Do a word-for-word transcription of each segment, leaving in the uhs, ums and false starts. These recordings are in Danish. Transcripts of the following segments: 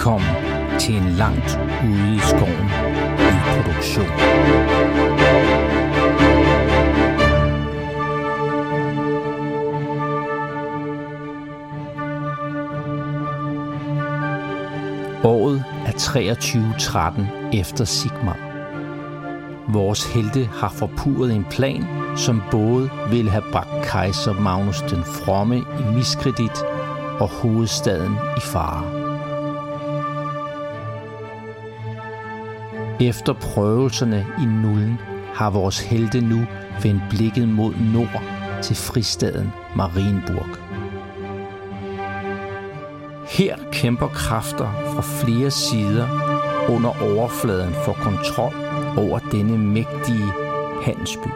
Velkommen til en langt ude i skoven produktion. Året er treogtyve tretten efter Sigmar. Vores helte har forpurret en plan, som både ville have bragt kejser Magnus den Fromme i miskredit og hovedstaden i fare. Efter prøvelserne i nullen har vores helte nu vendt blikket mod nord til fristaden Marienburg. Her kæmper kræfter fra flere sider under overfladen for kontrol over denne mægtige handelsby.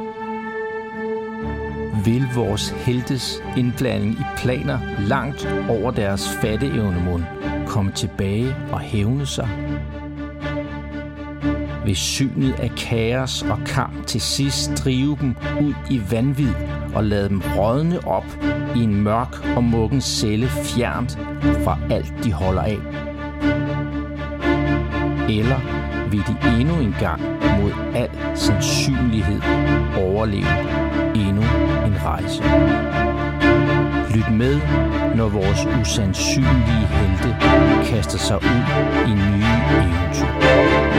Vil vores heltes indblanding i planer langt over deres fatteevnemund komme tilbage og hævne sig? Vil synet af kaos og kamp til sidst drive dem ud i vanvid og lade dem rådne op i en mørk og muggen celle fjernt fra alt de holder af? Eller vil de endnu en gang mod al sandsynlighed overleve endnu en rejse? Lyt med, når vores usandsynlige helte kaster sig ud i nye eventyr.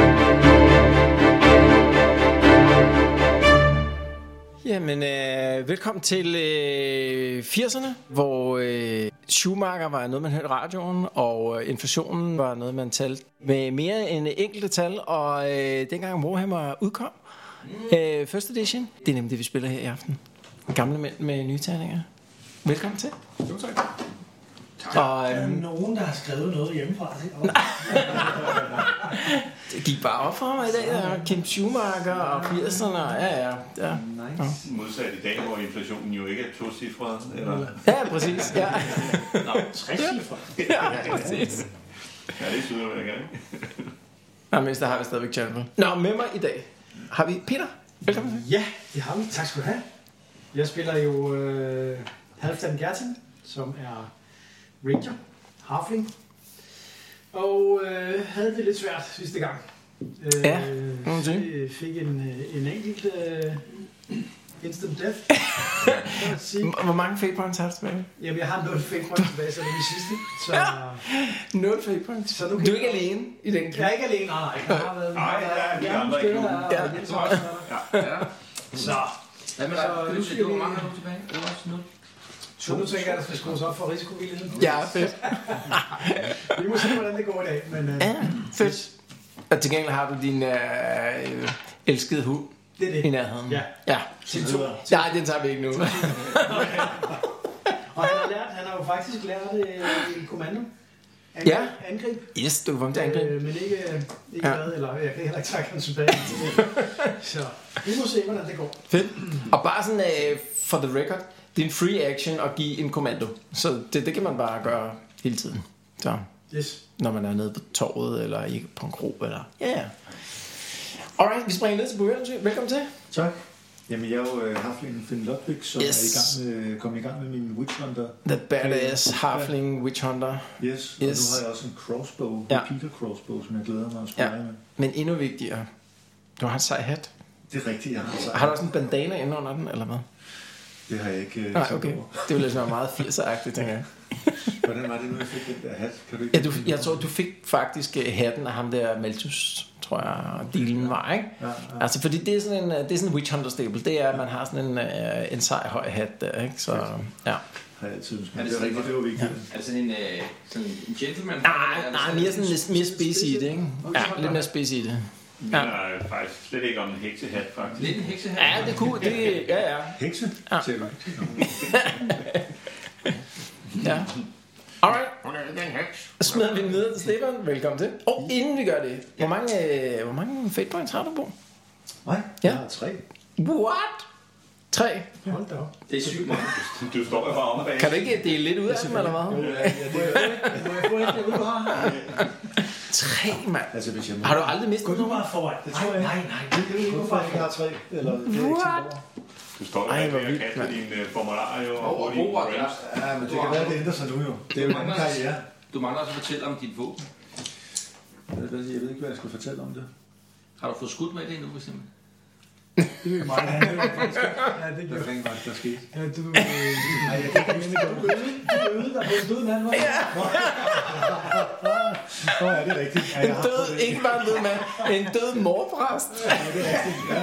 Jamen, øh, velkommen til øh, firserne, hvor øh, Schumacher var noget, man hørte i radioen, og øh, inflationen var noget, man talte med mere end enkelte tal, og øh, dengang Warhammer udkom, mm. øh, First Edition, det er nemlig det, vi spiller her i aften. Gamle mænd med nye terninger. Velkommen til. Jo, tak. Og, der er nogen, der har skrevet noget hjemmefra. Det gik bare op for mig i dag, der Kim Schumacher og firserne. Ja, ja. ja. Nice. Modsat i dag, hvor inflationen jo ikke er tocifret, eller? Ja, præcis. Ja. Nå, trecifret. Ja, præcis. Ja, det synes jeg, jeg gerne. Nå, men der har vi stadigvæk channel. Nå, med mig i dag har vi Peter. Velkommen til. Ja, det har vi. Tak skal du have. Jeg spiller jo øh, Halfdan Gertin, som er Ranger, Halfling, og øh, havde det lidt svært sidste gang. Øh, ja, øh, fik en, en enkelt øh, instant death. Hvor mange fate points har du tilbage? Jamen, jeg har nul fate points tilbage, så det er min sidste. Så, ja. nul fate points. Så nu du er ikke alene i den. Jeg er ikke alene, nej. Jeg har været nej, ja, ja, andre ikke nu. Ja, ja. Så. Hvad med dig? Kan du se, hvor mange har du tilbage? Det var også nul. Så nu tænker jeg, at der skal skrues op for risikovilligheden. Ja, fedt. Vi må se, hvordan det går i dag. Men, uh, ja, fedt. Og til gengæld har du din øh, elskede hund. Det er det. I nærheden. Ja. Ja. Sin tur. Nej, den tager vi ikke nu. Og han har lært, han har jo faktisk lært øh, en kommando. Angreb, ja. Angreb. Yes, du kan komme til angreb. Øh, men ikke, ikke ja. hvad, eller jeg kan heller ikke trække ham tilbage. Så vi må se, hvordan det går. Fedt. Og bare sådan, uh, for the record, det er en free action at give en kommando. Så det, det kan man bare gøre hele tiden. Så, yes. Når man er nede på torvet, eller ikke på en kro, eller... Ja, yeah. Alright, vi springer ned til begyndelse. Velkommen til. Tak. Jamen, jeg er jo uh, Halfling Finn Ludwig, som yes. er i gang med, kom i gang med min Witch Hunter. The badass Halfling Witch Hunter. Yes, og yes. nu har jeg også en crossbow, ja. Repeater crossbow, som jeg glæder mig at spille ja. med. Men endnu vigtigere, du har en sej hat. Det er rigtigt, jeg har en sej hat. Har du også en bandana inde under den, eller hvad? Det har jeg ikke uh, nej, okay. Det ville være meget firser-agtigt, tænker jeg. Hvordan var det nu, jeg fik den der hat? Kan du ikke ja, du, jeg tror, du fik faktisk hatten af ham der Malthus, tror jeg, dealen var, ikke? Ja, ja. Altså, fordi det er sådan en, det er sådan en Witch Hunter staple. Det er, at man har sådan en, uh, en sej høj hat der, ikke? Så, ja. Har jeg altid ønsket. Er det, det, det, det var vigtigt. Ja. Er det sådan en, uh, sådan en gentleman? Nej, nej, mere sådan lidt mere spids i det, ikke? Ja, lidt mere spids i det. Ja. Jeg er faktisk slet ikke om en heksehat, faktisk. Lidt en heksehat? Ja, det kunne, det, ja, ja. Hekse? Ja. Ja. Alright. Så smider vi den videre til Stefan. Velkommen til. Og oh, inden vi gør det, hvor mange, øh, hvor mange fate points har du på? Nej, ja. jeg har tre. What? Tre? Hold da op. Det er sygt meget. Du står jo bare om bag. Kan du ikke dele lidt ud af dem, eller hvad? Ja, ja, det er må jeg få ikke det ud her? Tre, mand. Altså, hvis jeg må... Har du aldrig mistet nogen? Gå du bare foran. Det tror jeg. Nej, nej, nej. Det er ikke hvorfor jeg har tre. Eller what? Du står der med at kaste dine formularer jo og bruge dine ja, men det kan være, det ændrer sig nu jo. Det er jo en karriere. Du mangler også at fortælle om dit våben. jeg ved ikke, hvad jeg skal fortælle om det. Har du fået skudt med det endnu, for eksempel? Det er meget gerne. Ja, det Hvad fanden var det, der skete? Ja, du... Nej, jeg kan ikke minde, du øde dig på en død mand, hva'? Nå, ja, det er rigtigt. Ja, En død, ikke bare en død mand, en død morpræst. Ja, det er rigtigt. Ja.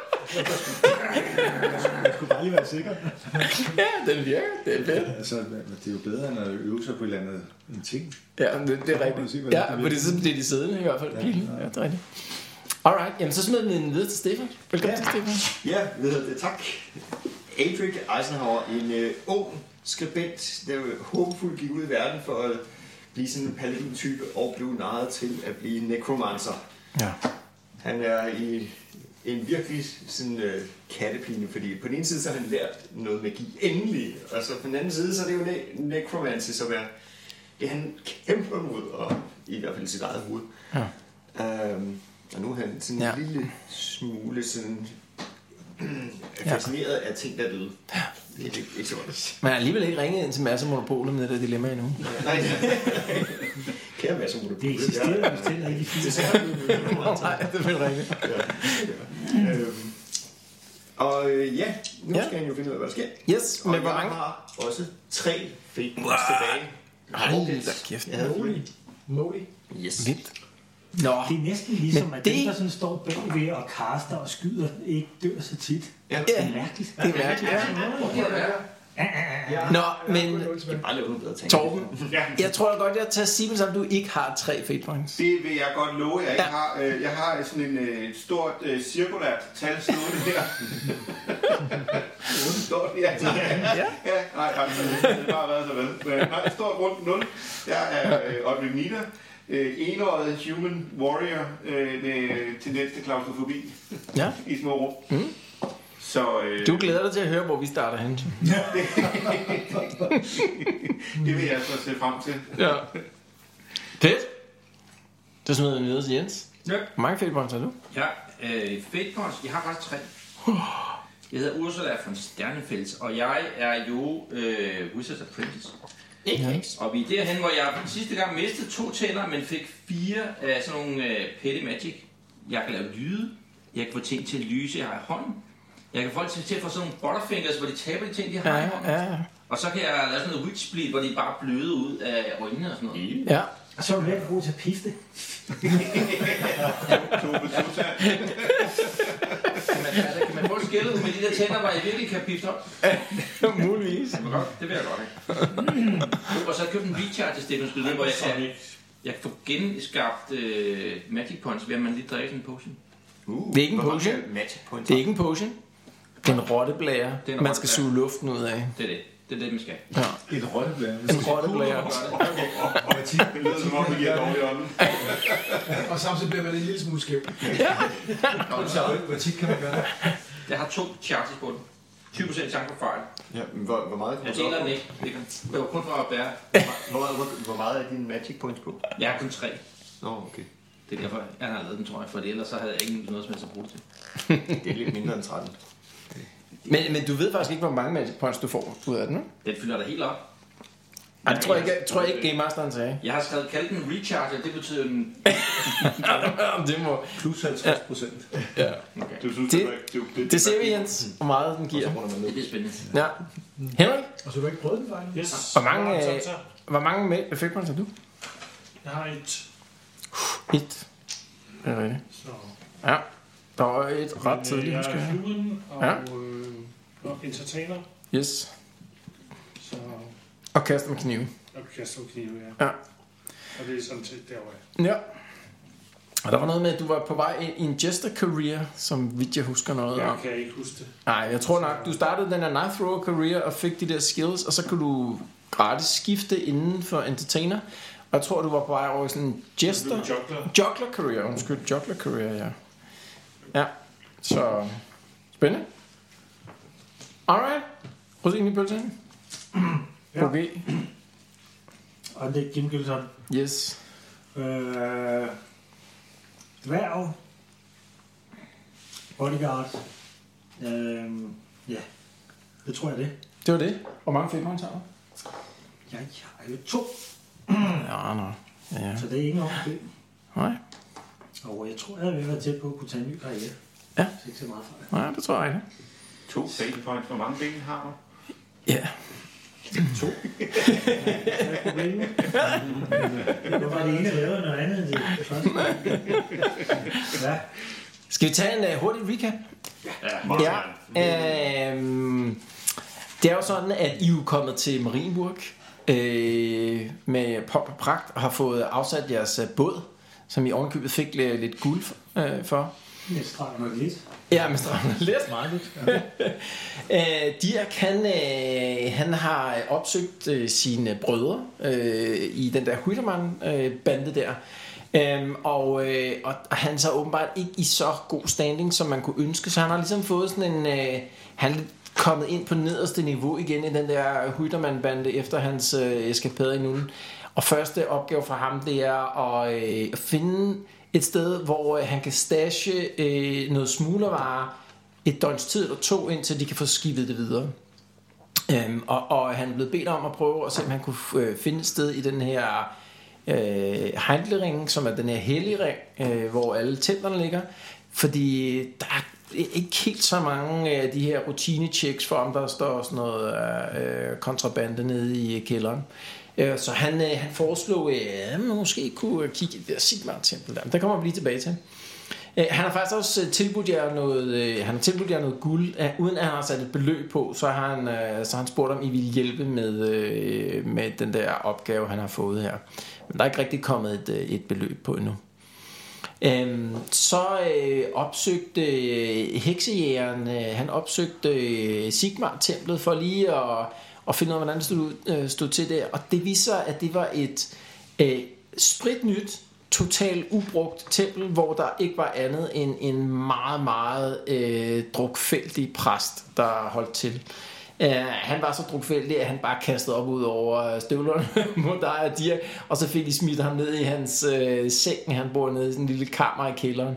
Jeg skulle bare lige være sikker. Ja, den virker. Det er fedt. Altså, det er jo bedre end at øve sig på et eller andet en ting. Ja, det, det er rigtigt. Ja, på det tidspunkt bliver de siddende i hvert fald. Ja, ja, det er rigtigt. Alright, jamen så smider vi den videre til Stefan. Velkommen ja. til Stefan. Ja, ved det, tak. Adric Eisenhower, en øh, ung skribent, der håbefuldt gik ud i verden for at blive sådan en paladin-type og blev narret til at blive necromancer. Ja. Han er i en virkelig sådan øh, kattepine, fordi på den ene side så har han lært noget magi endelig, og så på den anden side så er det jo ne- necromancy, som er det han kæmper mod, og i hvert fald i sit eget hoved. Ja. Øhm, og nu er han sådan Ja. en lille smule sådan fascineret af ting, der er døde. Ja. Det er ikke, ikke så godt. Man har alligevel ikke ringet ind til Mads og Monopolet med det der dilemma endnu. Nej, kære Mads og Monopolet. Det eksisterer vist heller ikke i firserne. Nej, det vil rigtigt. Ja. Øhm, og øh, ja, nu Ja. skal han jo finde ud af, hvad der sker. Yes, Og men jeg hvor mange? har også tre fake points tilbage. Ej, da kæft. Jeg havde Molly. Molly. Yes. Vildt. Nå, Det er næsten ligesom, Men at det- dem, der sådan står bagved og kaster og skyder, ikke dør så tit. Ja. Det er mærkeligt. det er mærkeligt. Ja, Nå, jeg men- har kun nul tilbage. Bare lave nogle bedre ting. Torben, Ja, jeg tror da godt, jeg tager Sibel sammen, du ikke har tre fate points. det vil jeg godt love, jeg ikke Ja. har. Øh, Jeg har sådan en øh, stort øh, cirkulært tal stående her. Hvor står det? Ja, nej, Ja. ja, nej, altså, det har bare været så vel. Men nej, et stort rundt nul. Jeg er øh, Oddvig Nita, øh, enåret human warrior øh, med tendens til klaustrofobi Ja. i små rum. Mm. Så øh, Du glæder dig til at høre, hvor vi starter hen. det vil jeg så se frem til. Ja. Fedt. Så smider vi videre til Jens. Ja. Hvor mange fate points har du? Ja, øh, Fate Points, jeg har faktisk tre. Jeg hedder Ursula von Sternefels, og jeg er jo øh, Wizard's Apprentice. Ja. Og vi er derhen, hvor jeg sidste gang mistede to tænder, men fik fire af sådan nogle øh, petty magic. Jeg kan lave lyde, jeg kan få ting til at lyse, jeg har i hånden. Jeg kan få folk til at få sådan nogle butterfingers, hvor de taber de ting, de har i Ja, hånden. ja, Og så kan jeg lave sådan noget witch bleed, hvor de bare bløder ud af øjnene og sådan noget. ja. Og så er du lidt god til at pifte. Tove Tuta. Kan man, altså, kan man få et skældet med de der tænder, hvor jeg virkelig kan pifte op? Muligvis. Det, godt. Det vil jeg godt have. Og så har jeg købt en recharge til Stefan Skyde, hvor jeg kan, jeg kan få genskabt øh, magic points, ved at man lige drikker sådan en potion. Uh, Det er ikke en hvor mange potion. magic points Det er ikke en potion. Det er en rotteblære, Det er en man skal rotteblære. suge luften ud af. Det er det. Det er det, man skal. Ja. En rotteblære. En rotteblære. Det lyder som om, det giver dårlig ånden. Og samtidig bliver man en lille smule skæv. Hvor tit kan man gøre det? Jeg har to chances på den. tyve procent chance for fejl. Ja, men hvor, hvor meget Jeg deler den ikke. Det kan- det var kun for at bære. Hvor, hvor, hvor meget er din magic points på? Jeg har kun tre. Nå, okay. Det er derfor, jeg har lavet den, tror jeg. For ellers så havde jeg ikke noget som helst at bruge det til. Det er lidt mindre end tretten. Men, men du ved faktisk ikke, hvor mange magic points du får ud af den, ikke? Den fylder dig helt op. Ej, det tror jeg ikke, jeg tror jeg ikke Game Masteren sagde. Jeg har skrevet kaldt den recharge, det betyder en... Det må... Plus halvtreds procent. Ja. Du synes, Det- det, det, det, Det ser vi, Jens, hvor meget den giver. Det bliver spændende. Ja. Henrik, Og så har du ikke prøvet den fejl? Yes. Hvor mange, Ja, øh, så, så. hvor mange med fate points har du? Jeg har et. Et. Det er rigtigt. Så. Ja. Der var et ret tidligt, jeg husker er jeg. fluden og, Ja. øh, og entertainer. Yes. Så, Og kaster med knive. og kaster med knive, ja. Ja. Og det er sådan set derovre. Ja. Og der var noget med, at du var på vej ind i en jester career, som vidt jeg husker noget Jeg om. kan ikke huske det. Nej, jeg tror nok, du startede den her knife thrower career og fik de der skills, og så kunne du gratis skifte inden for entertainer. Og jeg tror, du var på vej over i sådan en jester... Du er juggler. Juggler career, undskyld. Juggler career, ja. Ja, så... Spændende. Alright. Rosin i pølsen. Ja. Okay. Og det er Jim Gilson. Yes. Øh, dværg. Bodyguard. Øh, ja, det tror jeg det. Det var det. Hvor mange fate points har du? Jeg har jo to, Ja, nå. Ja, så det er ikke nok. nej. Og jeg tror, jeg vil være tæt på at kunne tage en ny karriere. Ja. Så ikke så meget fra det. Ja, det tror jeg ikke. To fatal points. Hvor mange ben har du? Ja. To. Hvad er problemet? Hvorfor er det ene lavet noget andet end det første? Ja. Skal vi tage en uh, hurtig recap? Ja, ja. Øhm, det er jo sådan, at I er kommet til Marienburg øh, med pop og pragt og har fået afsat jeres uh, båd, som I ovenkøbet fik lidt, lidt guld øh, for. Med stranden lidt. Ja, med stranden lidt. Meget lidt. Ja. øh, Dirk, han, øh, han har opsøgt øh, sine brødre øh, i den der Hüttermann-bande der. Øhm, og, øh, og han er så åbenbart ikke i så god standing, som man kunne ønske. Så han har ligesom fået sådan en... Øh, han er kommet ind på nederste niveau igen i den der Hüttermann-bande efter hans øh, eskapade i nullen. Og første opgave for ham, det er at øh, finde et sted, hvor øh, han kan stashe øh, noget smuglervarer et døgns tid eller to, indtil de kan få skibet det videre. Øhm, og, og han er blevet bedt om at prøve at se, om han kunne øh, finde et sted i den her øh, Heindleringen, som er den her hellige ring, øh, hvor alle templerne ligger. Fordi der er ikke helt så mange af de her rutine-checks for, om der står sådan noget øh, kontrabande nede i kælderen. Øh, så han, øh, han foreslog, at øh, man måske kunne kigge i det der Sigmar-tempel der. Der kommer vi lige tilbage til. Øh, han har faktisk også tilbudt jer noget, øh, han har tilbudt jer noget guld, øh, uden at han har sat et beløb på, så har han, øh, så har han spurgt, om I ville hjælpe med, øh, med den der opgave, han har fået her. Men der er ikke rigtig kommet et, et beløb på endnu. Øhm, så øh, opsøgte øh, heksejægeren, øh, han opsøgte øh, Sigmar-templet for lige at, at finde ud af, hvordan det stod, øh, stod til der. Og det viser, at det var et øh, spritnyt, totalt ubrugt tempel, hvor der ikke var andet end en meget, meget øh, drukfældig præst, der holdt til. Uh, han var så drukfældig, at han bare kastede op ud over støvlerne mod dig og Dirk, og så fik de smidt ham ned i hans uh, seng. Han bor nede i sådan en lille kammer i kælderen.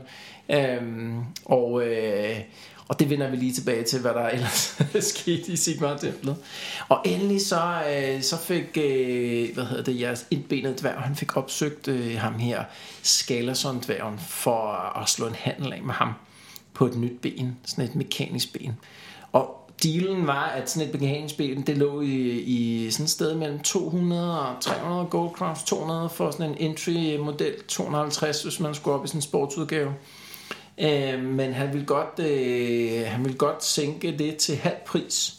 Um, og, uh, og det vender vi lige tilbage til, hvad der ellers skete i Sigmar-templet. Og endelig så, uh, så fik uh, hvad hedder det, jeres indbenede dværg, han fik opsøgt uh, ham her, Skalason-dværgen, for at slå en handel af med ham på et nyt ben, sådan et mekanisk ben. Og dealen var, at sådan et mekanisk ben, det lå i, i sådan et sted mellem to hundrede og tre hundrede gold crowns, to hundrede for sådan en entry model, to hundrede og halvtreds, hvis man skulle op i sådan en sportsudgave. Øh, men han ville godt, øh, han ville godt sænke det til halv pris,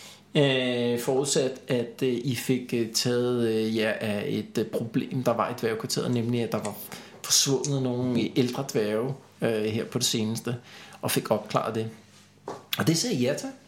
øh, forudsat at øh, I fik øh, taget øh, jer af et øh, problem, der var i dværgekvarteret, nemlig at der var forsvundet nogle ældre dværge øh, her på det seneste, og fik opklaret det. Og det sagde ja til.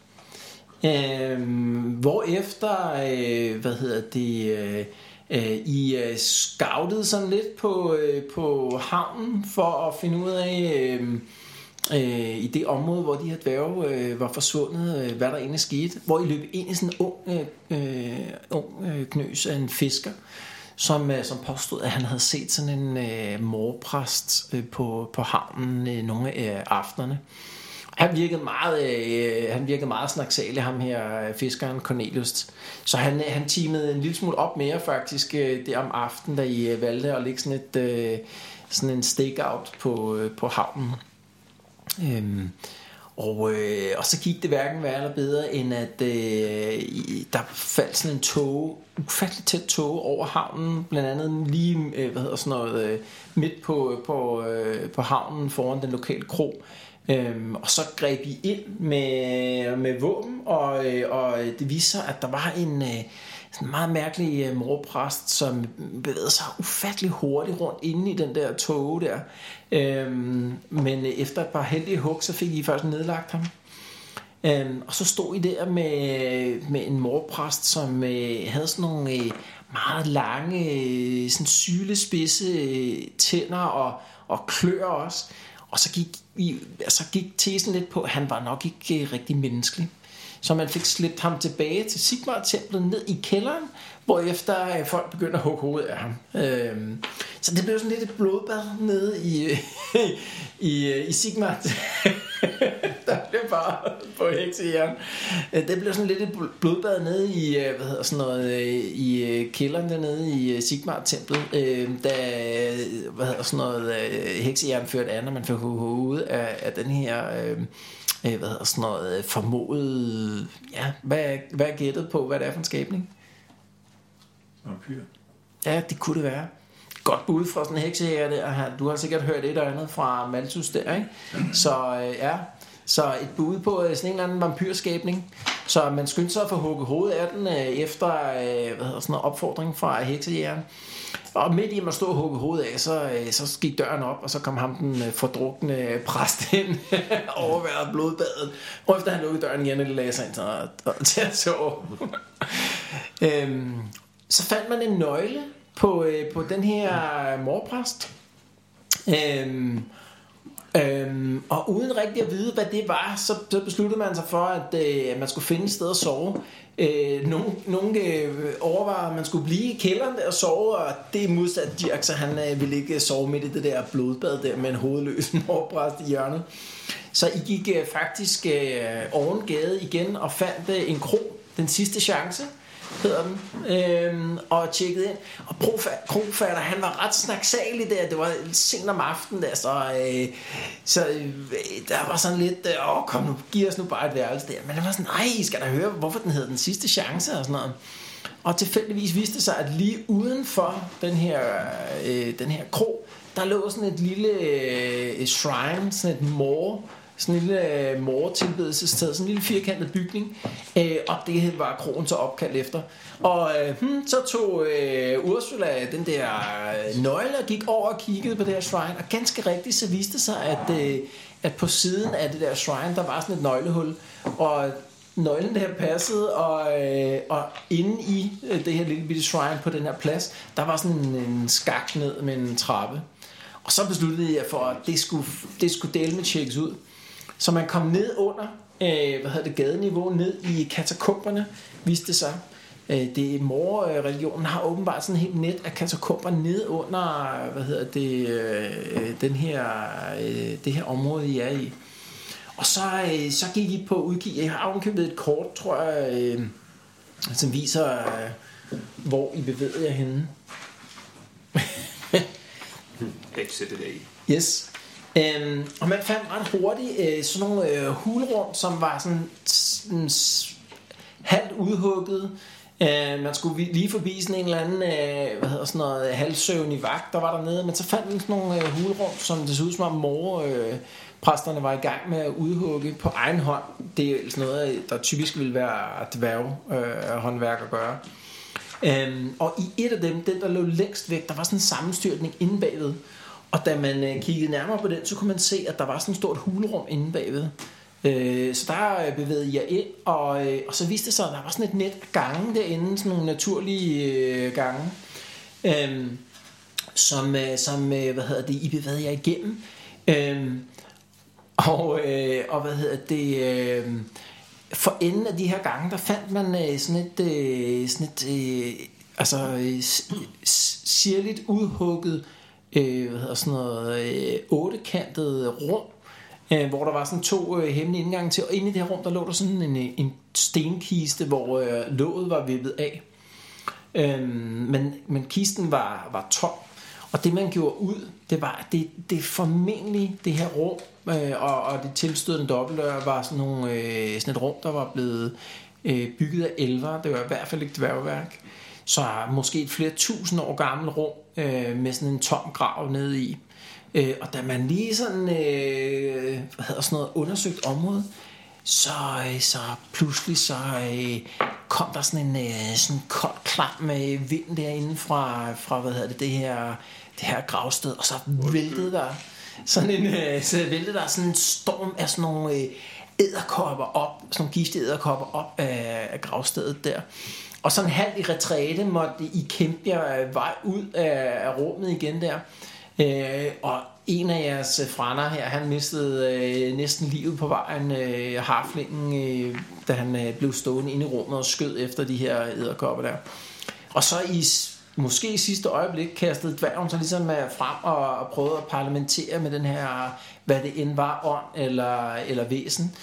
Øhm, hvorefter øh, hvad hedder det øh, øh, I øh, scoutede sådan lidt på, øh, på havnen for at finde ud af øh, øh, i det område, hvor de her dværge øh, var forsvundet, øh, hvad der egentlig skete, hvor I løb ind i sådan en ung, øh, ung øh, knøs af en fisker, som, øh, som påstod, at han havde set sådan en øh, morpræst øh, på, på havnen øh, nogle af aftenerne. Han virkede meget, øh, han virkede meget snaksalig, ham her fiskeren Cornelius. Så han, han teamede en lille smule op mere faktisk øh, der om aftenen, da I øh, valgte at lægge sådan, et, øh, sådan en stakeout på, øh, på havnen. Øhm, og, øh, og så gik det hverken værre eller bedre, end at øh, der faldt sådan en tåge, ufatteligt tæt tåge over havnen, blandt andet lige øh, hvad hedder sådan noget, øh, midt på, på, øh, på havnen foran den lokale kro. Øhm, og så greb I ind med, med våben, og, og det viste sig, at der var en sådan en meget mærkelig morpræst, som bevægede sig ufattelig hurtigt rundt inde i den der tåge der. Øhm, men efter et par heldige hug, så fik I først nedlagt ham. Øhm, og så stod I der med, med en morpræst, som øh, havde sådan nogle øh, meget lange, sådan sylespidse øh, tænder og, og klør også. Og så gik, I, altså gik tesen lidt på, at han var nok ikke rigtig menneskelig. Så man fik slæbt ham tilbage til Sigmar-templet ned i kælderen, hvorefter folk begyndte at hugge hovedet af ham. Øhm, så det blev sådan lidt et blodbad nede i, i, i Sigmar. Der blev bare på heksejern. Det blev sådan lidt et blodbad nede i, hvad hedder sådan noget, i kælderen dernede i Sigmar-templet, da, hvad hedder sådan noget, heksejern førte an, og man fik hovedet af, af den her, hvad hedder sådan noget, formodet, ja, hvad, hvad er gættet på, hvad det er for en skabning? Vampyr. Ja, det kunne det være. Godt bud fra sådan en heksejæger der. Du har sikkert hørt et eller andet fra Malthus der, ikke? Så ja, så et bud på sådan en eller anden vampyrskabning. Så man skyndte sig at få hugget hovedet af den efter hvad hedder sådan en opfordring fra heksejægeren. Og midt i at man stod og hugge hovedet af, så, så gik døren op, og så kom ham den fordrukne præst ind overværet blodbadet. Og efter han lukkede døren igen, og det lagde sig ind og, og til at sove. øhm, så fandt man en nøgle på, øh, på den her morpræst. Øhm, øhm, og uden rigtig at vide, hvad det var, så, så besluttede man sig for, at, øh, at man skulle finde et sted at sove. Øh, nogle nogle øh, overvejede, at man skulle blive i kælderen der og sove, og det er modsat Dirk, så han øh, ville ikke sove midt i det der blodbad der med en hovedløs morpræst i hjørnet. Så I gik øh, faktisk øh, oven gade igen og fandt øh, en kro, Den Sidste Chance hedder den, øhm, og tjekkede ind. Og krofatter, han var ret snaksalig der. Det var sent om aftenen der, så, øh, så øh, der var sådan lidt, øh, åh kom nu, giv os nu bare et værelse der. Men det var sådan, nej, I skal da høre, hvorfor den hedder Den Sidste Chance og sådan noget. Og tilfældigvis viste det sig, at lige uden for den her, øh, den her kro, der lå sådan et lille øh, shrine, sådan et mor, sådan en lille mortilbedelsessted, sådan en lille firkantet bygning, øh, og det var kroen så opkaldt efter. Og øh, hmm, så tog øh, Ursula den der nøgle og gik over og kiggede på det her shrine, og ganske rigtigt så viste det sig, at, øh, at på siden af det der shrine, der var sådan et nøglehul, og nøglen der passede, og, øh, og inde i det her lille bitte shrine på den her plads, der var sådan en, en skak ned med en trappe. Og så besluttede jeg for, at det skulle, det skulle dele med tjekkes ud. Så man kom ned under øh, hvad hedder det, gadeniveau, ned i katakomberne, viste det sig. Øh, det morreligionen har åbenbart sådan et helt net af katakomber ned under, hvad hedder det, øh, den her, øh, det her område, I er i. Og så, øh, så gik I på udkig. Jeg har afkøbet et kort, tror jeg, øh, som viser, øh, hvor I bevæger jer henne. Exit day. Yes. Um, og man fandt ret hurtigt uh, sådan nogle uh, hulrum, som var sådan, sådan halvt udhugget. Uh, man skulle lige forbi sådan en eller anden uh, hvad hedder sådan noget, halvsøvnig vagt, der var dernede. Men så fandt man sådan nogle uh, hulrum, som det så ud som om mor, uh, præsterne var i gang med at udhugge på egen hånd. Det er sådan noget, der typisk ville være dværg uh, håndværk at gøre. Um, og i et af dem, den der lå længst væk, der var sådan en sammenstyrtning inde bagved. Og da man øh, kiggede nærmere på den, så kunne man se, at der var sådan et stort hulrum inde bagved. Øh, så der øh, bevægede jeg ind, og, øh, og så viste det sig, at der var sådan et net af gange derinde, sådan nogle naturlige øh, gange, øh, som, øh, som øh, hvad hedder det, I bevægede jer igennem. Øh, og, øh, og hvad hedder det... Øh, for enden af de her gange, der fandt man øh, sådan et, øh, sådan et øh, altså øh, sirligt udhugget, øh, hvad hedder sådan noget, øh, ottekantet rum, øh, hvor der var sådan to øh, hemmelige indgange til, og inde i det her rum, der lå der sådan en, en stenkiste, hvor øh, låget var vippet af. Øh, men, men kisten var, var tom, og det man gjorde ud, det var, det, det formentlig det her rum, øh, og, og det tilstødende dobbeltdør var sådan, nogle, øh, sådan et rum, der var blevet øh, bygget af elver. Det var i hvert fald ikke dværgværk. Så måske et flere tusind år gammelt rum øh, med sådan en tom grav nede i. Øh, og da man lige sådan, øh, hvad hedder sådan noget, undersøgt område, så, øh, så pludselig så øh, kom der sådan en øh, sådan kold klam med vind derinde fra, fra hvad hedder det, det her, det her gravsted, og så væltede der sådan en, øh, så væltede der sådan en storm af sådan nogle øh, edderkopper op, sådan nogle giftige edderkopper op af, af gravstedet der. Og sådan halvt i retræte måtte I kæmpe jer vej ud af rummet igen der. Øh, og en af jeres frænder her, han mistede øh, næsten livet på vejen, øh, harflingen, øh, da han øh, blev stående inde i rummet og skød efter de her edderkopper der. Og så i måske i sidste øjeblik kastede dværgen så ligesom frem og, og prøvede at parlamentere med den her, hvad det end var, ånd eller, eller væsen.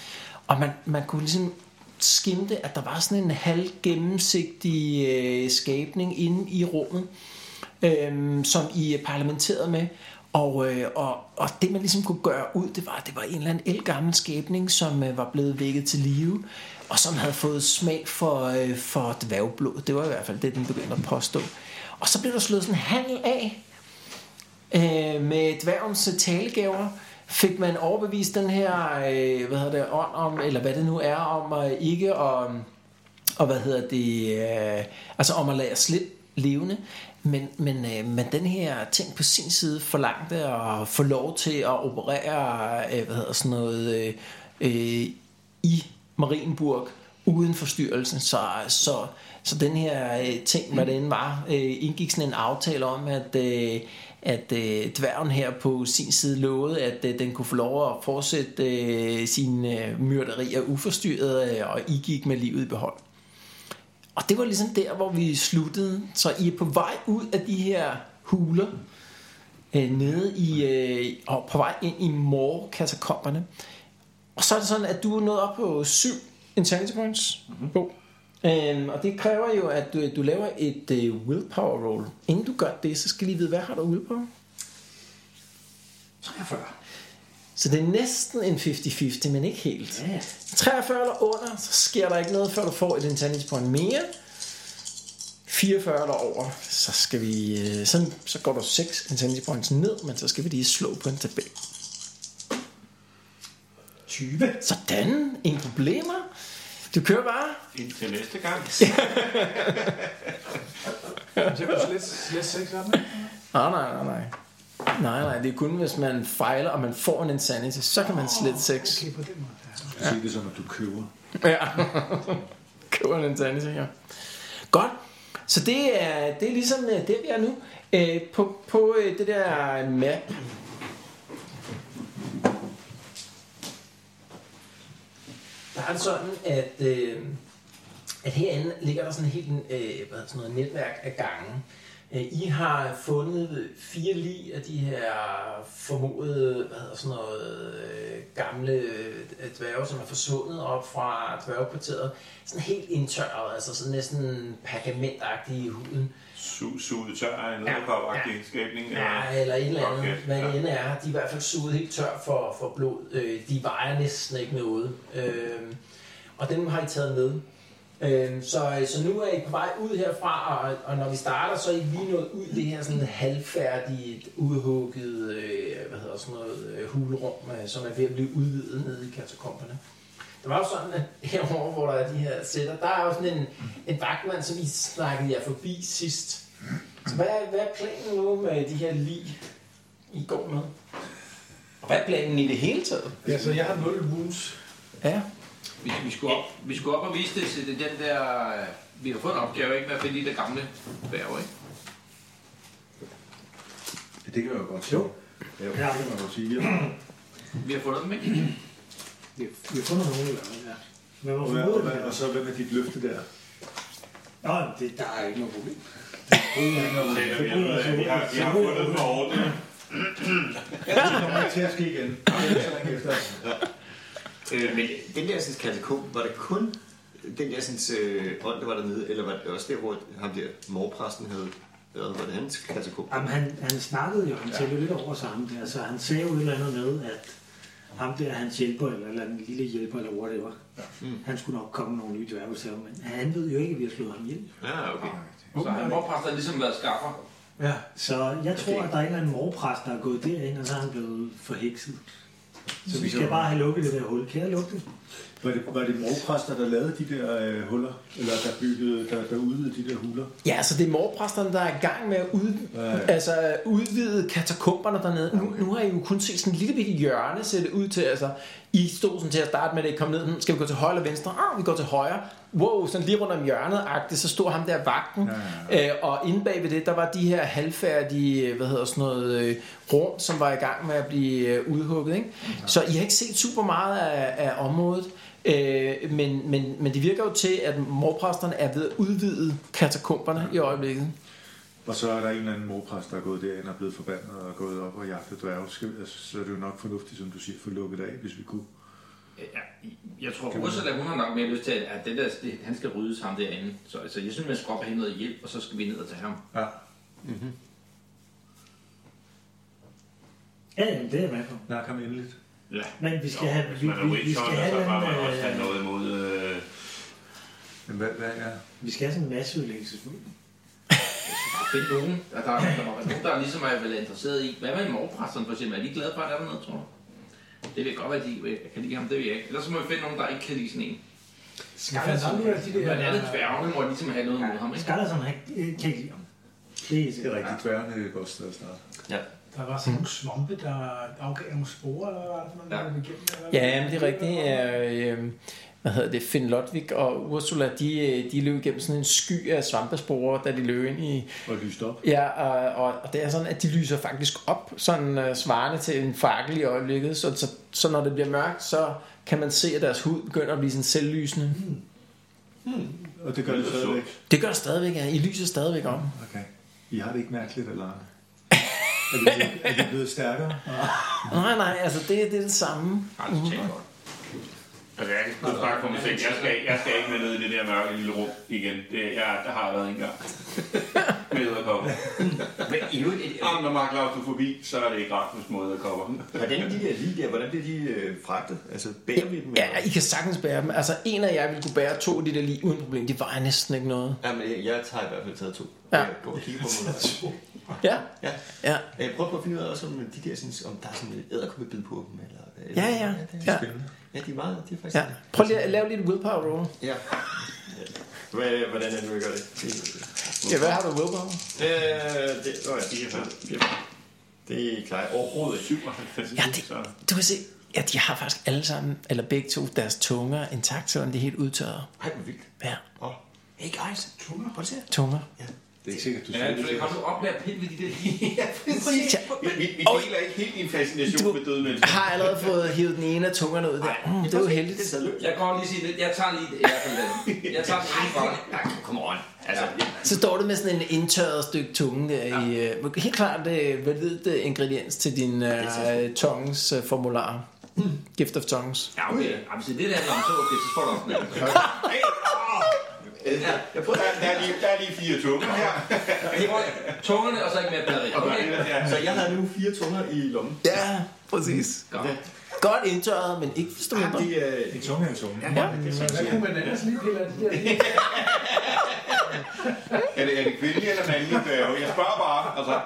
Og man, man kunne ligesom skimte, at der var sådan en halv gennemsigtig øh, skabning inde i rummet, øh, som I parlamenterede med. Og, øh, og, og det man ligesom kunne gøre ud, det var, det var en eller anden ældgammel skabning, som øh, var blevet vækket til live, og som havde fået smag for, øh, for dværgblod. Det var i hvert fald det, den begyndte at påstå. Og så blev der slået sådan en handel af øh, med dværgens talegaver. Fik man overbevist den her øh, hvad hedder det, ånd om, eller hvad det nu er, om øh, ikke at, og hvad hedder det, øh, altså om at lade slippe levende. Men, men, øh, men den her ting på sin side forlangte at få lov til at operere øh, hvad hedder sådan noget, øh, øh, i Marienburg uden forstyrrelse. Så, så, så den her øh, ting, hvad det end var, øh, indgik sådan en aftale om, at, øh, at øh, dværgen her på sin side lovede, at øh, den kunne få lov at fortsætte øh, sine øh, myrderier uforstyrret, øh, og I gik med livet i behold. Og det var ligesom der, hvor vi sluttede. Så I er på vej ud af de her huler, øh, nede i, øh, og på vej ind i Mor-katakomberne. Og så er det sådan, at du er nået op på syv Insanity Points. Mm-hmm. På. Um, og det kræver jo, at du, du laver et uh, willpower roll. Inden du gør det, så skal lige vide, hvad har du willpower? treogfyrre. Så det er næsten en halvtreds halvtreds, men ikke helt. Ja. treogfyrre eller under, så sker der ikke noget, før du får et Insanity Point mere. fireogfyrre eller over, så skal vi... Sådan, så går der seks Insanity Points ned, men så skal vi lige slå på en tabel. tyve. Sådan, ingen problemer. Du kører bare. Indtil næste gang. Så jeg kunne slet, slet seks af dem. Nej, nej, nej, nej. Nej, nej, det er kun, hvis man fejler, og man får en insanity, så kan man slette seks. Okay, på den måde. Du kan se det som, at du køber. Ja. Køber en insanity, ja. Godt. Så det er, det er ligesom det, vi er nu. Øh, på, på det der map. Der er det sådan, at, øh, at herinde ligger der sådan et helt øh, hvad sådan noget netværk af gange. I har fundet fire lig af de her formodede, hvad hedder sådan noget, øh, gamle øh, dværge, som er forsvundet op fra dværgekvarteret. Sådan helt indtørret, altså sådan næsten pergamentagtige i huden. Su- suget tør af en edderkopagtig ja. skabning? Ja, eller et eller andet, okay. hvad det ja. end er. De er i hvert fald suget helt tør for, for blod. Øh, de vejer næsten ikke noget. Øh, og dem har I taget med. Så, så nu er I på vej ud herfra, og, og når vi starter, så er I lige nået ud i det her sådan halvfærdigt, udhugget, øh, hvad hedder sådan noget, øh, hulrum, øh, som er ved at blive udvidet nede i katakomberne. Det var jo sådan, at herovre, hvor der er de her sætter, der er jo sådan en, en vagtmand, som I snakkede jer forbi sidst. Så hvad er, hvad er planen nu med de her lig, I går med? Og hvad er planen i det hele taget? Ja, så jeg har nul wounds. Ja. Vi, vi, skulle op, vi skulle op og vise det til den der... Vi har fået en opgave, ikke? Med at finde de der gamle bjerge, ikke? Ja, det kan jeg jo godt sige. Jo. Ja, det kan man godt sige. Ja. Vi har fundet dem, ikke? Vi har fundet nogle eller ja. Men Og, hvad, og, hvad, og så hvad med dit løfte der? Nå, det, der er ikke noget problem. Vi har, vi har fundet den ordentligt. Ja, det kommer ikke til at ske igen. Ja. Øh, men den der sådan, katakomb, var det kun den der sådan, øh, ånd, der var dernede, eller var det også der, hvor ham der morpræsten havde været? Var det hans katakomb? Jamen, han, han snakkede jo, han talte jo lidt over sammen der, så han sagde jo et eller andet med, at ham der, hans hjælper, eller, eller en lille hjælper, eller whatever, ja. mm. han skulle nok komme nogle nye dværge til ham, men han ved jo ikke, at vi har slået ham ihjel. Ja, okay. Så han morpræst har ligesom været skaffer. Ja, så jeg tror, okay. at der er en eller anden morpræst, der er gået derind, og så er han blevet forhekset. Så, så vi skal bare have lukket det der hul. Kan jeg lukke det? Var det, var det morpræster, der lavede de der øh, huller? Eller der byggede, der, der udvidede de der huller? Ja, så det er morpræsterne, der er i gang med at ud, ja, ja. Altså, udvide katakomberne dernede. Nu, nu har I jo kun set sådan en lille bitte hjørne sætte ud til. Altså, I stod sådan til at starte med, at I kom ned. Skal vi gå til højre eller venstre? Ah, vi går til højre. Wow, sådan lige rundt om hjørnet-agtigt, så stod ham der vagten. Ja, ja, ja. Øh, og inde bag ved det, der var de her halvfærdige, hvad hedder sådan noget, øh, rum, som var i gang med at blive øh, udhugget. Ikke? Ja. Så I har ikke set super meget af, af området. Øh, men, men, men det virker jo til, at morpræsterne er ved at udvide katakomberne ja. i øjeblikket. Og så er der en eller anden morpræst, der er gået derind og er blevet forbandet og gået op og jagtet dværge. Så er det jo nok fornuftigt, som du siger, for lukket af, hvis vi kunne. Ja, jeg tror, Ursula, hun har nok mere lyst til, at det der, det, han skal ryddes ham derinde. Så altså, jeg synes, man skal op og hente noget hjælp, og så skal vi ned og tage ham. Ja. Mm-hmm. Ja, jamen, det er jeg med på. Nej, kom endeligt. Ja. Men vi skal jo, have... hvis Vi, man er vi, vi Witcher, skal have så bør man den, også have øh, noget imod... Øh... Men hvad, hvad er... vi skal have sådan en masse udlæggelsesfuld. Find nogen, der, der, der må være nogen, der ligesom er vel interesseret i. Hvad med morgepræsterne for eksempel? Er de glade for, at der er noget, tror du? Det vil godt være, at de kan lide ham, det vil jeg ikke. Ellers så må vi finde nogen, der ikke kan lide sådan en. Skarlason, de Blandt andet der... dværgene må ligesom have noget imod ham, ikke? Skarlason kan ikke lide ham. Det er, Det er rigtigt, dværgene er et godt sted at starte. Ja. Der var sådan nogle svampe, der afgav nogle sporer, eller hvad var det for noget, Ja. der blev igennem? Eller hvad? Ja, men det er rigtigt. Øh, hvad hedder det? Finn Lodvig og Ursula, de, de løb igennem sådan en sky af svampesporer, da de løb ind i... Og lyst op. Ja, og, og, og det er sådan, at de lyser faktisk op, sådan uh, svarende til en fakkel i øjeblikket. Så, så, så når det bliver mørkt, så kan man se, at deres hud begynder at blive sådan selvlysende. Hmm. Hmm. Og det gør det stadigvæk. Det gør det stadigvæk, ja. I lyser stadigvæk om. Okay. I har det ikke mærkeligt, eller? Er det blevet, er det blevet stærkere? Nej, nej, altså det, det er det samme. Har det tjent godt. Altså, jeg kan godt snakke for mig selv. Jeg skal, jeg skal ikke med ned i det der mørke lille rum igen. Det, jeg, der har jeg været en gang. Med edderkopper. Men i øvrigt, Om når man har klaustrofobi, så er det ikke rart med små edderkopper. hvordan de der lige der, hvordan bliver de øh, fragtet? Altså, bærer vi dem? Ja, I kan sagtens bære dem. Altså en af jer ville kunne bære to af de der lige uden problem. De vejer næsten ikke noget. Jamen, jeg, jeg tager i hvert fald taget to. Ja. Jeg går og kigger på dem. Ja, Ja. ja, Jeg prøver på at finde ud af også, om, de der, sådan, om der er sådan et edderkoppebid på dem. Eller, eller, ja, ja. det ja. er spændende. Ja, de er meget, de er faktisk... ja. Prøv lige at lave lidt willpower roll. Ja. Hvad, hvordan er det, vi gør det? det Ja, hvad har du willpower? øh, det, åh, ja, fireogfyrre. Det klarer jeg overhovedet ikke. syvoghalvfems. Ja, det, du kan se, ja, de har faktisk alle sammen, eller begge to, deres tunger intakt, så de er helt udtørret. Ej, hvor vildt. Ja, Åh. Hey guys, tunger, prøv at se. tunger. Det er ikke sikkert, du Ja, siger du det. har du oplært pille ved de der lige. Ja. Vi, vi, vi deler ikke helt din fascination Du med døde mennesker. har allerede fået hivet den ene af tungerne ud der. Mm, det er jo heldigt. Jeg kan godt lige sige det. Jeg tager lige det. Jeg, kan, jeg tager den ene for dig. Come on. Altså, Så står du med sådan en indtørret stykke tunge der i... Uh, helt klart uh, validt uh, ingrediens til din uh, tongues uh, formular. Gift of tongues. Ja, okay. Jamen, hvis det er det, der handler om, så okay, så får du også den anden. Ja, jeg prøver, der, der, er lige, der er lige fire tunger her. Tungerne, og så ikke mere batteri. Okay? Ja. så jeg havde nu fire tunger i lommen. Ja, præcis. Godt. Godt indtørret, men ikke forstå mindre. Det er... En tunge er en tunge. Ja. Hvad kunne man ellers lige pille af de der? Er det, er det kvindelig eller mandlig dværge? Jeg spørger bare. Altså.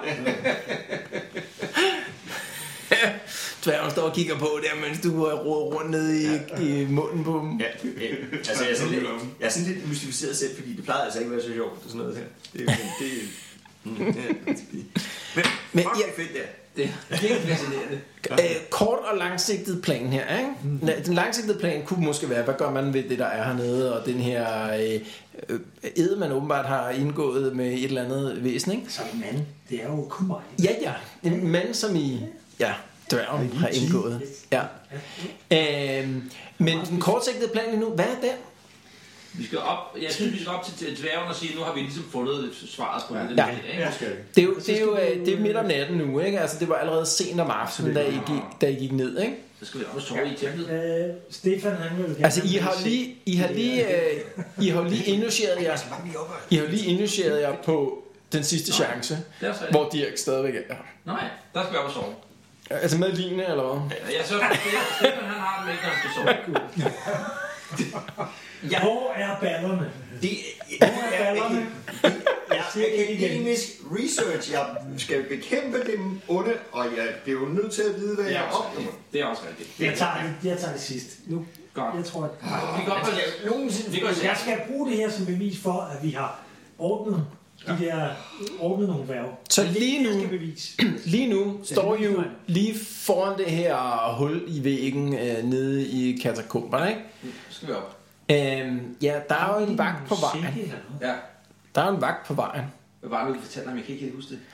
Dværgen står og kigger på der, mens du har rodet rundt ned i, i munden på dem. Ja, ja. Altså, jeg er, sådan lidt, jeg er sådan lidt mystificeret selv, fordi det plejede altså ikke at være så sjovt og sådan noget her. Det er jo det, mm, ja, men, Men, men ja, ja, fedt der. Det er virkelig fascinerende. øh, kort og langsigtet plan her, ikke? Mm. Den langsigtede plan kunne måske være, hvad gør man ved det, der er hernede, og den her øh, øh, ed, man åbenbart har indgået med et eller andet væsen, ikke? Så mand, det er jo kun mig. Ja, ja. En mand, som i... Ja, dværgen har indgået. Ja. Øhm, men den kortsigtede plan nu, hvad er den? Vi skal op, jeg synes, vi skal op til dværgen og sige, nu har vi ligesom fundet svaret på det. Ja. Ikke? Det er jo, det er jo øh, det er midt om natten nu, ikke? Altså, det var allerede sent om aftenen, da I gik, da I gik ned, ikke? Så skal vi op og sove i templet. Øh, Stefan, han vil gerne... Altså, I har lige, I har lige, øh, I har lige indlogeret jer, I har lige indlogeret jer på den sidste chance, Det er også hvor Dirk stadigvæk er. Nej, der skal vi op og sove. Altså med Line, eller hvad? Jeg så, Stefan han har den ikke, når han skal sove. Ja. Hvor er ballerne? Det Hvor er ballerne? er akademisk research. Jeg skal bekæmpe dem onde, og jeg bliver jo nødt til at vide, hvad Det er jeg også opnår. rigtigt. Det er også rigtigt. Jeg tager det, jeg tager det sidst. Nu, Godt. jeg tror, at... Vi går op og Nogensinde Vi går i Jeg skal bruge det her som bevis for, at vi har ordnet de der ordnet nogle værv. Så lige Jeg skal nu, bevise. lige nu står I jo lige foran det her hul i væggen øh, nede i katakomberne, ikke? Så skal vi op. Øhm, ja, der er jo en vagt på vejen. Ja. Der er jo en vagt på vejen. Hvad var det, du fortalte ham? Jeg kan ikke helt huske det.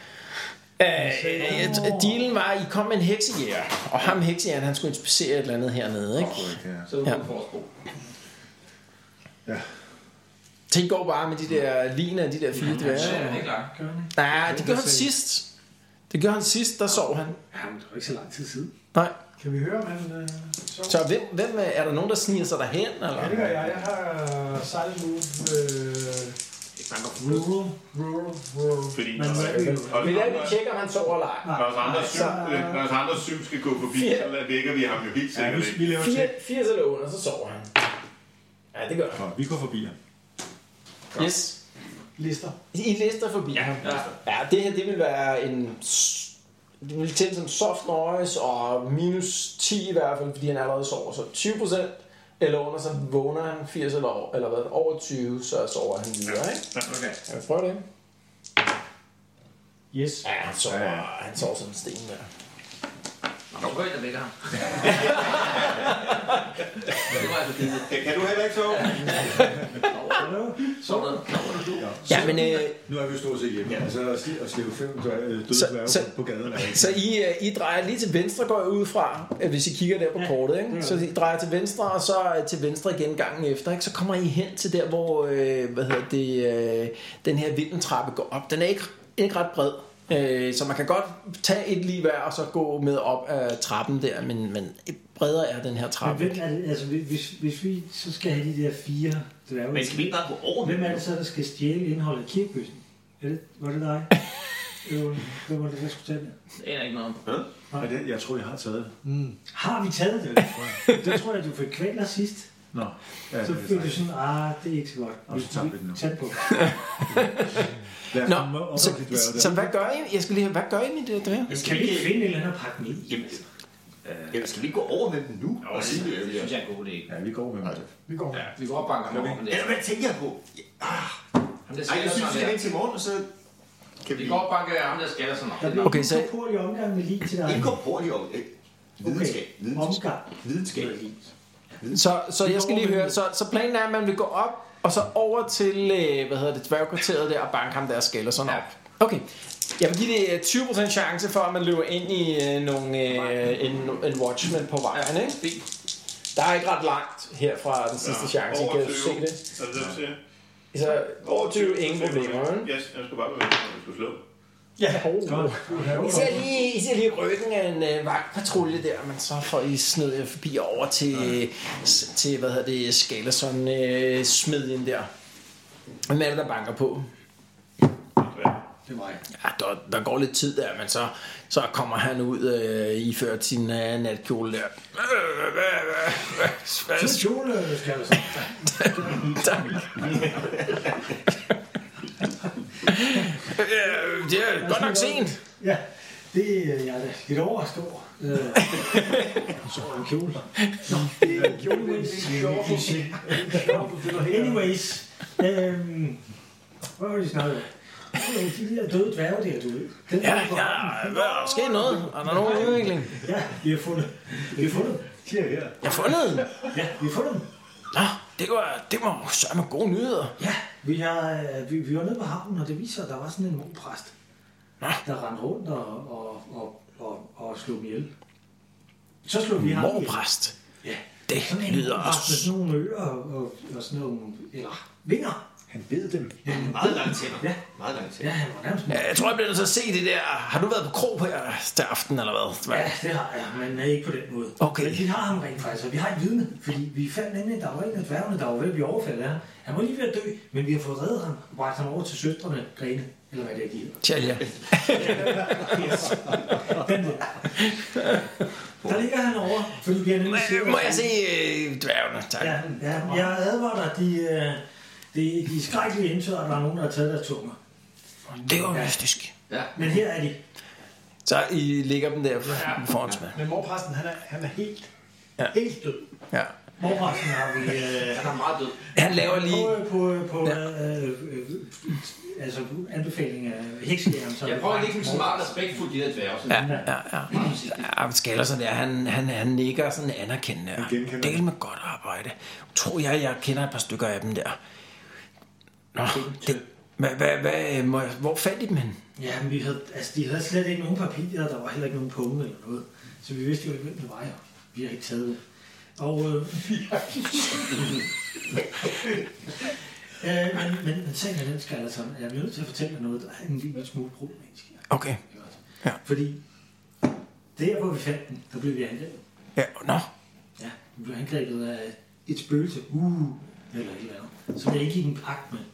Øh, dealen var, at I kom med en heksejæger, og ham heksejægeren, han skulle inspicere et eller andet hernede, ikke? Så er du Ja. på forsbrug. Ja. Så I går bare med de der liner af de der fire Ja, dværge. det er klart. Nej, det gør han sidst. Det gør han sidst, der sov han. Jamen, det var ikke så lang tid siden. Nej. Kan vi høre, om han øh, så Så hvem, hvem er, er der nogen, der sniger sig derhen? Eller? Ja, det gør jeg. Jeg har silent move. Øh, rural, rural, rural. Fordi Men når, så er vi jo- og, Vi lader, vi tjekker, om han sover eller ej. når, os andre syv, så- øh, når os andre syv skal gå forbi, Fire. så vækker vi ham jo helt Ja, sikkert vi, ikke. vi laver Fire, til. firs eller under, så sover han. Ja, det gør han. Nå, vi går forbi ham. Yes. Lister. I lister forbi Ja, ham. ja. Ja, det her, det vil være en... Det vil tælle som soft noise, og minus ti i hvert fald, fordi han allerede sover. Så tyve procent eller under, så vågner han firs eller over, eller hvad, over tyve, så sover han videre, ikke? Okay. Kan vi prøve det? Yes. Ja, han sover, Ja, ja. han sover som en sten der. Nå, gå ind og vækker ham. Det var altså fint. Kan, kan du heller ikke sove? Så der. Ja, men... Øh, Nu er vi jo stort set hjemme. Altså at sli- at slive fem døde Så- dværge så- på- på gaden. er ikke- Så I, øh, I drejer lige til venstre, går jeg ud fra, øh, hvis I kigger der på kortet, ikke? Så I drejer til venstre, og så øh, til venstre igen gangen efter, ikke? Så kommer I hen til der, hvor øh, hvad hedder det, øh, den her vindeltrappe går op. Den er ikke, ikke ret bred, øh, så man kan godt tage et lige hver, og så gå med op af trappen der, men, men bredere er den her Men trappe. hvem er det, altså hvis, hvis vi så skal have de der fire dværge, Men skal vi ikke bare gå over med hvem er det så, der skal stjæle indholdet af kirkebøssen? Er det, var det dig? Øh, Hvem var det, der skulle tage det? Det er ikke noget. Nej, det, jeg tror, jeg har taget det. Mm. Har vi taget det? Det tror jeg, du fik kvaler sidst. Nå. Ja, Så det er fik du faktisk- sådan, ah, det er ikke så godt. Og Vi så tager det nu. tæt på. Lad os Nå, komme op så, på de dværge der. så hvad gør I? Jeg skal lige høre, hvad gør I med det der? Kan vi ikke finde et eller andet at pakke dem i? Jamen, Jamen, skal vi ikke gå over med dem nu? Jo, det synes jeg er en god idé. Ja, vi går med dem. Vi går. Ja, vi går op og banker ham over med det. Eller hvad tænker jeg på? Ah, Ham der Ej, skaller jeg synes, vi sådan skal der. vente til morgen, og så kan vi Vi går op og banker ham der skaller sådan Der op. bliver Okay, okay, så- så... på i omgang med lige til dig. inkorporere om videnskab. Videnskab. Omgang. Videnskab. Så, så jeg skal lige høre, så, så planen er, at man vil gå op, og så over til, øh, hvad hedder det, dværgkvarteret der, og banke ham der og skælder sådan op. Okay. Jeg vil give det tyve procent chance for, at man løber ind i øh, nogle, øh, en, en watchman på vejen, ikke? Fint. Der er ikke ret langt her fra den sidste chance, over kan du tyve. se det? Er det det, du siger? Så over tyve, ingen problemer, ikke? Yes, jeg skulle bare være med, når vi skulle slå. Ja, Godt. I ser lige, I ser lige ryggen af en øh, vagtpatrulje der, men så får I sned jer forbi over til, s- til hvad hedder det, Skalason øh, smedjen der. Hvem er det, der banker på? Det var jeg. Ja, der, der går lidt tid der, men så, så kommer han ud øh, iført sin øh, natkjole der. Så kjole skal jeg så. Tak. Ja, det er godt nok sent. Ja, det er jeg er da lidt overrasket over. Øh, Så er en kjole. Nå, det er en kjole. Anyways. Øhm, hvad var det, vi snakkede om? Det er de der døde dværge der, du ved. Den Ja, der på ja, hånden. hvad er der sket noget? Er der nogen udvikling? Ja, vi har fundet. Vi har fundet. Her, her. Jeg har fundet den. Ja, vi har fundet dem. Nå, det var, det var sørme gode nyheder. Ja, vi, har, øh, vi, vi var nede på havnen, og det viser, at der var sådan en ung præst, der rendte rundt og, og, og, og, og slog dem ihjel. Så slog vi ham ihjel. Morpræst. Ja. Det Sådan en lyder ung præst med også... sådan nogle ører og, og, og sådan nogle, eller vinger. Han ved dem. Meget langt tænder. Ja. Meget langt Ja, tænder. han var nærmest med. Ja, jeg tror, jeg bliver nødt til at se det der. Har du været på krog her til aften, eller hvad? Ja, det har jeg, men ikke på den måde. Okay. Men vi har ham rent faktisk, og vi har et vidne, fordi vi fandt nemlig, at der var en af dværgene, der var ved at blive overfaldet af ham. Han var lige ved at dø, men vi har fået reddet ham og bragt ham over til søstrene Grene, eller hvad det er, de hedder. Tjalja. Yes. Den der. Der ligger han over, fordi vi har nemlig set- Må jeg se øh, dværgene? Tak. Ja, ja, jeg advarer dig, de, øh, de, de skrækkelige indtør, at der er nogen, der har taget deres tunger. Det var mystisk. Ja. Men her er de. Så I ligger dem der foran mig. Men morpræsten, han er, han er helt, Ja. helt død. Ja. Morresten har vi øh, Han er meget død. Han laver lige... på, på, på Ja. øh, øh, altså anbefaling af heksejægeren. så- Jeg prøver lige sådan meget respektfuldt, de der dværge. Ja, ja, ja. Ja, Skaller sådan der, han, han, han nikker sådan anerkendende. Han genkender. Del med godt arbejde. Tror jeg, jeg kender et par stykker af dem der. Nå, det, hvad, hvad, hvad, må, jeg- hvor fandt I dem hen? Ja, men vi havde, altså, de havde slet ikke nogen papirer, der var heller ikke nogen punge eller noget. Så vi vidste jo ikke, hvem det var. Jo. Vi har ikke taget det. Og, øh, øh, men, men, men sagen er den, skal altså, jeg er nødt til at fortælle dig noget, der er en lille smule problematisk her. Okay. Ja. Fordi der, hvor vi fandt den, der blev vi angrebet. Ja, nå. Ja. du bliver angrebet af et spøgelse, uh, eller et eller andet, som jeg ikke gik en pagt med.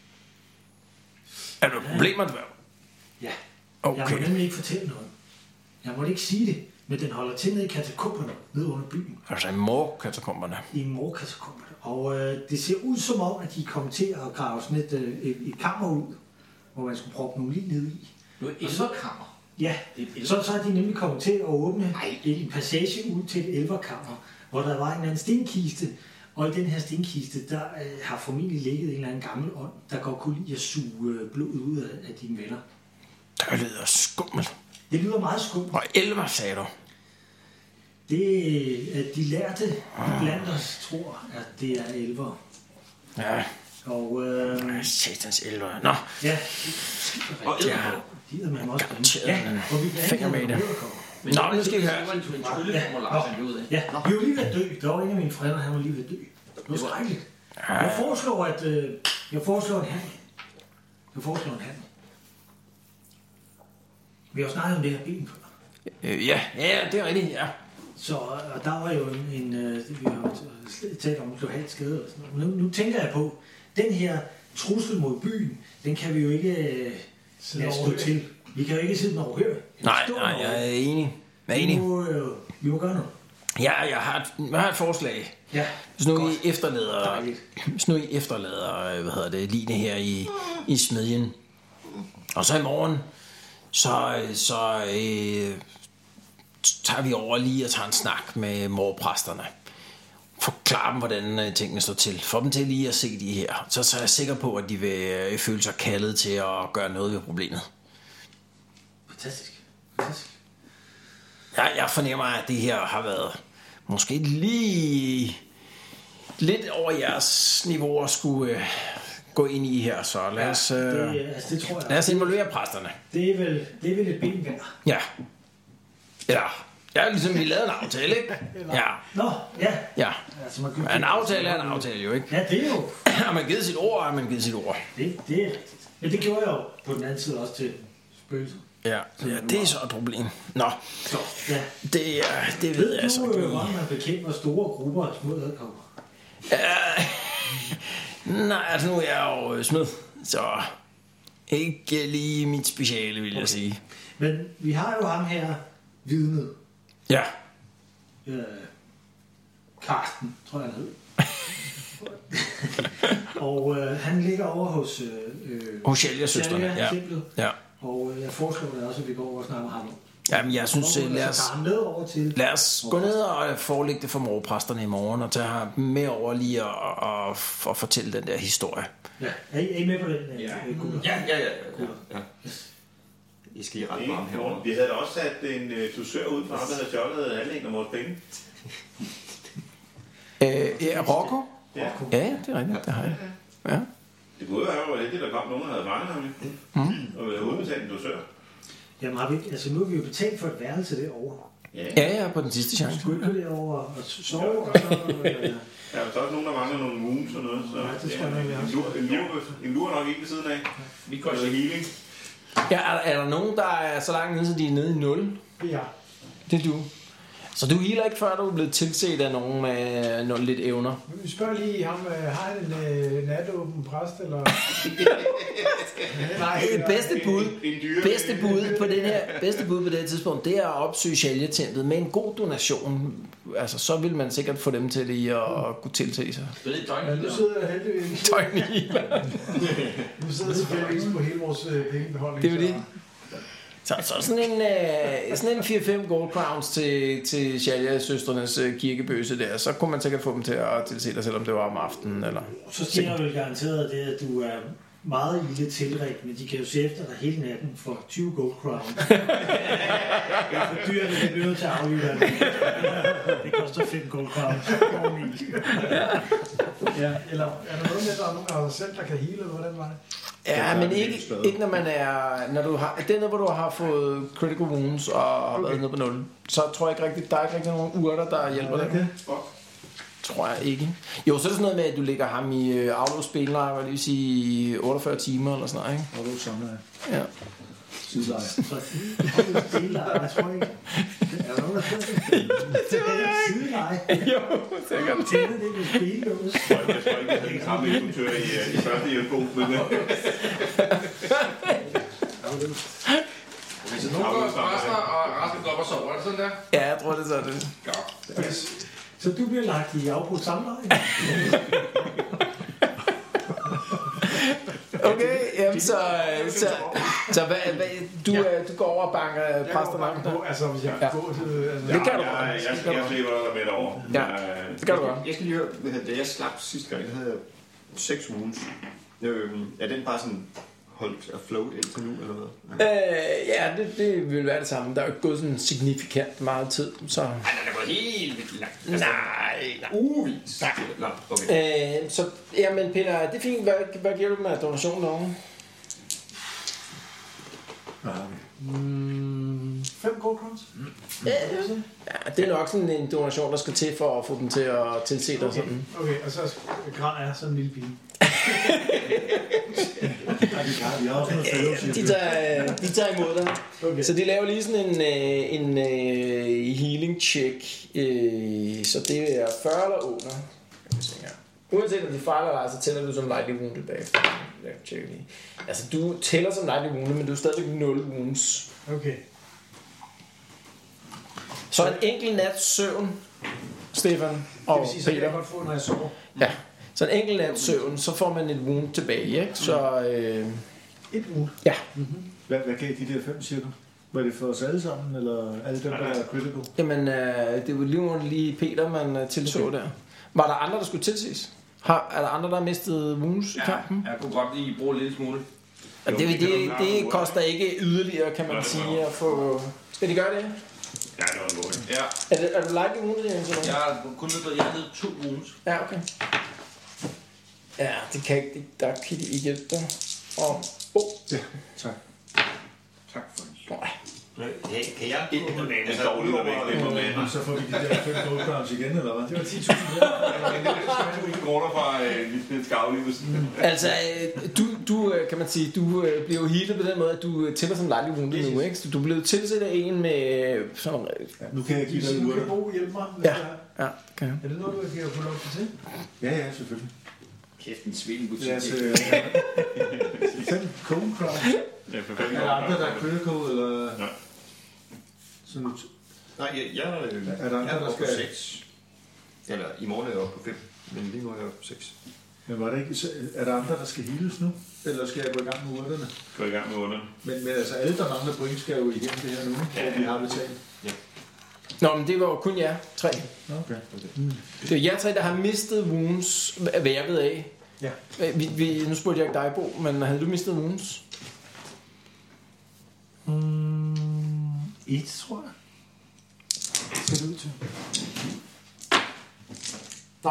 Er der problemer, dværg? Ja. Okay. Jeg må nemlig ikke fortælle noget. Jeg må ikke sige det, men den holder til nede i katakomberne, nede under byen. Altså i morkatakomberne. I morkatakomberne. Og øh, det ser ud som om, at de kommer til at grave sådan et, øh, et, et kammer ud, hvor man skulle proppe nogle lig ned i. Nu er et elverkammer. Ja, så, så er de nemlig kommet til at åbne en passage ud til et elverkammer, hvor der var en eller anden stenkiste, og i den her stenkiste, der øh, har formentlig ligget en eller anden gammel ånd, der godt kunne lide at suge øh, blodet ud af, af dine venner. Det lyder skummelt. Det lyder meget skummelt. Og elver, sagde du? Det, at de lærte blandt os tror, at det er elver. Ja. Og øh, satans elver. Nå. Ja. Og Ja. De er man også Ja. og vi Finger med det. Men Nå, nu skal vi høre. Det var en trylleformular, fandt vi ud af. Ja, vi var lige ved at dø. Der var en af mine forældre, han var lige ved at dø. Det var skrækkeligt. Jeg foreslår, at øh, jeg foreslår en handel. Jeg foreslår en handel. Vi har jo snakket om det her ben før. Øh, ja, ja, det er rigtigt, ja. Så og der var jo en, en øh, vi har jo talt om lokalt skade og sådan noget. Nu, nu tænker jeg på, den her trussel mod byen, den kan vi jo ikke øh, lade stå til. Vi kan jo ikke sidde den overhøre. Nej, nej, jeg er enig. Jeg er enig. Vi må, øh, vi må gøre noget. Ja, jeg har et, jeg har et forslag. Ja, Hvis nu godt. I efterlader, Dejligt. hvis nu I efterlader, hvad hedder det, Line her i, i smedjen, og så i morgen, så, så øh, tager vi over lige og tager en snak med morpræsterne. Forklar dem, hvordan øh, tingene står til. Få dem til lige at se de her. Så, så er jeg sikker på, at de vil øh, føle sig kaldet til at gøre noget ved problemet. Fantastisk. Fantastisk. Jeg, jeg fornemmer, at det her har været måske lige lidt over jeres niveau at skulle øh, gå ind i her. Så lad os, øh, Det, altså, det tror jeg. lad os involvere præsterne. Det er vel, det er vel et ben værd. Ja. Ja. Ja, ligesom vi lavede en aftale, ikke? Ja. Nå, ja. Ja. Altså, man kan, En aftale er en aftale jo, ikke? Ja, det er jo. Har man givet sit ord, har man givet sit ord. Det, det er rigtigt. Men det gjorde jeg jo på den anden side også til spøgelser. Ja, ja, det er så et problem. Nå, Så, ja. det, er, det ved Ved jeg så du, ikke øh, lige. hvordan man bekæmper store grupper af små æderkopper? Nej, altså nu er jeg jo smed, så ikke lige mit speciale, vil jeg Okay. sige. Men vi har jo ham her, vidnet. Ja, Øh, Karsten, tror jeg han hed. Og øh, han ligger over hos... Øh, øh, hos Shelja-søstrene, Shelja, ja. templet. Ja. Og øh, jeg foreslår det også, at vi går over og snakker med ham. Jamen, jeg synes, Og øh, lad os, så tager ham med over til... lad os gå ned og forelægge det for morpræsterne i morgen, og tage ham med over lige og, og, og fortælle den der historie. Ja, er I, er I med på den? øh, Ja. øh, gutter? Ja, ja, ja. ja, ja. I skal i ret varme herovre. Vi havde da også sat en øh, dusør ud for ham, der havde stjålet halvdelen af vores penge. Øh, ja, Rocco? Ja. Ja, ja, det er rigtigt, det har jeg. Ja. Det kunne jo være, hvor det der kom nogen, der havde fanget ham. Mm. Og ville have udbetalt en dusør. Jamen har vi, altså nu har vi jo betalt for et værelse derovre. Ja. Ja, ja, på den sidste chance. Skulle ikke derovre og sove, og så... Øh, Der er jo så også nogen, der mangler nogle moons og noget. Så Nej, det tror jeg nok, vi har. en lur, en lur, en lur nok ikke ved siden af. Vi går Noget healing. Ja, er, er der nogen, der er så langt nede, så de er nede i nul? Ja. Det er du. Så du healer ikke, før du er blevet tilset af nogen med nogle lidt evner? Men vi spørger lige ham, øh, har han en øh, natåben præst, eller... Nej, Det bedste bud, En dyre. bedste bud på den her, bedste bud på det her tidspunkt, det er at opsøge Shelja-templet med en god donation. Altså, så vil man sikkert få dem til lige at kunne tilse sig. Det er lidt Ja, døgn. nu sidder jeg heldigvis... Døgn Nu sidder jeg selvfølgelig på hele vores øh, pengebeholdning. Det er jo det. så- Så, så sådan en, øh, sådan en fire fem gold crowns til, til Shelja-søstrenes øh, kirkebøse der, så kunne man sikkert få dem til at tilse dig, selvom det var om aftenen. Eller... så sker der vel garanteret det, at du er meget ille tilrædt, men de kan jo se efter dig hele natten for tyve gold crowns. Det er for dyrt, at det bliver nødt til at aflive dig. Det koster fem gold crowns. Ja, eller er der noget med, at der er nogen af os selv, der kan heale, eller hvordan var det? Ja, men ikke, ikke når man er... Når du har, det er noget, hvor du har fået critical wounds og har været nede på nul. Så tror jeg ikke rigtigt, der er ikke rigtig nogen urter, der hjælper dig. Okay. Tror jeg ikke. Jo, så er det sådan noget med, at du lægger ham i øh, aflåsspilleleje, hvad det vil sige i otteogfyrre timer eller sådan noget, ikke? Og du samler Ja. sideleje. Så det er stille, jeg tror ikke. Er der nogen, der tror det? Det er sideleje. dig. Jo, sikkert. Tænde det med spillås. Jeg tror ikke, jeg havde den samme instruktør i, uh, i første hjælpbog, men... Uh, Hvis nogen går og presser, og Rasmus går op og sover, er det sådan der? Ja, jeg tror, det er sådan. Godt. Så du bliver lagt i afbrudt samleje? Okay, jamen så, så, så hvad, hvad, du, ja. du går over og banker præsterne op der? Altså, hvis jeg Ja. kan gå til... Altså, Det kan du jeg, jeg, jeg, jeg, jeg slipper dig med derovre. Ja, det kan du godt. Jeg skal lige høre, hvad hedder det, jeg slap sidste gang, jeg havde seks wounds. Øhm, er den bare sådan holdt afloat indtil nu, eller hvad? Øh, ja, det, det vil være det samme. Der er jo ikke gået sådan signifikant meget tid, så... Ej, den er gået helt vildt langt. Nej, nej. Uvis. Nej. Nå, okay. Øh, så, jamen Peter, det er fint. Hvad, hvad giver du med donation derovre? Mm, fem gold crowns. Ja, det er nok sådan en donation, der skal til for at få dem til at tilse dig Okay, sådan. okay, og så græd er sådan en lille pige. De tager, de tager imod dig. Okay. Så de laver lige sådan en, øh, en øh, healing check. Øh, så det er fyrre eller under. Uanset om de fejler dig, så tæller du som lightly wounded bagefter. Jeg tjekker lige. Altså du tæller som lightly wounded, men du er stadigvæk nul wounds. Okay. Så en enkelt nat søvn, Stefan Det og vil sige, så kan jeg Peter. godt få, når jeg sover. Ja. Så en enkelt nat søvn, så får man et wound tilbage, ikke? Så øh, Et uge. ja. Hvad, hvad gav de der fem cirka? Var det for os alle sammen, eller alle dem, der er critical? Jamen, øh, det var lige, lige Peter, man øh, tilså okay. der. Var der andre, der skulle tilses? Har, er der andre, der har mistet wounds i kampen? Ja, jeg kunne godt lige bruge en lille smule. Ja, det, det, det, det koster ikke yderligere, kan man sige, at få... Skal de gøre det? Ja, det var en god. Ja, Er, det, er du lightly wounded, Jens? jeg har kun løbet, jeg havde to wounds. Ja, okay. Ja, det kan ikke, det, der kan de ikke hjælpe dig. Og, oh. Ja, tak. Tak for det. Nej. Hey, kan jeg? Det er dårligt at vække med. Og så får vi de der fem gold crowns igen, eller hvad? Det var ti tusind kroner. Men det er tusind kroner fra Lisbeth Skavlivelsen. Altså, øh, du, du øh, kan man sige, du øh, bliver jo healet på den måde, at du øh, tæller som lightly wounded nu, ikke? Så du blev tilsat af en med øh, sådan... Øh, Ja, nu kan jeg give dig Nu urter. kan Bo hjælpe mig. hvis Ja. det er. ja, det kan jeg. Er det noget, du kan få lov til? Ja, ja, selvfølgelig. Kæft, en svinbutik. Lad os... øh, Fem gold crowns. Ja, for fem Er der andre, der er critical, eller... Ja. Sådan nu... Nej, jeg, jeg, jeg, Er der andre, jeg er der oppe på skal- seks. Eller i morgen er jeg oppe på fem. Men lige nu er jeg oppe på seks. Men var det ikke... så- Er der andre, der skal heales nu? Eller skal jeg gå i gang med urterne? Gå i gang med under. Men, men altså, alle der mangler point skal jo igennem det her nu, Ja. hvor vi har betalt. Nå, men det var jo kun jer tre. Okay. Det er jer tre, der har mistet wounds, hvad jeg ved af. Ja. Vi, vi, nu spurgte jeg ikke dig, Bo, men havde du mistet wounds? Mm, et, tror jeg. Skal det ud til? Nå.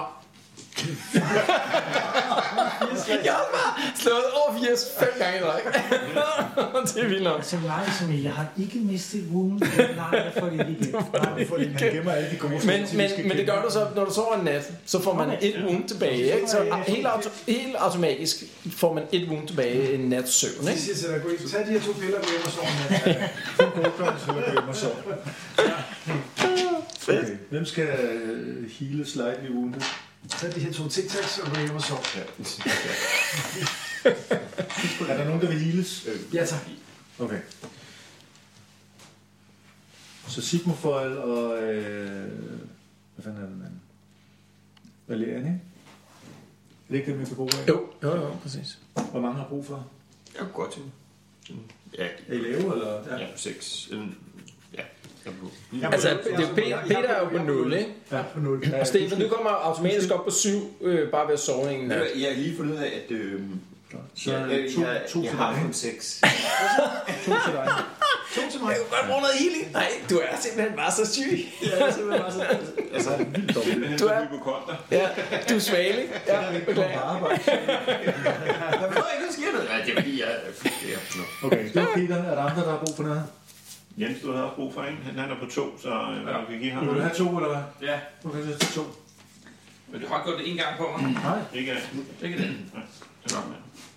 Jeg har bare slået over firs fem gange i træk. Det er vildt nok. Så nej, som jeg har ikke mistet wound. Nej, jeg får det ikke igen. Nej, fordi man gemmer alle de gode Men, ting, til vi men, skal men det kende. gør du så, når du sover en nat, så får man Okay. et wound tilbage. Ikke? Så helt, auto, helt automatisk får man et wound tilbage en nats søvn. Jeg Ikke? siger til dig, gå ind, tag de her to piller, gå hjem og sove med. Fem gold crowns, eller gå hjem og sove. Okay. Hvem skal øh, heale slightly wounded? Tag de her to tic-tacs og gå hjem og sove. Er der nogen, der vil heales? Ja, tak. Okay. Så Sigmafoil og... Øh, hvad fanden er det, mand? Valerian, ikke? Er det ikke dem, vi kan bruge af? Jo, jo, jo, præcis. Hvor mange har brug for? Jeg kunne godt til. Ja, Er I lave, eller? ja, seks. Eller- Ja, jeg er på. Altså, det er jo Peter, Peter er jo på nul, ikke? Ja, på nul. Og Stefan, du kommer automatisk op på syv, øh, bare ved at sove en nat. Jeg har lige fundet ud af, at øh, Så jeg, jeg, to, jeg, to jeg til har dig. kun seks. To til dig. To til mig. Jeg kunne godt bruge noget healing. Nej, du er simpelthen bare så syg. Ja, det er simpelthen bare så... Altså, Vildt dårligt. Men Du du er- er hypokonter. Ja, du er svagelig. Ja, På beklager. arbejde. jeg ved ikke, hvad sker der? Nej, det er fordi, jeg... Ja, nå. Okay, det var Peter. Er der andre, der har brug for noget? Jens, du havde også brug for en. Han han er på to, så øh, hvad vi kan give ham. Vil du have to, eller hvad? Ja, Okay, så til to. men du har gjort det en gang på mig. Nej. Ikke Ikke det. Nej, det er nok med.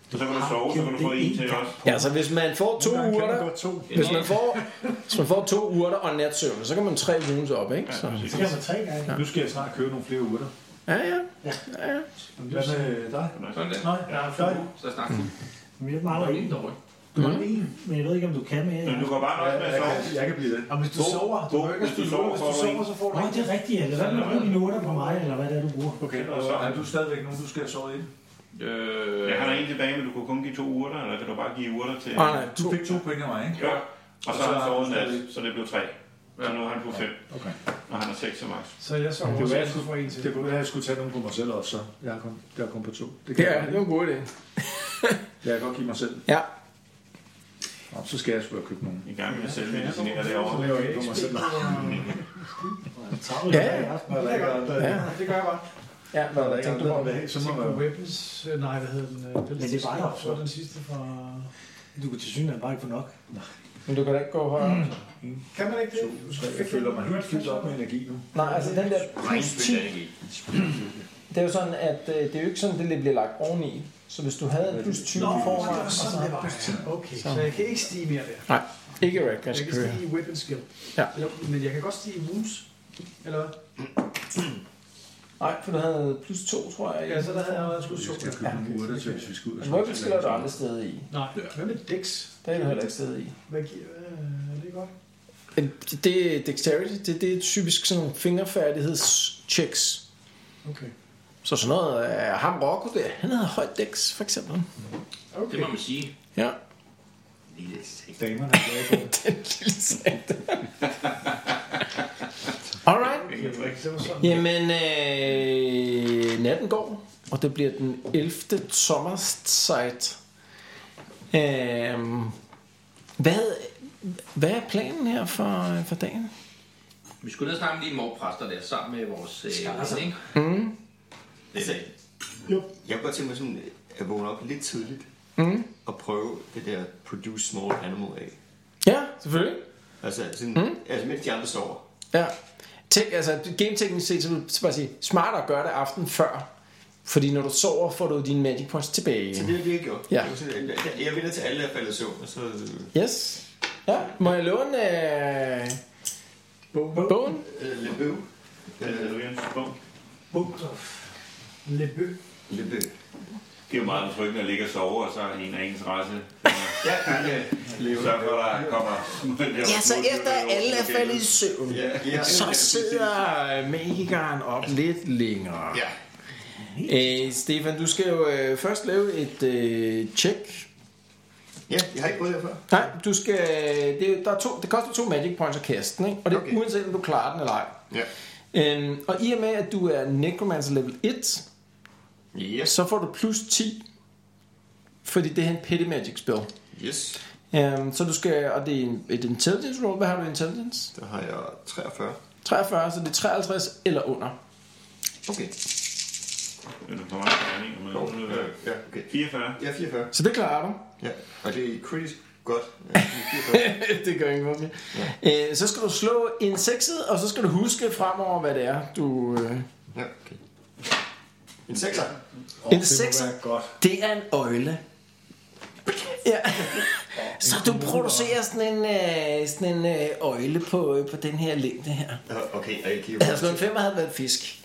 Så kan du sove, så kan du få en til også. Ja, så hvis man får to Nogle gange kan man urter, godt to. hvis man får, hvis man får to urter og natsøvn, så kan man tre ugens op, ikke? Så. Så kan man tre gange. Nu skal jeg snart købe nogle flere urter. Ja, ja. Ja. ja, ja. Hvad med dig? Sådan der. Nej, Ja, nej. så er jeg snart fuld. Men jeg mangler en. Du mangler en, men jeg ved ikke, om du kan mere. Men du går bare nøjes med at Jeg sove. kan, jeg kan blive det. Og hvis du Bo- sover, du Bo, behøver ikke hvis du spille sover, hvis får du du sover, en. så får du Nej, det er rigtigt. Eller hvad med nogle minutter på mig, eller hvad det er, du bruger? Okay, og er du stadigvæk nogen, du skal have sovet ind? Øh, Jeg har der en tilbage, men du kunne kun give to urter, eller kan du bare give urter til... Nej, nej, Du fik to point af mig, ikke? Ja. Og så har han sovet nat, stadig- så det blev tre. Så nu har han på fem, Okay. og han er seks som max. Så jeg sover, Det så var jeg skulle få en til. Det kunne være, at jeg skulle tage nogle på mig selv også, så jeg er kun, jeg er kun på to. Det kan Ja, jeg det var en god idé. Jeg kan godt give mig selv. Ja. Nå, så skal jeg sgu have købt nogle. I gang med at selv medicinere derovre. laver jeg På mig selv. Travlt Ja, ja, ja. ja. Når der ikke er, Ja. Det gør jeg bare. Ja, hvad når der ikke er tænkte du andre, på? der vil have, så må Tænk man på jo... Weapons. øh, Nej, hvad hedder den? øh, Men det var der Så var den sidste fra... Du kan til synligheden bare ikke få nok. Men du kan da ikke gå højere. Kan man ikke det? Du skal Jeg føler mig helt fyldt op med energi nu. Nej, altså den der plus ti, det er jo sådan, at øh, det er jo ikke sådan, det bliver lagt oveni. Så hvis du havde plus tyve Nå, i det forvejen, var og så sådan, det var. plus ti. Okay, så jeg kan ikke stige mere der. Nej, ikke Jeg reckless kan career. stige i weapon skill. Ja. Jo, men jeg kan godt stige i wounds. Eller hvad? Nej, for du havde plus to, tror jeg. Ja, så der havde jeg allerede Vi skulle skal så. købe nogle urter til, hvis vi skal ud. og Men weapon spise. skill er du aldrig stedet i. Nej, hvad med Dex? Det er du heller ikke stedet i. Hvad giver... øh, Er det godt? Men det er dexterity, det, det er typisk sådan nogle fingerfærdighedschecks. Okay. Så sådan noget af ham Rocco der, han havde højt dex, for eksempel. Okay. Det må man sige. Ja. Lille sigt. Damerne er glade på. Den lille sat. Alright. Det var sådan. Jamen, øh, natten går, og det bliver den ellevte sommersight. Øh, hvad, hvad er planen her for, for dagen? Vi skulle ned og snakke med de morpræster der, sammen med vores øh, Altså. ikke? Mm. Det er det. Jeg kunne godt tænke mig sådan at vågne op lidt tidligt Mm. og prøve det der produce small animal af. Ja, selvfølgelig. Altså, sådan, Mm. mm. altså mens de andre sover. Ja. Tænk, altså, gameteknisk set, så vil jeg bare sige, smartere at gøre det aften før. Fordi når du sover, får du dine magic points tilbage. Så det har vi ikke gjort. Ja. Det var sådan, jeg, jeg vinder til alle, der falder i søvn. Og så, Yes. Ja, må jeg låne øh, bogen? øh, Le Beau. Det er jo Jens bog. Book Le Bø. Le Beau. Det er jo meget betryggende at ligge og sove, og så er en af ens race. Ja, ja. Sørg for, at der kommer... Ja, så efter alle er faldet i søvn, Ja, ja. så sidder magikeren op lidt længere. Ja. Øh, Stefan, du skal jo øh, først lave et øh, check. Ja, jeg har ikke prøvet det før. Nej, du skal, det, der er to, det koster to magic points at kaste den, ikke? Og det er Okay. uanset om du klarer den eller ej. Ja. Øhm, og i og med, at du er necromancer level et, Yes. så får du plus ti, fordi det er en petty magic spell. Yes. Øhm, så du skal, og det er en, et intelligence roll. Hvad har du i intelligence? Der har jeg treogfyrre. treogfyrre, så det er treoghalvtreds eller under. Okay. Er du på meget terning? Jo, ja, ja, okay. fireogfyrre. Ja, fireogfyrre. Så det klarer du. Ja, og det er kritisk godt. Ja, fireogfyrre. Det gør ingen forskel. Øh, så skal du slå en sekset, og så skal du huske fremover, hvad det er, du... Øh... Ja, okay. En sekser. Åh, En det må sekser? være godt. Det er en øjle. Ja. Så du producerer sådan en, øh, sådan en øh, øjle på, øh, på den her længde her. Ja, okay, og jeg kigger Altså, en femmer havde været en fisk.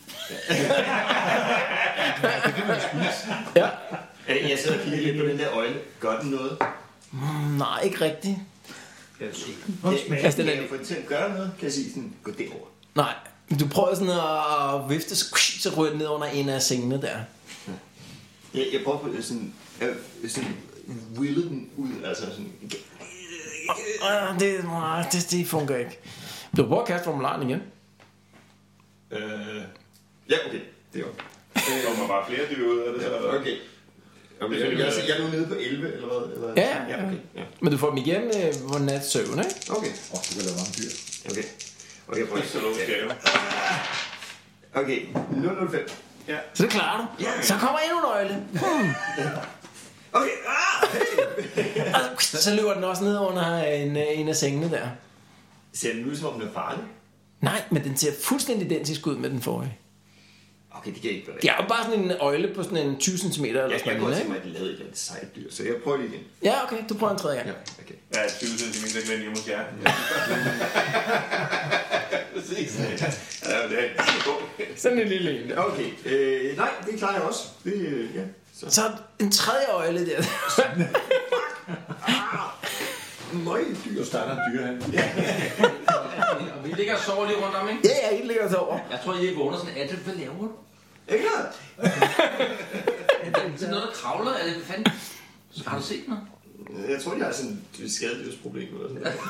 Ja. Øh, Jeg sidder og kigger lidt på den der øjle. Gør den noget? Mm, nej, ikke rigtigt. Jeg ved ikke. Hvor Det- smager Altså, den Kan er- jeg få den til at gøre noget? Kan jeg sige sådan, gå derover? Nej. Du prøver sådan at vifte, så, så ryger den ned under en af sengene der. Jeg, jeg prøver på det sådan, jeg, sådan wille den ud, altså sådan. Øh, det, nej, det, det fungerer ikke. Du prøver at kaste formularen igen. Øh, ja, okay, det er jo. Der kommer bare flere dyr ud af det. Så Okay. Okay, jeg, jeg, jeg er nu nede på elleve, eller hvad? Eller? Ja, ja, ja, okay. Ja. Men du får dem igen øh, hvor nat søvn, ikke? Okay, Åh, du kan lave mange dyr. okay. Okay, jeg prøver Så lov skal jeg. Okay, nul nul fem. Ja. Så det klarer du. Ja. Så kommer endnu en øjle. Hmm. Okay, ah! Og så løber den også ned under en, øh, en af sengene der. Ser den ud, som om den er farlig? Nej, men den ser fuldstændig identisk ud med den forrige. Okay, det kan ikke være Det er jo bare sådan en øjle på sådan en tyve centimeter eller Jeg, sådan jeg kunne noget, tænke ikke? mig, at de lavede et eller andet sejt dyr, så jeg prøver lige igen. Ja, okay, du prøver en tredje gang. Ja, okay. Ja, tyve centimeter glæder hjemme hos jer. Præcis. Ja, det er Sådan en lille en. Okay, øh, nej, det klarer jeg også. Det, øh, ja. Så. Så en tredje øjle der. Møg dyr. Du starter en dyrehandel. Og vi ligger og sover lige rundt om, ikke? Ja, ja, I ligger så over. Jeg tror, I ikke vågner sådan, er det, hvad laver du? Ikke klart? Er det noget, der kravler? Er det, hvad fanden? Har du set noget? Jeg tror, jeg har sådan et skadedyrsproblem eller sådan noget.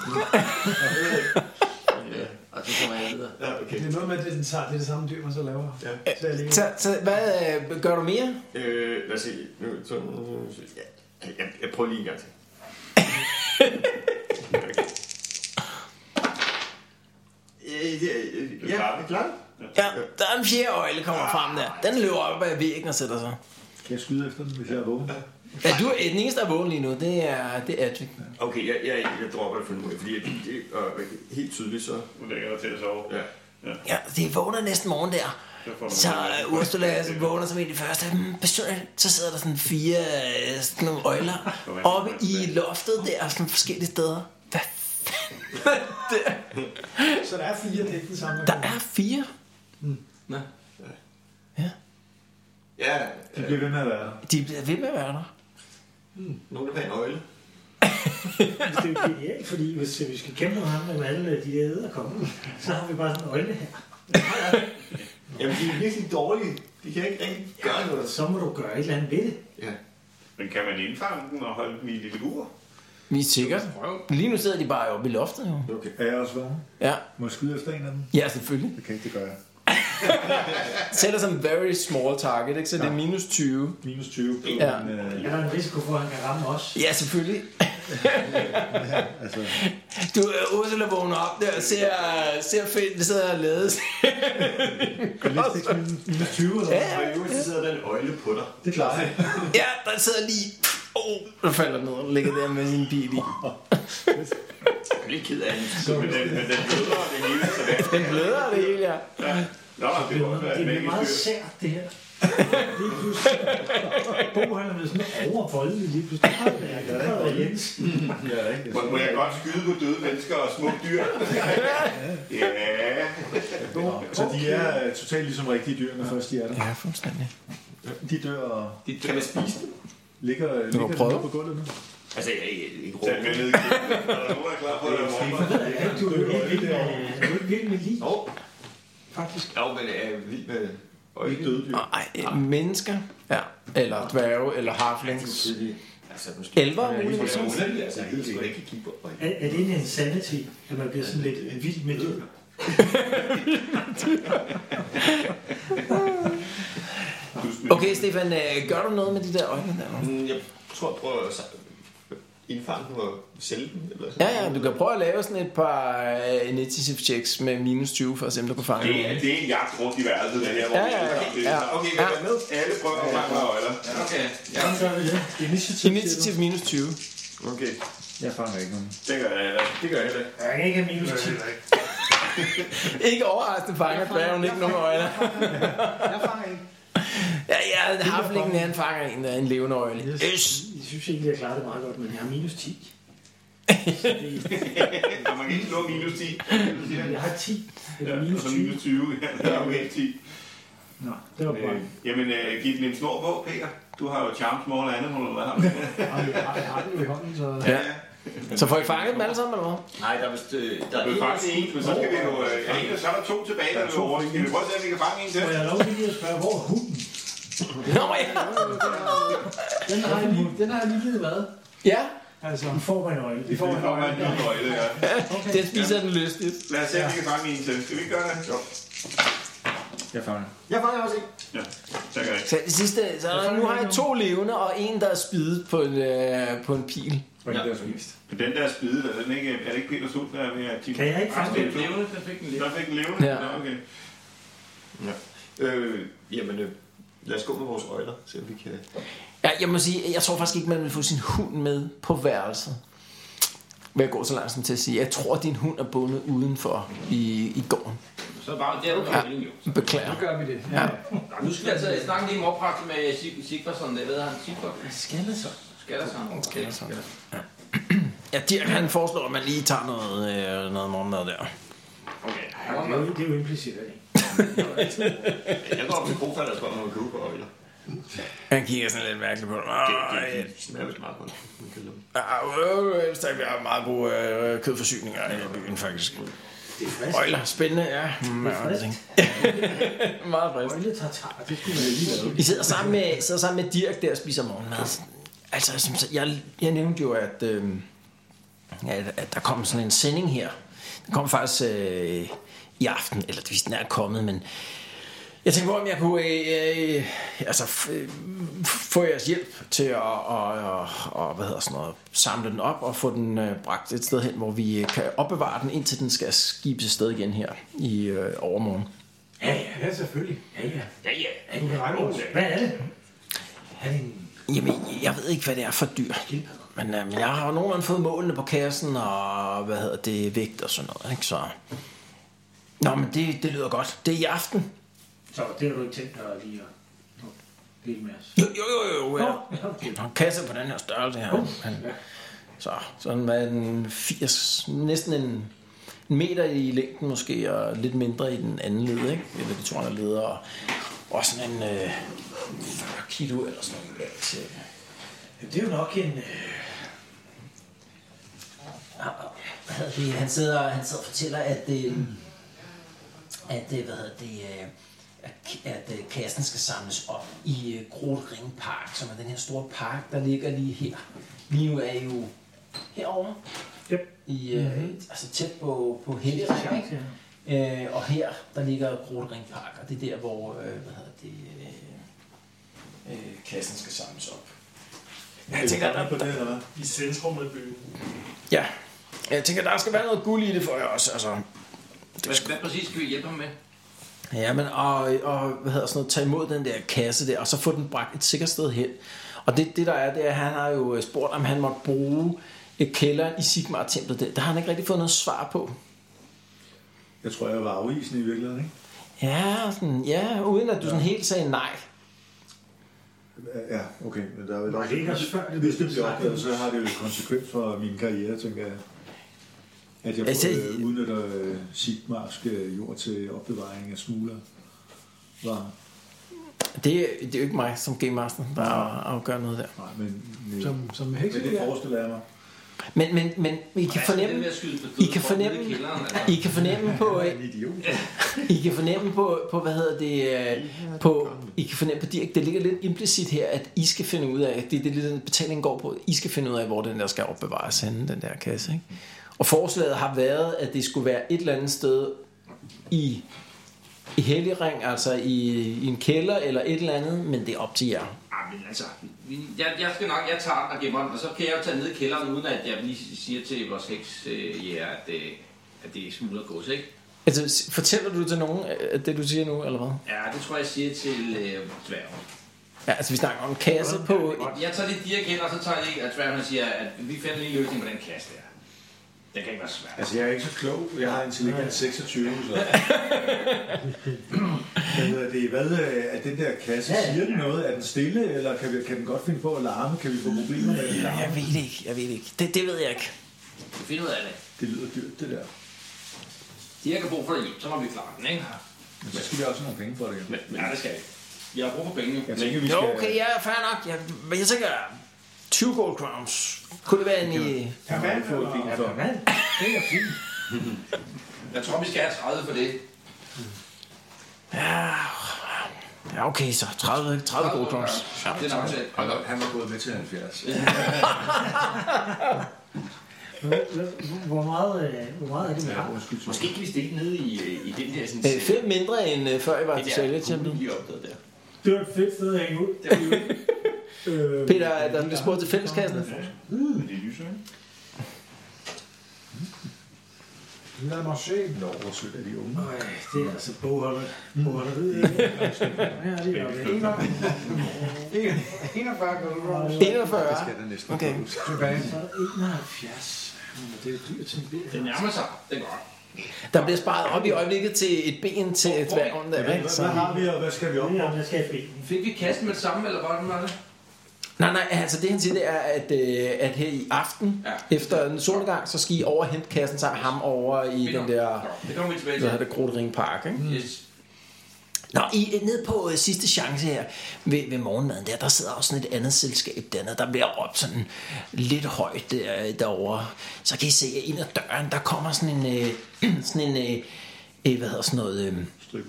Ja, og så kommer jeg videre. Ja, okay. Det er noget med, at det er, den, det er det samme dyr, man så laver. Ja. Så jeg lige... Så, så hvad øh, gør du mere? Øh, lad os se. Nu, så, ja, jeg, jeg prøver lige en gang til. Øh, det er- øh, Ja, er klar? Ja, der er en fjerde øjle, kommer frem der. Den løber op ad væggen og sætter sig. Kan jeg skyde efter den, hvis jeg er vågen? Ja, du er den eneste, der er vågen lige nu. Det er, det er Advik. Okay, jeg, jeg, jeg dropper det for nu, fordi det er helt tydeligt så. Nu lægger jeg til at sove. Ja. Ja, det vågner næsten morgen der. Så uh, Ursula så vågner som en af de første. Hmm, besynderligt. Så sidder der sådan fire uh, sådan nogle øjler oppe i loftet der, sådan forskellige steder. Hvad fanden der? Så der er fire, det er ikke den samme. Der er fire. Nå. Ja, Ja, De bliver ved med at være der. de bliver ved med at være der. nogen der vil have en øjle. Det er jo genialt, fordi hvis vi skal kæmpe med ham med alle de der æderkopper, så har vi bare sådan en øjle her. Jamen, de er virkelig dårlige. De kan ikke rigtig gøre noget. Så må du gøre et eller andet ved det. Ja. Men kan man indfange den og holde den i et lille bur? Vi er sikkert. Lige nu sidder de bare oppe i loftet jo. Okay. Er jeg også vågen? Ja, Må jeg skyde efter en af dem? ja selvfølgelig. Okay, det gør jeg. Sætter som very small target, ikke? Så det er minus tyve. Minus tyve på Ja. en... Øh, Er der en risiko for, at han kan ramme os? Ja, selvfølgelig. altså, Du, uh, Ursula vågner op der og ser, ser fedt, det sidder og lades. ballistik minus- minus tyve, eller Ja, Og i øvrigt, så sidder der en øjle på dig. det klarer jeg. ja, der sidder lige... Åh, oh, der falder ned og ligger der med sin bil i. Jeg er lidt ked af det. Men den, men den bløder og det hele, så det Den bløder det hele, ja. Nå, det må også være Det et er meget magisk dyr. sært, det her. Lige pludselig. Bo, han er blevet sådan overvoldelig lige pludselig. Det er der Jens. Ja, ikke? Må, må jeg godt skyde på døde mennesker og små dyr? Ja. Så de er øh, totalt ligesom rigtige dyr, når først de er der. Ja, fuldstændig. De dør og De kan man spise dem? ligger, ligger prøve. nede på gulvet nu. Altså, jeg er ikke, ikke Tag med ned i kæden. Er der nogen, der er klar på det? Du er jo helt vild med, er du ikke vild med lige? Nå, Faktisk. jo, men jeg er vild med øjle. Ikke døde dyr. Nej, mennesker. Ja, eller dværge, eller halflings. Altså, måske... Elver, muligvis. Det er underligt, altså, jeg ved ikke, kigge på øjle. Er, er det en insanity, at man bliver sådan lidt vild med dyr? Okay, Stefan, øh, gør du noget med de der øjne der? Mm, Jeg tror, jeg prøver at indfange dem og sælge dem. Eller sådan. Ja, ja, du kan prøve at lave sådan et par uh, initiative checks med minus tyve, for at se, om du kan fange Det er, nogen. det er en jagt rundt i værelset, det her, hvor Ja, vi ja, alle sammen ja. er. Okay, Ja. jeg er med. Alle prøver at fange med øjler. Okay. Ja. Hvordan gør vi det? Initiativ. Initiative minus tyve. Okay, Jeg fanger ikke nogen. Det gør jeg heller ikke. det gør jeg heller ikke. Jeg kan ikke have minus ti. Ikke overraskende fanger dværgen ikke nogen øjne. Jeg fanger ikke. Ja, ja, halflingen han fanger en, der er en levende øjle. Yes. Yes. Jeg synes egentlig, jeg klarer det meget godt, men jeg har minus ti. Og man kan ikke slå minus ti. Jeg har ti. Ja, Eller og minus så tyve. minus tyve. Ja, okay, ti. Nå, det var godt. Øh, Jamen, øh, giv den en snor på, Peter. Du har jo charm small animal, eller hvad har du? Og jeg har, jeg har det jo i hånden, så... Ja. Så får I fanget dem alle sammen, eller hvad? Nej, der er vist... øh, Der Der er er faktisk en, men så skal vi jo... øh, Ja, en, og så er der to tilbage, der løber over. Skal vi prøve at se, om vi kan fange en til? Må jeg lov lige at spørge, hvor er hunden? Nå, ja. Den har jeg lige, den har jeg lige givet hvad? Ja, Altså, I får mig en øjle. vi får Vi får en ny nøgle, ja. den spiser den lystigt. Lad os se, om vi kan fange en til. Skal vi ikke gøre det? Jo. Jeg fanger. Jeg fanger også ikke. Ja, tak ikke. Så det sidste, så er der, nu har jeg to levende, og en, der er spidet på en, øh, på en pil. Og det er spist. Men den der spide, der, den ikke, er det ikke Peter Sult, der er ved at tippe? Kan jeg ikke fange Den levende, den fik den lidt. Der fik den levende? Ja. Ja, okay. Øh, jamen, øh, lad os gå med vores øjler, se om vi kan... Ja, jeg må sige, jeg tror faktisk ikke, man vil få sin hund med på værelset. vil jeg gå så langt som til at sige, jeg tror, at din hund er bundet udenfor i, i gården. Så er det bare, det er du Ja. jo. Så. Beklager. Nu gør vi det. Ja. Nå, nu skal vi altså snakke lige om oprettet med Sig- Sigvarsson. Jeg ved, han Sigvarsson. Skallet så. Skallersson. Skallersson. Ja. Ja, Dirk han foreslår, at man lige tager noget, øh, noget morgenmad der. Okay. Ja, det, er jo, det er jo implicit, ikke? Jeg går op til Kofald og spørger, om man kan købe øjler. Han kigger sådan lidt mærkeligt på det. Det, det, det smager vist meget godt. Ja, øh, vi har meget gode øh, kødforsyninger i byen, faktisk. Det er frisk. Øjler, spændende, ja. Mm, Det er frisk. Meget frisk. Øjle tartar, det skulle man lige lave. Vi sidder sammen med, sidder sammen med Dirk der og spiser morgenmad. Altså, som, så- jeg, jeg nævnte jo, at, øh, at, at der kom sådan en sending her. Den kom faktisk øh, i aften, eller det er nær kommet, men jeg tænkte på, om jeg kunne øh, øh, altså, f- øh, få jeres hjælp til at og, og, og, hvad hedder sådan noget, samle den op og få den øh, bragt et sted hen, hvor vi kan opbevare den, indtil den skal skibes afsted igen her i øh, overmorgen. Ja, ja. Ja, selvfølgelig. Ja, ja. Ja, ja. Ja, Du kan regne ud. Hvad er det? Er det en Jamen, jeg ved ikke, hvad det er for dyr. skildpadde? Men, øh, men jeg har jo nogenlunde fået målene på kassen, og hvad hedder det, vægt og sådan noget, ikke? Så... Nå, men det, det lyder godt. Det er i aften. Så det har du ikke tænkt dig lige at at dele med os? Jo, jo, jo, jo. Ja. Nå, ja, okay. En kasse på den her størrelse her. Han, så sådan hvad er den firs, næsten en, en meter i længden måske, og lidt mindre i den anden led, ikke? Eller de to andre leder, og, og sådan en øh, fyrre kilo eller sådan noget. Til. Jamen, det er jo nok en... Øh... Hvad hedder det? Han sidder, han sidder og fortæller, at, øh, at, øh, hvad hedder det, øh, at, at øh, kassen skal samles op i øh, Grotring Park, som er den her store park, der ligger lige her. Vi nu er jo herovre, Yep. i, øh, altså tæt på, på Helligring, ikke? Øh, og her, der ligger Grotring Park, og det er der, hvor øh, hvad hedder det, øh, øh, kassen skal samles op. Jeg tænker, der, på det, eller hvad? I centrum af byen. ja, jeg tænker, der skal være noget guld i det for jer også. Altså, Hvad, hvad præcis skal vi hjælpe ham med? ja, men og, og hvad hedder sådan noget, tage imod den der kasse der, og så få den bragt et sikkert sted hen. Og det, det der er, det er, at han har jo spurgt, om han måtte bruge et kælder i Sigmar-templet. Det, der har han ikke rigtig fået noget svar på. Jeg tror, jeg var afvisende i virkeligheden, ikke? Ja, sådan, ja, uden at du sådan helt sagde nej. Ja, okay. Men der er vel Var også... det ikke også før, det Hvis det blev bliver snakket opdaget, så har det jo konsekvens for min karriere, tænker jeg. At jeg Altså, øh, udnytter øh, sigmarske jord til opbevaring af smugler. Var. Det, det er jo ikke mig som Game Master, der afgør noget der. Nej, men, men, Som, som men hekse. det forestiller jeg mig. Men, men, men I kan fornemme, I kan fornemme, I kan fornemme på, Jeg er en idiot. I kan fornemme på, på hvad hedder det, øh, på, I kan fornemme på Dirk, det ligger lidt implicit her, at I skal finde ud af, det er det, den betalingen går på, I skal finde ud af, hvor den der skal opbevares henne, den der kasse, ikke? Og forslaget har været, at det skulle være et eller andet sted i, i Helligring, altså i, i en kælder eller et eller andet, men det er op til jer. Ah, men altså, vi- jeg, jeg skal nok, jeg tager den og gemmer den, og så kan jeg jo tage ned i kælderen, uden at jeg lige siger til vores heks, øh, ja, at, øh, at det er smuglergods, ikke? Altså, fortæller du til nogen øh, det, du siger nu, eller hvad? Ja, det tror jeg, jeg siger til øh, dværgen. Ja, altså, vi snakker om en kasse på... Jeg tager lige Dirk hen, og så tager jeg lige, at dværgen siger, at vi finder lige en løsning på den kasse der. Det kan ikke være svært. Altså, jeg er ikke så klog. Jeg har intelligens seksogtyve, så... Hvad hedder det? Hvad er den der kasse? Siger den noget? Er den stille, eller kan, vi, kan den godt finde på at larme? Kan vi få problemer med den larme? Jeg ved det ikke, jeg ved det ikke. Det, det ved jeg ikke. Vi finder ud af det. Det lyder dyrt, det der. Dirk har brug for det hjælp, så må vi klare den, ikke? Men så skal vi også have nogle penge for det. Men, ja, det skal vi. Vi har brug for penge. Jeg tænker, vi Jo, skal... okay, ja, fair nok. Jeg, men jeg tænker, tyve gold crowns. Kunne det være en i... Jeg har ikke fået penge for. Mand, det er fint. Jeg tror, vi skal have tredive for det. Ja, ja okay, så tredive, tredive gold crowns. Ja. Det er nok til. Han var, han var gået med til halvfjerds. Hvor meget, øh, hvor meget er det, vi Ja, har? undskyld. Måske kan vi stikke ned i, øh, i den der sådan... Øh, fem mindre end øh, før I var til sælgetemplet. lige opdaget der. Det var et fedt sted at hænge ud. øh, Peter, der blev spurgt til fælleskassen. Men det lyser, ikke? Lad mig se. Nå, hvor sødt er de unge. Øj, det er altså bogholdet. Bogholdet. Ja, det er det. enogfyrre gold crowns. enogfyrre. Det skal der næsten Okay. bruges. Tilbage. Så enoghalvfjerds. Det er dyrt til en Det nærmer sig. Det er godt. Der bliver sparet op i øjeblikket til et ben til dværgen der, ikke? Hvad har vi, og hvad skal vi op på? Jeg skal have ben. Fik vi kassen med det samme, eller hvordan var det? Nej, nej, altså det han siger, det er, at, øh, at her i aften, ja. efter en solnedgang, så skal I over og hente kassen sammen ham over i den der, det kommer vi tilbage til. hvad hedder det, Grotering Park, ikke? Yes. Nå, i, ned på uh, sidste chance her ved, ved morgenmaden der, der sidder også sådan et andet selskab dernede, der bliver råbt sådan lidt højt der, derovre. Så kan I se, at ind ad døren, der kommer sådan en, øh, sådan en, øh, hvad hedder sådan noget... Øh, Stryber.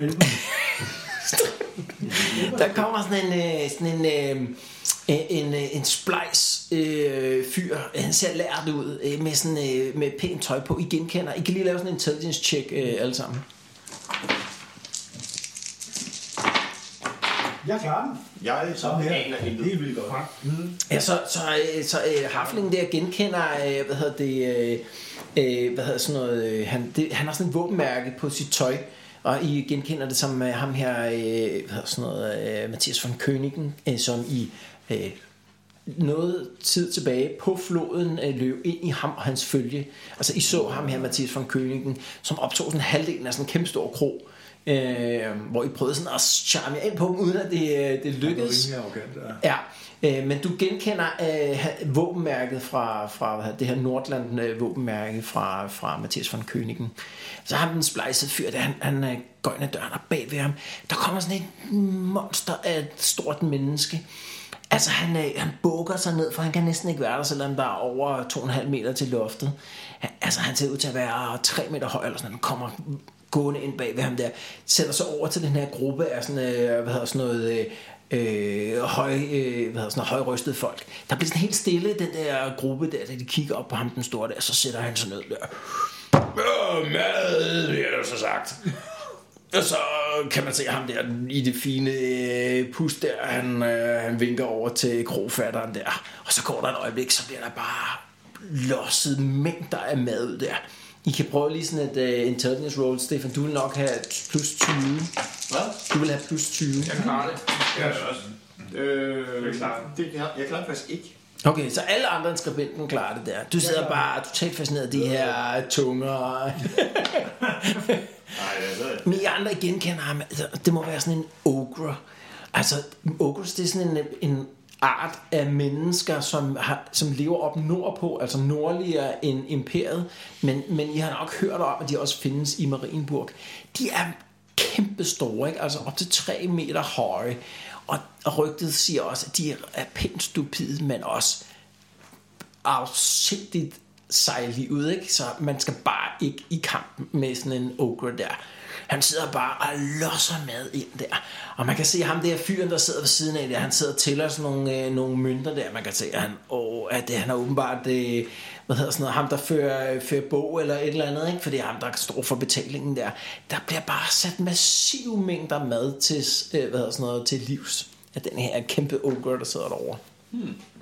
der kommer sådan en, øh, sådan en, øh, en, en splejs øh, fyr. Han ser lært ud øh, med sådan øh, med pænt tøj på. I genkender. I kan lige lave sådan en intelligence check øh, alle sammen. Jeg klarer den. Jeg Samme her. aner intet. Helt vildt godt. Mm. Ja, så, så, så øh, Haflingen der genkender, øh, hvad hedder det, øh, øh, hvad hedder sådan noget, øh, han, det, han har sådan et våbenmærke på sit tøj, og I genkender det som øh, ham her, øh, hvad hedder sådan noget, øh, Mathias von Königen, øh, som i øh, noget tid tilbage på floden øh, løb ind i ham og hans følge. Altså I så ham her, Mathias von Königen, som optog sådan halvdelen af sådan en kæmpe stor krog. Øh, hvor I prøvede sådan at charme ind på dem, uden at det, det lykkedes. Det er rimelig arrogant, ja. Ja, øh, men du genkender øh, våbenmærket fra, fra hvad, det her Nordland øh, våbenmærke fra, fra Mathias von Königen. Så har han den splejsede fyr, der han, han øh, går ind ad døren, og bag ved ham, der kommer sådan et monster af et stort menneske. Altså han, øh, han bukker sig ned, for han kan næsten ikke være der, selvom der er over to og en halv meter til loftet. Han, altså han ser ud til at være tre meter høj, eller sådan, han kommer gående ind bag ved ham der, sætter sig over til den her gruppe af sådan, øh, hvad hedder sådan noget, øh, høj, øh, hvad hedder sådan noget, højrystede folk. Der bliver sådan helt stille, den der gruppe der, da de kigger op på ham, den store der, så sætter han sig ned der. Øh, mad, det er så sagt. Og så kan man se ham der i det fine øh, pus der, han, øh, han vinker over til krofatteren der. Og så går der et øjeblik, så bliver der bare losset mængder af mad ud der. I kan prøve lige sådan et uh, intelligence roll, Stefan. Du vil nok have plus tyve. Hvad? Du vil have plus tyve. Jeg klarer det. Jeg er også. Øh, Jeg klarer det, jeg, jeg klarer det faktisk ikke. Okay, så alle andre end skribenten klarer det der. Du sidder bare totalt fascineret af de her tunger. Nej, det er det. Men I andre genkender ham. Altså, det må være sådan en ogre. Altså, ogres, det er sådan en, en art af mennesker, som, har, som lever op nordpå, altså nordligere end imperiet, men, men I har nok hørt om, at de også findes i Marienburg. De er kæmpe store, ikke? Altså op til tre meter høje, og, og rygtet siger også, at de er pænt stupide, men også afsindigt sejlige ud, ikke? Så man skal bare ikke i kamp med sådan en ogre der. Han sidder bare og losser mad ind der. Og man kan se ham der fyren, der sidder ved siden af der. Han sidder og tæller sådan nogle, øh, nogle mønter der. Man kan se, at han, åh, at det, han er åbenbart øh, hvad hedder sådan noget, ham, der fører, fører bog eller et eller andet. Ikke? For det er ham, der står for betalingen der. Der bliver bare sat massive mængder mad til, øh, hvad hedder sådan noget, til livs af den her kæmpe ogre, der sidder derovre. Hmm.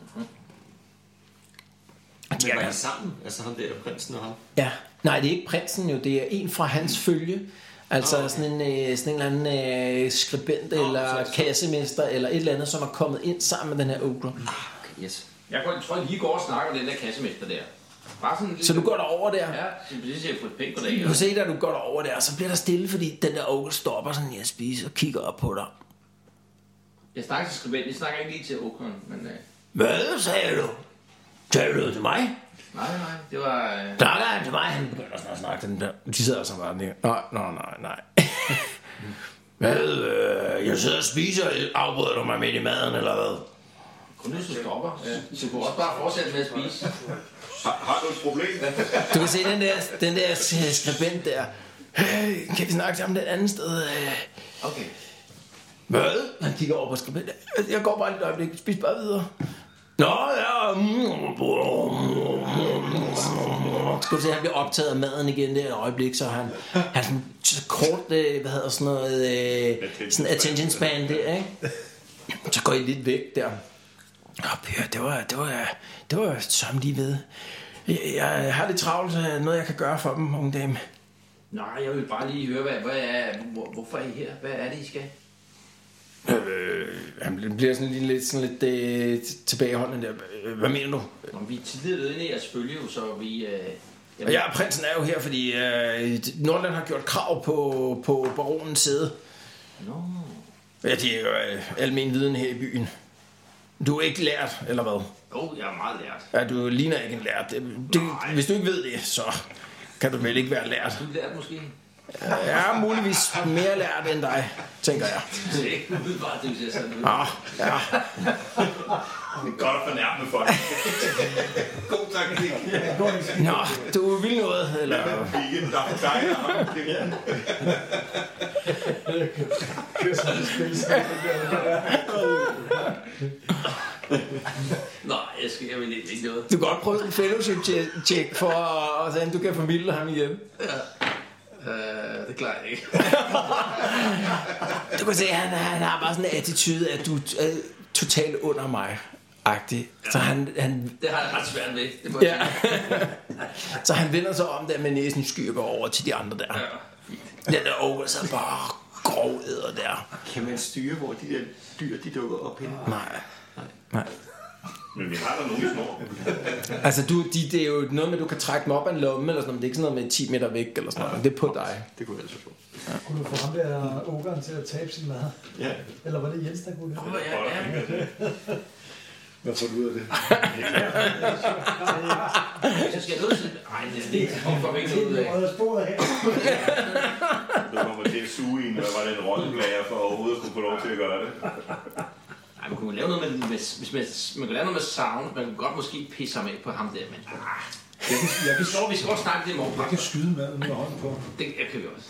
Men var de sammen? Altså ham der, prinsen og ham? Ja, nej, det er ikke prinsen jo. Det er en fra hans følge. Altså oh, okay. sådan, en, øh, sådan en eller anden øh, skribent oh, eller kassemester eller et eller andet, som er kommet ind sammen med den her ogre. Ah, okay, yes. Jeg går, tror, jeg lige går og snakker med den der kassemester der. Bare sådan så du går derover der? Ja, så præcis, jeg får et pænt goddag. Du kan se, da du går derover der, så bliver der stille, fordi den der ogre stopper sådan i at spise og kigger op på dig. Jeg snakker til skribenten, jeg snakker ikke lige til ogren, men... Øh... Hvad sagde du? Taler du til mig? Nej, nej, det var... Øh... Snakker han til mig? Han begynder sådan at snakke til den der. De sidder så bare der. Nej, nej, nej, nej. Hvad? Øh, jeg sidder og spiser. Afbryder du mig midt i maden, eller hvad? Kun hvis du stopper. Ja. Så du også bare fortsætte med at spise. Har, har du et problem? Du kan se den der, den der skribent der. Hey, kan vi snakke sammen et andet sted? Okay. Hvad? Han kigger over på skribenten. Jeg går bare lidt øjeblik. Spis bare videre. Nå, ja. Skal du se, han bliver optaget af maden igen der et øjeblik, så han har sådan så kort, hvad hedder sådan noget, sådan attention span der, ikke? Så går I lidt væk der. Åh, Per, det var, det var, det var som de ved. Jeg, jeg har lidt travlt, noget jeg kan gøre for dem, unge dame. Nej, jeg vil bare lige høre, hvad, hvad er, hvor, hvorfor er I her? Hvad er det, I skal? Øh, han bliver sådan lidt, lidt, sådan lidt øh, tilbageholdende der. Hvad mener du? Nå, vi er tidligere inde i jeres følge, så vi... Øh, Og ja, prinsen er jo her, fordi øh, Nordland har gjort krav på, på baronens sæde. Nå... Ja, de er jo øh, almen viden her i byen. Du er ikke lært, eller hvad? Jo, oh, jeg er meget lært. Ja, du ligner ikke en lært. Det, det, hvis du ikke ved det, så kan du vel ikke være lært. Du er lært måske? Jeg er muligvis mere lært end dig, tænker jeg. Det er ikke umiddelbart, det vil jeg sådan. Ah, ja. Det er godt at fornærme folk. God taktik. Nå, du vil noget, eller... Ikke, der er dig, der har det. Nej, jeg skal jeg vil ikke ikke noget. Du kan godt prøve en fellowship-check for at se, om du kan formidle ham igen. Ja. Uh, det klarer jeg ikke. Du kan se, at han, han har bare sådan en attitude, at du er totalt under mig. Agtig. Så han, han, det har jeg ret svært ved. Det må ja. Så han vender sig om der med næsen sky og går over til de andre der. Ja. Den der ogre så bare grov æder der. Kan man styre, hvor de der dyr, de dukker op hen? Nej. Nej. Men vi har der nogen i snor. Altså, du, de, det er jo noget med, at du kan trække dem op af en lomme, eller sådan noget, men det er ikke sådan noget med ti meter væk, eller sådan noget. Det er på dig. Det kunne jeg altså få. Ja. Kunne du få ham der ogeren til at tabe sin mad? Ja. Eller var det Jens, der kunne det? Åh, ja, ja. Hvad får du ud af det? Så skal jeg nødt til... Ej, det er ikke. Hvorfor vil ikke ud af? Det er sporet her. Nu kommer til at suge en, hvad var det en rolleplager for overhovedet at kunne få lov til at gøre det? Nej, man kunne lave noget med, med hvis man, man kunne lave noget med sound, man kunne godt måske pisse ham af på ham der, men ah, jeg kan, jeg kan sove, vi skal også snakke det i morgen. Jeg kan skyde maden med hånden på. Det jeg kan vi også.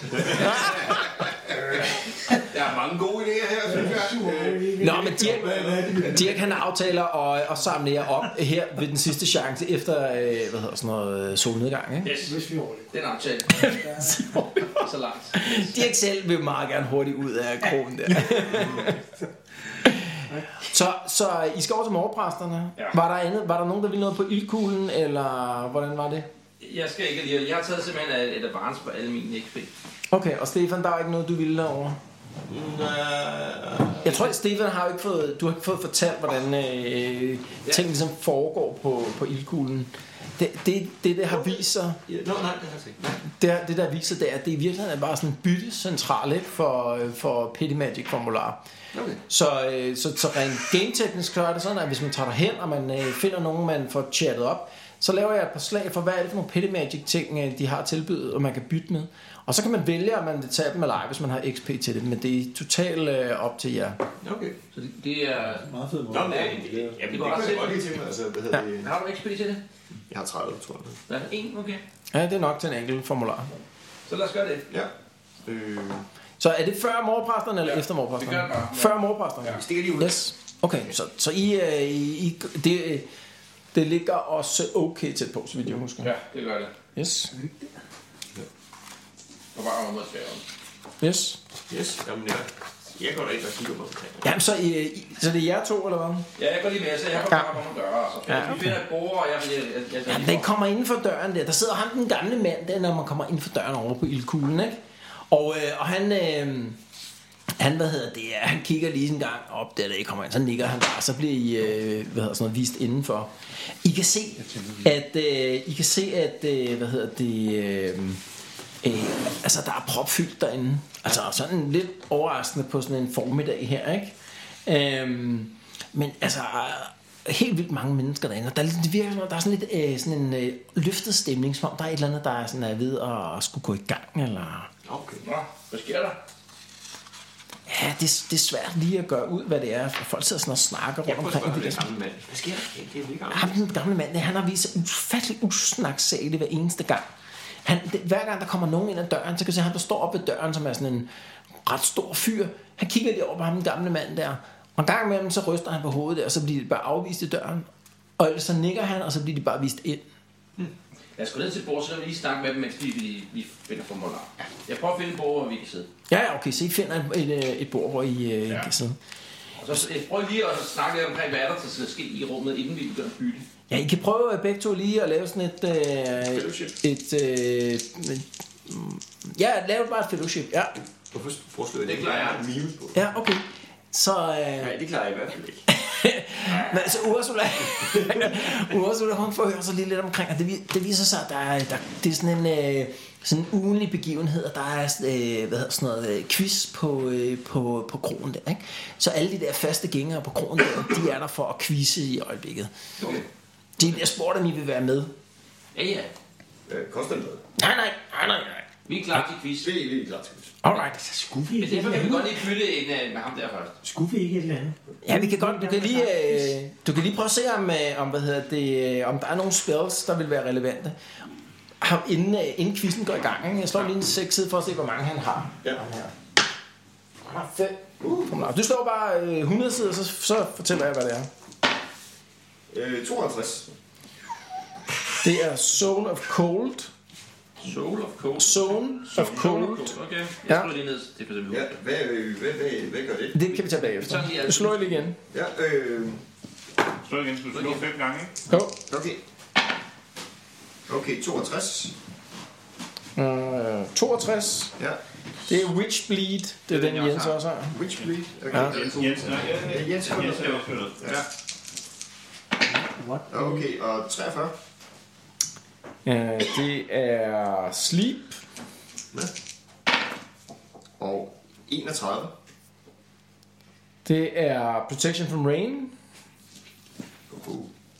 Der er mange gode idéer her, synes jeg. Nå, men Dirk, Dirk han aftaler at, at samle jer op her ved den sidste chance efter, hvad hedder sådan noget, solnedgang, ikke? Yes, hvis vi overlever. Den aftale. Så langt. Dirk selv vil meget gerne hurtigt ud af krogen der. Så, så I skal over til morgenpræsterne. Ja. Var der andet? Var der nogen, der ville noget på ildkuglen, eller hvordan var det? Jeg skal ikke lige. Jeg har taget simpelthen et advance på alle mine X P. Okay, og Stefan, der er ikke noget, du ville derovre? Nej. Jeg tror, at Stefan har jo ikke fået, du har ikke fået fortalt, hvordan øh, ja. ting ligesom foregår på, på ildkuglen. Det, det, det, der har vist sig... Nå, nej, det har jeg ikke. Det, det der viser, det er, at det i virkeligheden er bare sådan en byttecentral, ikke, for, for Petty Magic formular. Okay. Så, så, så rent gameteknisk er det sådan, at hvis man tager derhen, og man øh, finder nogen, man får chattet op, så laver jeg et par slag for, hvad er det for nogle Petty Magic ting, de har tilbydet, og man kan bytte med. Og så kan man vælge, om man vil tage dem eller ej, hvis man har X P til det, men det er totalt øh, op til jer. Okay, så det, det er meget fedt. Nå, men det, det, ja, det, det kunne jeg godt lige tænke mig. Altså, hvad hedder ja. det? Har du X P til det? Jeg har tredive, tror jeg. Ja, en, okay. Ja, det er nok til en enkelt formular. Så lad os gøre det. Ja. Øh... Så er det før morpræsterne eller ja, efter morpræsterne? Det gør det bare. Før morpræsterne? Ja. Vi stikker lige ud. Yes. Okay, så, så I, I, det, det ligger også okay tæt på, så vidt jeg husker. Ja, det gør det. Yes. Og bare om at svære. Yes. Yes, jamen jeg, jeg går da ikke og kigger på omkring. Jamen, så, I, så det er jer to, eller hvad? Ja, jeg går lige med, så jeg går bare på nogle døre. Så ja, okay. Vi finder et bord, og jeg... jeg, jeg, jeg Jamen, den kommer inden for døren der. Der sidder ham, den gamle mand, der, når man kommer ind for døren over på ildkuglen, ikke? Og, øh, og han... Øh, han, hvad hedder det, han kigger lige en gang op, der, der I kommer ind, så nikker han bare, så bliver I, øh, hvad hedder sådan noget, vist indenfor. I kan se, at, øh, I kan se, at, øh, hvad hedder det, øh, øh, altså der er propfyldt derinde. Altså sådan lidt overraskende på sådan en formiddag her, ikke? Øhm, men altså, helt vildt mange mennesker derinde, og der, det virker som, der er sådan lidt øh, sådan en øh, løftet stemning, som om der er et eller andet, der er sådan er ved at skulle gå i gang, eller... Okay, nå, hvad sker der? Ja, det, det er svært lige at gøre ud, hvad det er. Folk sidder sådan og snakker rundt omkring. Jeg prøver gamle mand. Hvad sker der? Det er ikke ham, den gamle mand, han har vist sig ufattelig usnaksageligt hver eneste gang. Han, det, hver gang der kommer nogen ind ad døren, så kan du se, at han der står op ved døren, som er sådan en ret stor fyr. Han kigger lige over på ham, den gamle mand der. Og en gang imellem, så ryster han på hovedet der, og så bliver de bare afvist i døren. Og ellers så nikker han, og så bliver de bare vist ind. Hmm. Jeg skal ned til bordet, så kan vi lige snakke med dem, mens vi, vi, vi finder formular. Jeg prøver at finde et bord, hvor vi kan sidde. Ja, ja, okay, så I finder et, et, et bord, hvor I øh, ja. kan sidde. Og så prøv lige at snakke lidt omkring, hvad er der skal ske i rummet, inden vi begynder at bytte. Ja, I kan prøve begge to lige at lave sådan et... Øh, et øh, ja, lave bare et fellowship, ja. Hvorfor foreslår jeg det? Det klarer jeg. Mime på. Ja, okay. Så, øh, Nej, det klarer jeg i hvert fald ikke. men altså Ursula, Ursula, hun får hørt så lige lidt omkring, og det, vi- det viser sig, at der er, der, det er sådan en, øh, sådan en ugenlig begivenhed, og der er øh, hvad hedder sådan noget, øh, quiz på, øh, på, på krogen der, ikke? Så alle de der faste gængere på krogen der, de er der for at quizze i øjeblikket. Okay. De der spurgte, om I vil være med. Ja, ja. Øh, koster det noget? Nej, nej, nej, nej, nej. Vi er klar til quiz. Det er vi klar til. Alright. Skulle vi Men ikke derfor et kan vi eller godt andet? lige bytte en øh, med ham der først. Skulle vi ikke et eller andet? Ja, vi kan godt. Du kan lige, øh, du kan lige prøve at se, om, øh, om, hvad hedder det, øh, om der er nogle spells, der vil være relevante. Ham, inden, øh, inden quizzen går i gang. Ikke? Jeg slår lige en seks side for at se, hvor mange han har. Ja. Ham her. Han har fem. Uh. Du slår bare øh, hundrede sider, så, så fortæller jeg, hvad det er. Øh, tooghalvtreds. Det er Zone of Cold. Soul of Cold. Zone of Cold. Okay, jeg Ja. skriver lige ned. Det er for eksempel. Ja, hvad, øh, hvad, hvad, hvad gør det? Det kan vi tage bagefter. Sådan lige Du slår lige igen. Ja, øh, Slå igen, så du slår fem gange, ikke? Jo. okay. Okay, toogtres. Øh, toogtres. Ja. Det er Witchbleed. Det er den, Jens også har. Witchbleed. Okay. Ja. Jens, Jens, nej, ja, Ja, Jens har Jens noget. har også noget. Ja. What? Okay, og treogfyrre. Øh, det er Sleep. Ja. Og enogtredive. Det er Protection from Rain. Uh.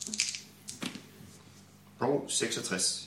Og seksogtres.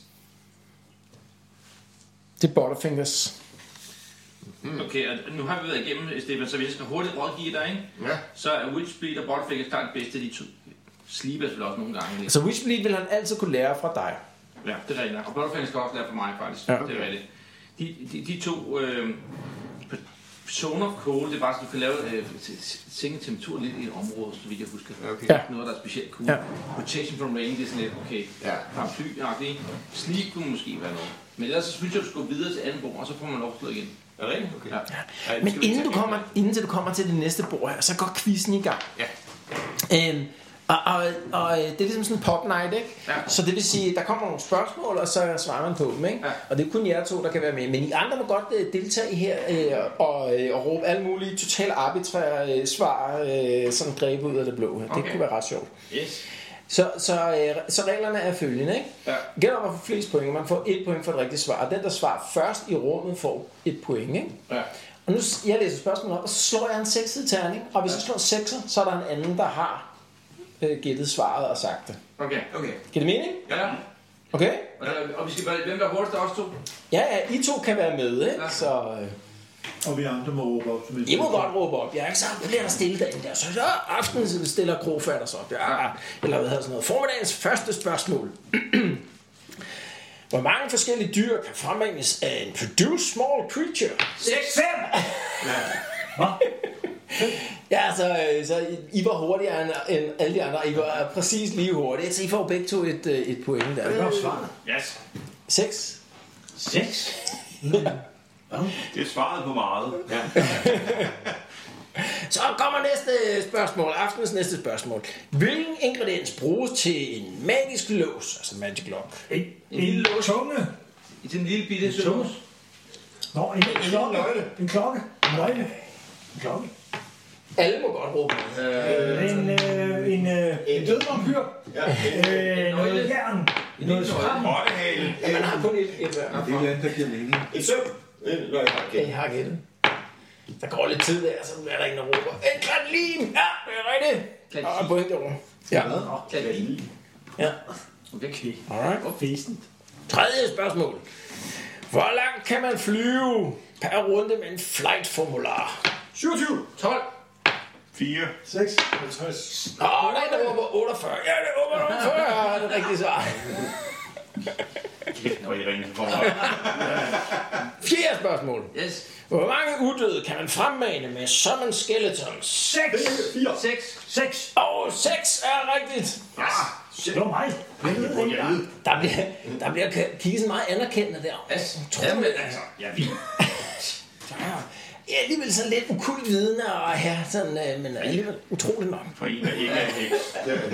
Det er Butterfingers. Okay, og nu har vi været igennem, Stefan, så hvis jeg skal hurtigt rådgive dig, ikke? Ja. Så er Witchbleed og Butterfingers klart det bedste af de to. Sleep er selvfølgelig også nogle gange. Ikke? Altså Witchbleed vil han altid kunne lære fra dig. Ja, det er rigtigt. Og Butterfingers skal også lære for mig, faktisk. Ja. Det er rigtigt. De, de, de to... Øh, Zone of Cold, det er bare så, du kan lave øh, sænke temperatur lidt i et område, så vidt jeg husker. Okay. Ja. Noget, der er specielt cool. Ja. Protection from Rain, det er sådan lidt, okay, Ja. paraply-agtigt. Sleep kunne måske være noget. Men ellers så synes jeg, du skal gå videre til anden bord, og så får man lov at slå igen. Er det rigtigt? Okay. Ja. Ej, Men skal vi inden tage du en? kommer, inden til du kommer til det næste bord her, så går quizzen i gang. Ja. Øhm, og, og, og det er ligesom sådan en pop night, ikke? Ja. Så det vil sige, der kommer nogle spørgsmål, og så svarer man på dem, ikke? Ja. Og det er kun jer to, der kan være med. Men I andre må godt øh, deltage her øh, og, øh, og råbe alle mulige totalt arbitrære øh, svar, øh, sådan grebet ud af det blå. Det Okay. kunne være ret sjovt. Yes. Så, så, øh, så reglerne er følgende, ikke? Ja. Gælder om at få flest point. Man får et point for et rigtigt svar. Og den, der svarer først i rummet, får et point, ikke? Ja. Og nu jeg læser spørgsmålet op, og så slår jeg en sekset terning. Og hvis jeg slår en sekser, så er der en anden, der har øh, gættet svaret og sagt det. Okay. Okay. Giver det mening? Ja. Okay? Og, der, og vi skal bare, hvem der er hurtigst, der er også to? Ja, ja, I to kan være med, ikke? Ja. Så øh, Og vi andre må råbe op. Som I må godt råbe op. Jeg er ikke så bliver der stille dagen der. Så så aftenen stiller Krofatters op. Ja, eller hvad hedder sådan noget. Formiddagens første spørgsmål. Hvor mange forskellige dyr kan fremmanges af en produce small creature? Seks. Fem! Ja, så, øh, så I var hurtigere end, end alle de andre. I var præcis lige hurtige. Så I får begge to et, øh, et point der. Det var svaret. Yes. Seks. Seks? Det er svaret på meget. Ja. Så kommer næste spørgsmål. Aftens næste spørgsmål. Hvilken ingrediens bruges til en magisk lås? Altså en magic lock. En, En lille en tunge. I den lille bitte En tunge. søs. Nå, en, en klokke. En klokke. En nøgle. En klokke. Alle må godt råbe. Øh, En, øh, en, øh, en død vampyr. Ja. Øh, noget jern. Noget skram. Højhale. Ja, man har kun et, et hver. Det er jo andet, der giver mening. Et søv. Øh, Når jeg har Ja, I gæt. har gættet. Der går lidt tid der, så er der en, der råber. En klat lim! Ja, det er rigtigt. Klat Og lim. point derovre. Ja. kan det ikke? Ja. Okay. Alright. Og fæsent. Tredje spørgsmål. Hvor langt kan man flyve per runde med en flight-formular? syvogtyve. tolv. fire. seks. halvtreds. Åh, oh, der er en, der råber otteogfyrre. Ja, det er otteogfyrre. Ja, det er rigtigt svar. Kæft, hvor I ringer for mig. Fjerde spørgsmål. Yes. Hvor mange uddøde kan man fremmane med summon skeletons? Seks. fire. seks. Seks. Og seks er rigtigt. Det var mig. Jeg ved det ikke. Der bliver, der bliver kigget sådan meget anerkendende der. Yes. Tror Jamen, jeg. altså. Ja, vi. Ja, alligevel sådan lidt ukult vidne, og ja, sådan, øh, men alligevel utroligt nok. For en, der ikke er heks.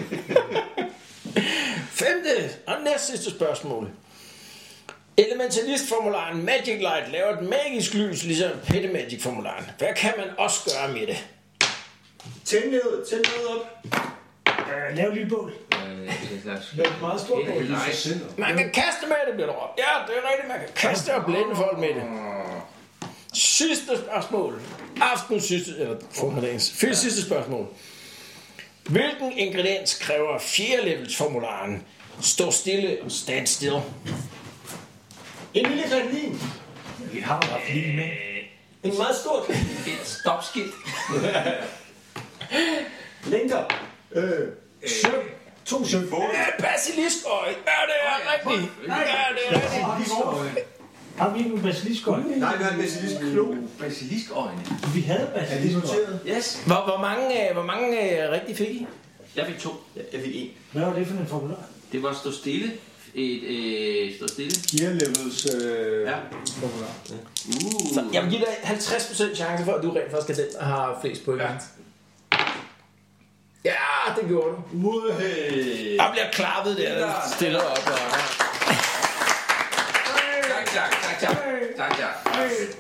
Femte og næst sidste spørgsmål. Elementalist-formularen Magic Light laver et magisk lys, ligesom Petty Magic-formularen. Hvad kan man også gøre med det? Tænd ned, tænd ned op. Øh, lav et lille bål. Lav et meget stort bål. Man kan kaste med det, bliver der råbt. Ja, det er rigtigt, man kan kaste og blænde folk med det. Sidste spørgsmål. Aftens sidste, eller formiddagens. Fyld sidste spørgsmål. Hvilken ingrediens kræver fjerde levels formularen? Stå stille og stand still. En lille granlin. Vi har jo haft lige med. En meget stort. Et stopskilt. Længder. Øh. Søm. To søm. Ja, basiliskøj. Ja, det er rigtigt. Ja, det er rigtigt. Har vi ikke en basiliskøj? Nej, vi har en basilisklo. Basiliskøjne. Vi havde basiliskøj. Yes. Hvor, hvor mange, hvor mange rigtig fik I? Jeg fik to. Ja, jeg fik en. Hvad var det for en formular? Det var stå stille. Et øh, stå stille. Gear levels øh, Ja. formular. Uh. Så jeg vil give dig halvtreds procent chance for, at du rent faktisk er den, der har flest point. Ja. Ja, det gjorde du. Hey. Jeg bliver klappet der, stiller op. Og... Tak, tak, tak, tak. Tak, tak.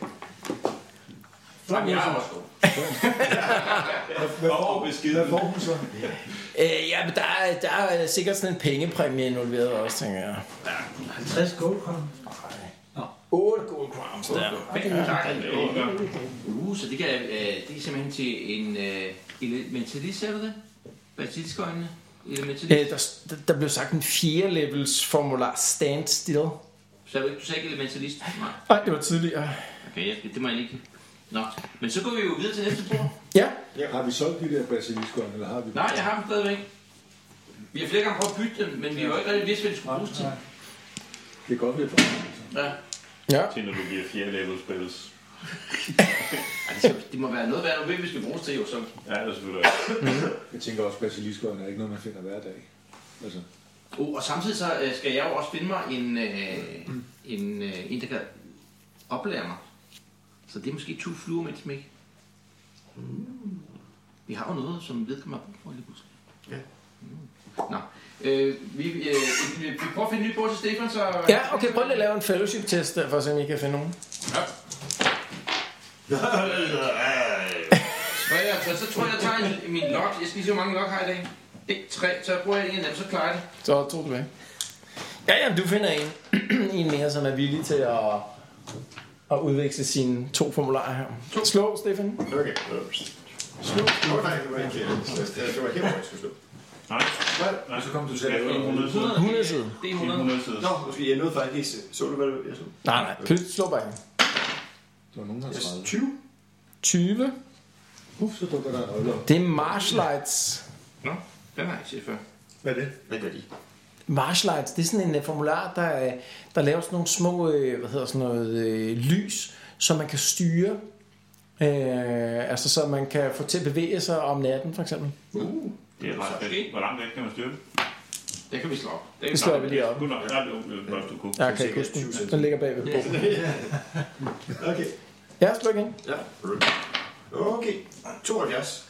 Jamen, jeg er også god. Hvad får, hvad får hun så? Øh, ja, men der er, der er sikkert sådan en pengepræmie involveret også, tænker jeg. halvtreds gold crowns. otte gold crowns der. Okay, tak. Uh, så det kan, øh, det er simpelthen til en øh, elementalist, ser du det? Basiliskøjne? Elementalist? Øh, der, der blev sagt en fjerde levels formular stand still. Så du, du sagde ikke elementalist? Nej. Nej, det var tidligere. Okay, jeg, det må jeg ikke. Nå, men så går vi jo videre til næste bord. Ja. Har vi solgt de der basiliskøjne, eller har vi? Nej, jeg har dem stadigvæk. Vi har flere gange prøvet at bytte dem, men vi har jo ikke rigtig vidst, hvad de skulle bruges til. Det er godt, vi er på. Ja. Ja. Til når du bliver fjerde level spilles. Ej, det, skal, det må være noget værd, nu ved vi skal bruges til jo så. Ja, det er selvfølgelig også. Jeg tænker også, basiliskøjne er ikke noget, man finder hver dag. Altså. Oh, og samtidig så øh, skal jeg jo også finde mig en, øh, en, øh, en der kan oplære mig. Så det er måske to fluer med et smæk. Mm. Vi har jo noget, som vedkommende har brug for lige pludselig. Ja. Mm. Nå. Øh, vi, øh, vi, vi prøver at finde en ny bord til Stefan, så... Ja, okay, prøv lige at lave en fellowship-test der, for at se, om I kan finde nogen. Ja. Så, jeg, så, så tror jeg, jeg tager en, min log. Jeg skal lige se, hvor mange log har jeg i dag. Ikke tre, så jeg bruger en af dem, så klarer jeg det. Så to tilbage. Ja, jamen, du finder en, en mere, som er villig til at, at udveksle sine to formularer her. To. Slå, Stefan. Okay. Slå. Åh, nej, det var ikke det. Det var her, hvor jeg skulle slå. Nej, Nej, så kom du til at lave hundrede side. hundrede side. Det er hundrede. hundrede side. Nå, måske jeg nåede faktisk ikke. Så du, hvad jeg slog? Nej, nej, pyt, slå bare en. Der var nogen, der har tredive. tyve. tyve. Uff, så dukker der en øjle op. Det er Marshlights. Nå, den har jeg ikke set før. Hvad er det? Hvad gør de? Marshlights, det er sådan en uh, formular, der, der laver sådan nogle små, uh, hvad hedder sådan noget, uh, lys, som man kan styre. Uh, altså så man kan få til at bevæge sig om natten, for eksempel. Uh, Det er ret fedt. Hvor langt væk kan man styre det? det kan vi slå op. Det slår vi lige op. Kun nok. Ja, det var først, du kunne. Jeg kan ikke huske den. Den ligger bagved bordet. Okay. Ja, slå igen. Ja. Okay. tooghalvfjerds.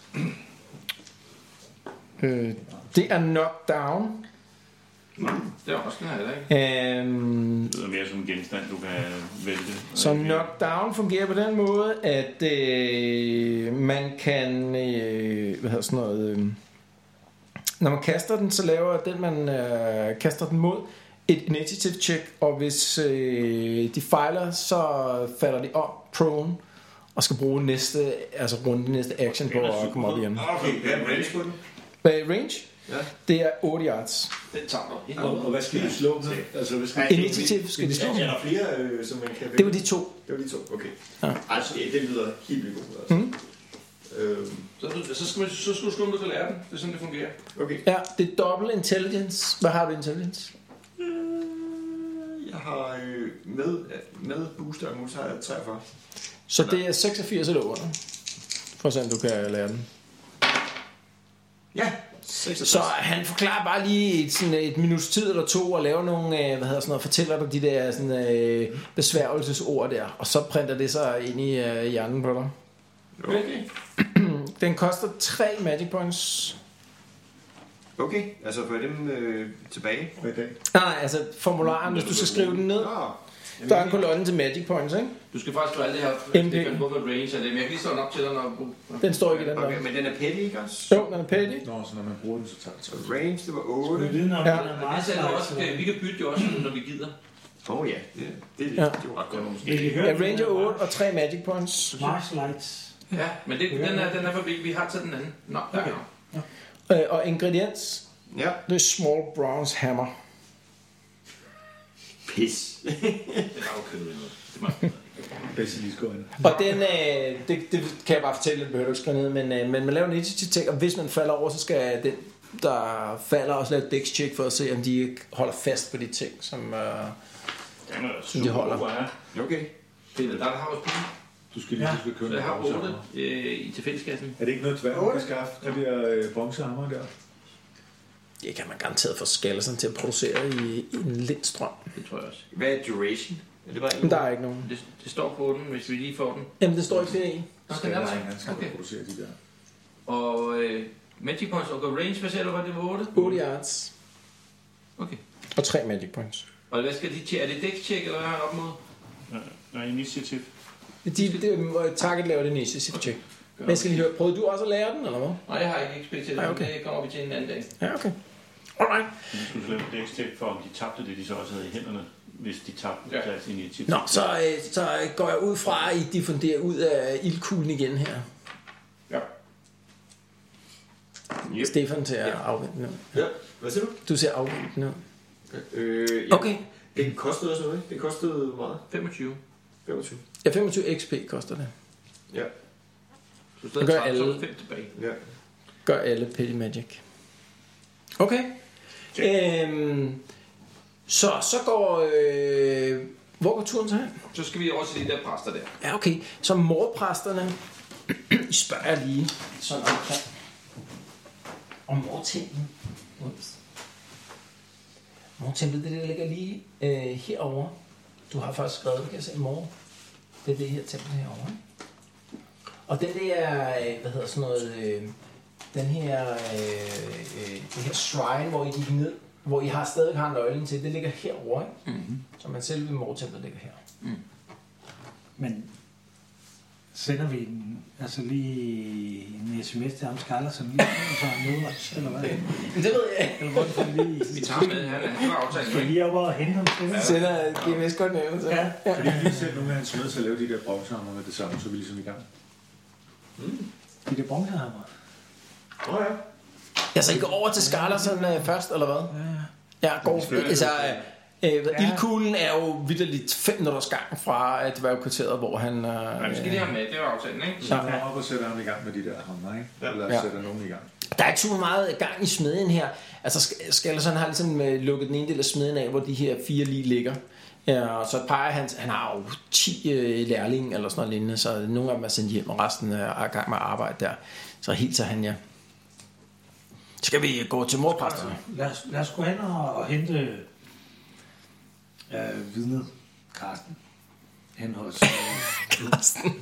Øh, det er knockdown. Det er også den her, ikke? Øhm, Det er mere som en genstand, du kan vælte. så knockdown fungerer på den måde, at øh, man kan, øh, hvad hedder sådan noget, øh, når man kaster den, så laver den, man øh, kaster den mod, et initiative check, og hvis øh, de fejler, så falder de op prone, og skal bruge næste, altså runde næste action på at komme op igen. Okay, hvad er range på den? Hvad range? Ja. Det er otte yards. Den tager du. Og, og hvad skal de slå med? Altså, hvad skal Ej, de... Initiativ skal de slå. Er der flere, øh, som man kan vælge? Det var de to. Det var de to, okay. Ja. Altså, det, det lyder helt vildt godt. Altså. Mm. Øhm, Så, du- så, skal man, så skal du slå, om du kan lære den. Det er sådan, det fungerer. okay. Ja, det er dobbelt intelligence. Hvad har du intelligence? Øh, Jeg har øh, med, med booster og mus har jeg treogfyrre. Så det er seksogfirs eller under. For at se, om du kan lære den. Ja, seksogtres. Så han forklarer bare lige et, sådan et minuts tid eller to og laver nogle, øh, hvad hedder sådan noget, fortæller dig de der sådan, øh, besværgelsesord der, og så printer det sig ind i øh, hjernen på dig. Okay. Den koster tre magic points. Okay, altså får jeg dem øh, tilbage? Hvad i dag? Nej, altså formularen, hvis du skal skrive den ned. Nå, Der er en kolonne til Magic Points, ikke? Du skal faktisk gøre alt det her, M P. Stefan, hvorfor range er det, men jeg kan lige slå den op til dig, når... Den står ikke i den der. Okay, men den er petty, ikke også? Jo, den er petty. Nå, så når man bruger den, så tager det Så range, det var otte. Viden om, Ja. den er meget Det er slides, også, eller- vi kan bytte jo også, når vi gider. Åh oh, ja, det, det, det, Ja. det er jo ret godt. Vil I høre Ja, den Ranger der otte og tre Magic Points. Mars Lights. Ja, men det, den, er, den er for vigtig. Vi har taget den anden. Nå, der Okay. er Øh, og ingrediens, Ja, det er Small Bronze Hammer. pis. det er okay, det er meget. basiliskoen. Og den, øh, det, det kan jeg bare fortælle, det behøver du ikke skrive ned, men, øh, men man laver en initiativ, og hvis man falder over, så skal den, der falder, også lave et dex check for at se, om de ikke holder fast på de ting, som, øh, Den er som de holder. super, ja. Okay. Det er der, der har også penge. Du skal lige huske at købe Så jeg har nogle otte bronzehammer. øh, i tilfældskassen. Er det ikke noget tværm, man kan skaffe? De der øh, bronzehammer der? Det kan man garanteret få Skallersen til at producere i, i en lindstrøm. Det tror jeg også. Hvad er duration? Er det bare en? Men der er ikke nogen. Det, det står på den, hvis vi lige får den. Jamen, det står ikke flere i. Nå, den er der Han ikke. skal Okay. producere de der. Og øh, Magic Points og range, hvad sagde du, var det var otte? otte yards Okay. og tre Magic Points. Og hvad skal de tjekke? Er det dex check, eller hvad har han op mod? Nej, initiativ. De, de, target laver det initiative check. Men jeg skal lige høre, prøvede du også at lære den, eller hvad? Nej, jeg har ikke expert til det, Nej, okay. men det kommer vi til en anden dag. Ja, okay. Alright. Vi skulle lave et dex-check for, om de tabte det, de så også havde i hænderne, hvis de tabte Ja. deres initiativ. Nå, så, øh, så går jeg ud fra, at I diffunderer ud af ildkuglen igen her. Ja. Yep. Stefan til at Ja. afvente nu. Ja. Hvad siger du? Du ser afvente nu. Øh, ja. Okay. Det kostede også noget, ikke? Det kostede hvor meget? femogtyve. femogtyve. Ja, femogtyve X P koster det. Ja. Så stadig Det gør tredive, så er alle. der fem tilbage. Ja. Gør alle Petty Magic. Okay. Øhm, så, så går... Øh, hvor går turen så hen? Så skal vi over til de der præster der. Ja, okay. Så morpræsterne... I spørger jeg lige sådan omkring. Om mortemplen. Mortemplet, det der ligger lige øh, herovre. Du har først skrevet, kan jeg se, mor. Det er det her tempel herovre. Ikke? Og den der, øh, hvad hedder sådan noget, øh, den her, øh, øh, det her shrine, hvor I gik ned, hvor I har stadig har nøglen til, det ligger herovre, ikke? Mm-hmm. Så man selve mortemplet ligger her. Mm. Men sender vi en, altså lige en sms til ham Skaller, som lige så han møder os, eller hvad? Men det ved jeg ikke. Eller hvordan får vi lige... Vi tager med, han er klar aftale. Skal vi lige op og hente ham til? Jeg sender et G M S-koordinater. Ja. Ja. Kan de lige sætte nogle af hans med til at lave de der bronzehammer med det samme, så er vi ligesom i gang? De der bronzehammer. Åh oh, ja. Ja, så I går over til Skarlersen øh, først, eller hvad? Ja, ja. Ja, går, altså, øh, øh, ja. Ildkuglen er jo vitterligt fem minutters gang fra et dværgkvarteret, hvor han... Øh, Ja, vi skal lige have med, det var aftalen, ikke? Så kommer op og sætter ham i gang med de der hammer, ikke? Eller Ja. sætter nogen i gang. Der er ikke super meget gang i smedjen her. Altså, Skallersen har ligesom øh, lukket den ene del af smedjen af, hvor de her fire lige ligger. Ja, og så peger han, han har jo ti øh, lærlinge eller sådan noget lignende, så nogle af dem er sendt hjem, og resten er i gang med at arbejde der. Så hilser han, ja. Skal vi gå til morpræsterne? Lad os, lad os gå hen og, og hente øh, vidnet Karsten. Hen hos... Øh, Karsten.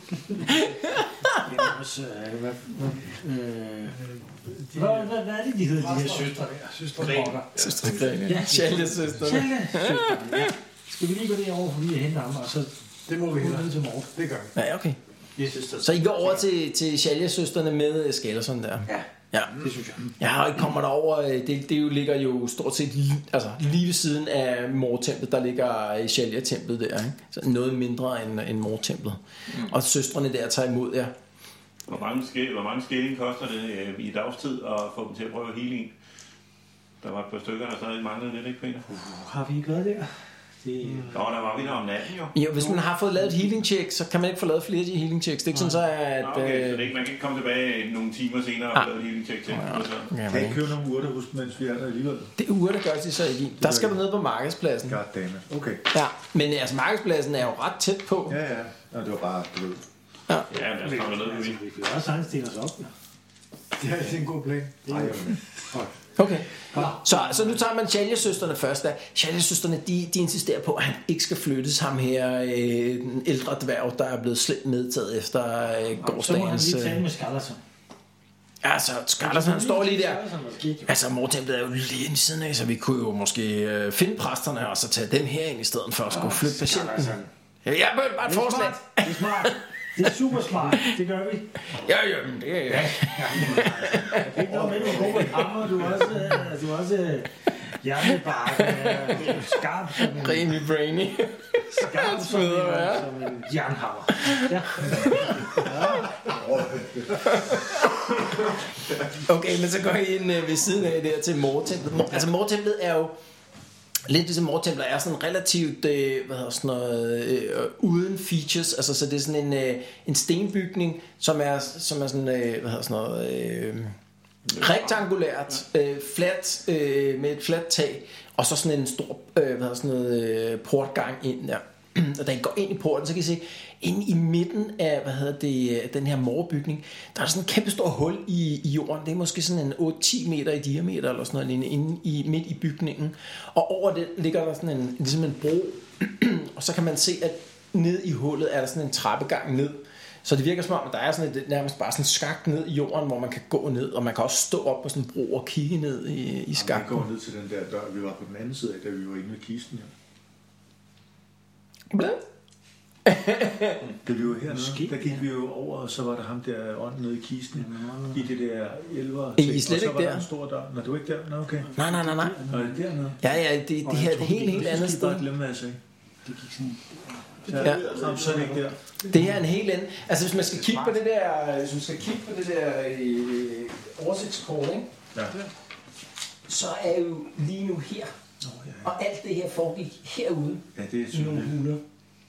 hen hos... Øh, hvad, øh, hvad, hvad, hvad er det, de hedder, de her søstre der? Søstre Brokker. Søster Grene. Ja, Shalja søster. Sjælle søstre, ja. Skal vi lige gå derover forbi og hente ham, og så... Det må vi gå hellere. ned til Mort. Det gør vi. Ja, okay. Yes, søster. Så I går over til, til Shalja-søsterne med Skallersen der? Ja, Ja. det synes jeg. Ja, og I kommer derover, det, det jo ligger jo stort set li, altså, lige ved siden af mortemplet, der ligger Shalja-templet der, ikke? Så noget mindre end, end mortemplet. Mm. Og søstrene der tager imod jer. Hvor mange, ske, hvor mange skilling koster det øh, i dagstid at få dem til at prøve healing? Der var et par stykker, der stadig manglede lidt, ikke, Peter? Har vi ikke været der? Det... Nå, der var vi der om natten, jo. Jo, hvis man har fået lavet et healing check, så kan man ikke få lavet flere af de healing checks. Det er ikke sådan så, at... Nå, okay, så det er Øh, ikke, man kan ikke komme tilbage nogle timer senere og Ah. lave et healing check til. ja, Kan man I ikke. købe nogle urter, husk, mens vi er der alligevel? Det er uger, der gør de så ikke i. Der skal du ned på markedspladsen. Goddammit. Okay. Ja, men altså markedspladsen er jo ret tæt på. Ja, ja. Nå, det var bare, du ved. Ja, men der kommer noget Altså, ud. vi kan også sagtens stille os op. Ja. Det er altid en god plan. Ej, jeg var med. Okay. Så, så nu tager man Shalja-søsterne først. Shalja-søsterne, de, de insisterer på, at han ikke skal flyttes, ham her, øh, den ældre dværg, der er blevet slemt medtaget efter øh, Så må han gårdsdagens... lige tale Øh, med Skallersen. Ja, så Skarlersen, han står lige der. Altså, mortemplet er jo lige ind i siden af, så vi kunne jo måske øh, finde præsterne og så tage dem her ind i stedet for at skulle flytte patienten. Ja, jeg bød bare et forslag. Det er smart. Det er super smart. Det gør vi. Ja, ja, men det er... Ja. Ikke noget med, du er god med hammer. Du er også... Du er også hjernebarken. Skarp som en... Rimelig brainy. Skarp som en, som en jernhammer. Ja. Okay, men så går jeg ind øh, ved siden af der til mortemplet. Mor, altså mortemplet er jo lidt ligesom mortemplet er sådan relativt øh, hvad hedder sådan noget øh, uden features, altså så det er sådan en øh, en stenbygning, som er som er sådan øh, hvad hedder sådan noget øh, rektangulært, øh, fladt øh, med et fladt tag, og så sådan en stor øh, hvad hedder sådan noget øh, portgang ind der. Og da I går ind i porten, så kan I se, inde i midten af, hvad hedder det, den her morbygning, der er sådan et kæmpe stort hul i, i jorden. Det er måske sådan en otte til ti meter i diameter, eller sådan noget, inde i, midt i bygningen. Og over det ligger der sådan en, ligesom en bro, og så kan man se, at ned i hullet er der sådan en trappegang ned. Så det virker som om, at der er sådan et, nærmest bare sådan en skakt ned i jorden, hvor man kan gå ned, og man kan også stå op på sådan en bro og kigge ned i, i skakten. Vi går ned til den der dør, vi var på den anden side af, da vi var inde ved kisten her. Blæ? Da vi var hernede, der gik vi jo over, og så var der ham der ånden nede i kisten, i det der elver. I slet ikke der? Og så var der en stor dør. Nå, du er ikke der? Nå, okay. Nej, nej, nej, nej. Nå, er det dernede? Ja, ja, det, det her er et helt, helt andet sted. Jeg glemme, hvad jeg sagde. Det gik sådan... Ja. Nå, så er det ikke der. Det her er en helt anden. Altså hvis man skal kigge på det der, hvis man skal kigge på det der øh, oversigtskort, ikke? Ja. Så er jo lige nu her. Nå, ja, ja. Og alt det her foregik herude. Ja, det er i nogle sygt. huler.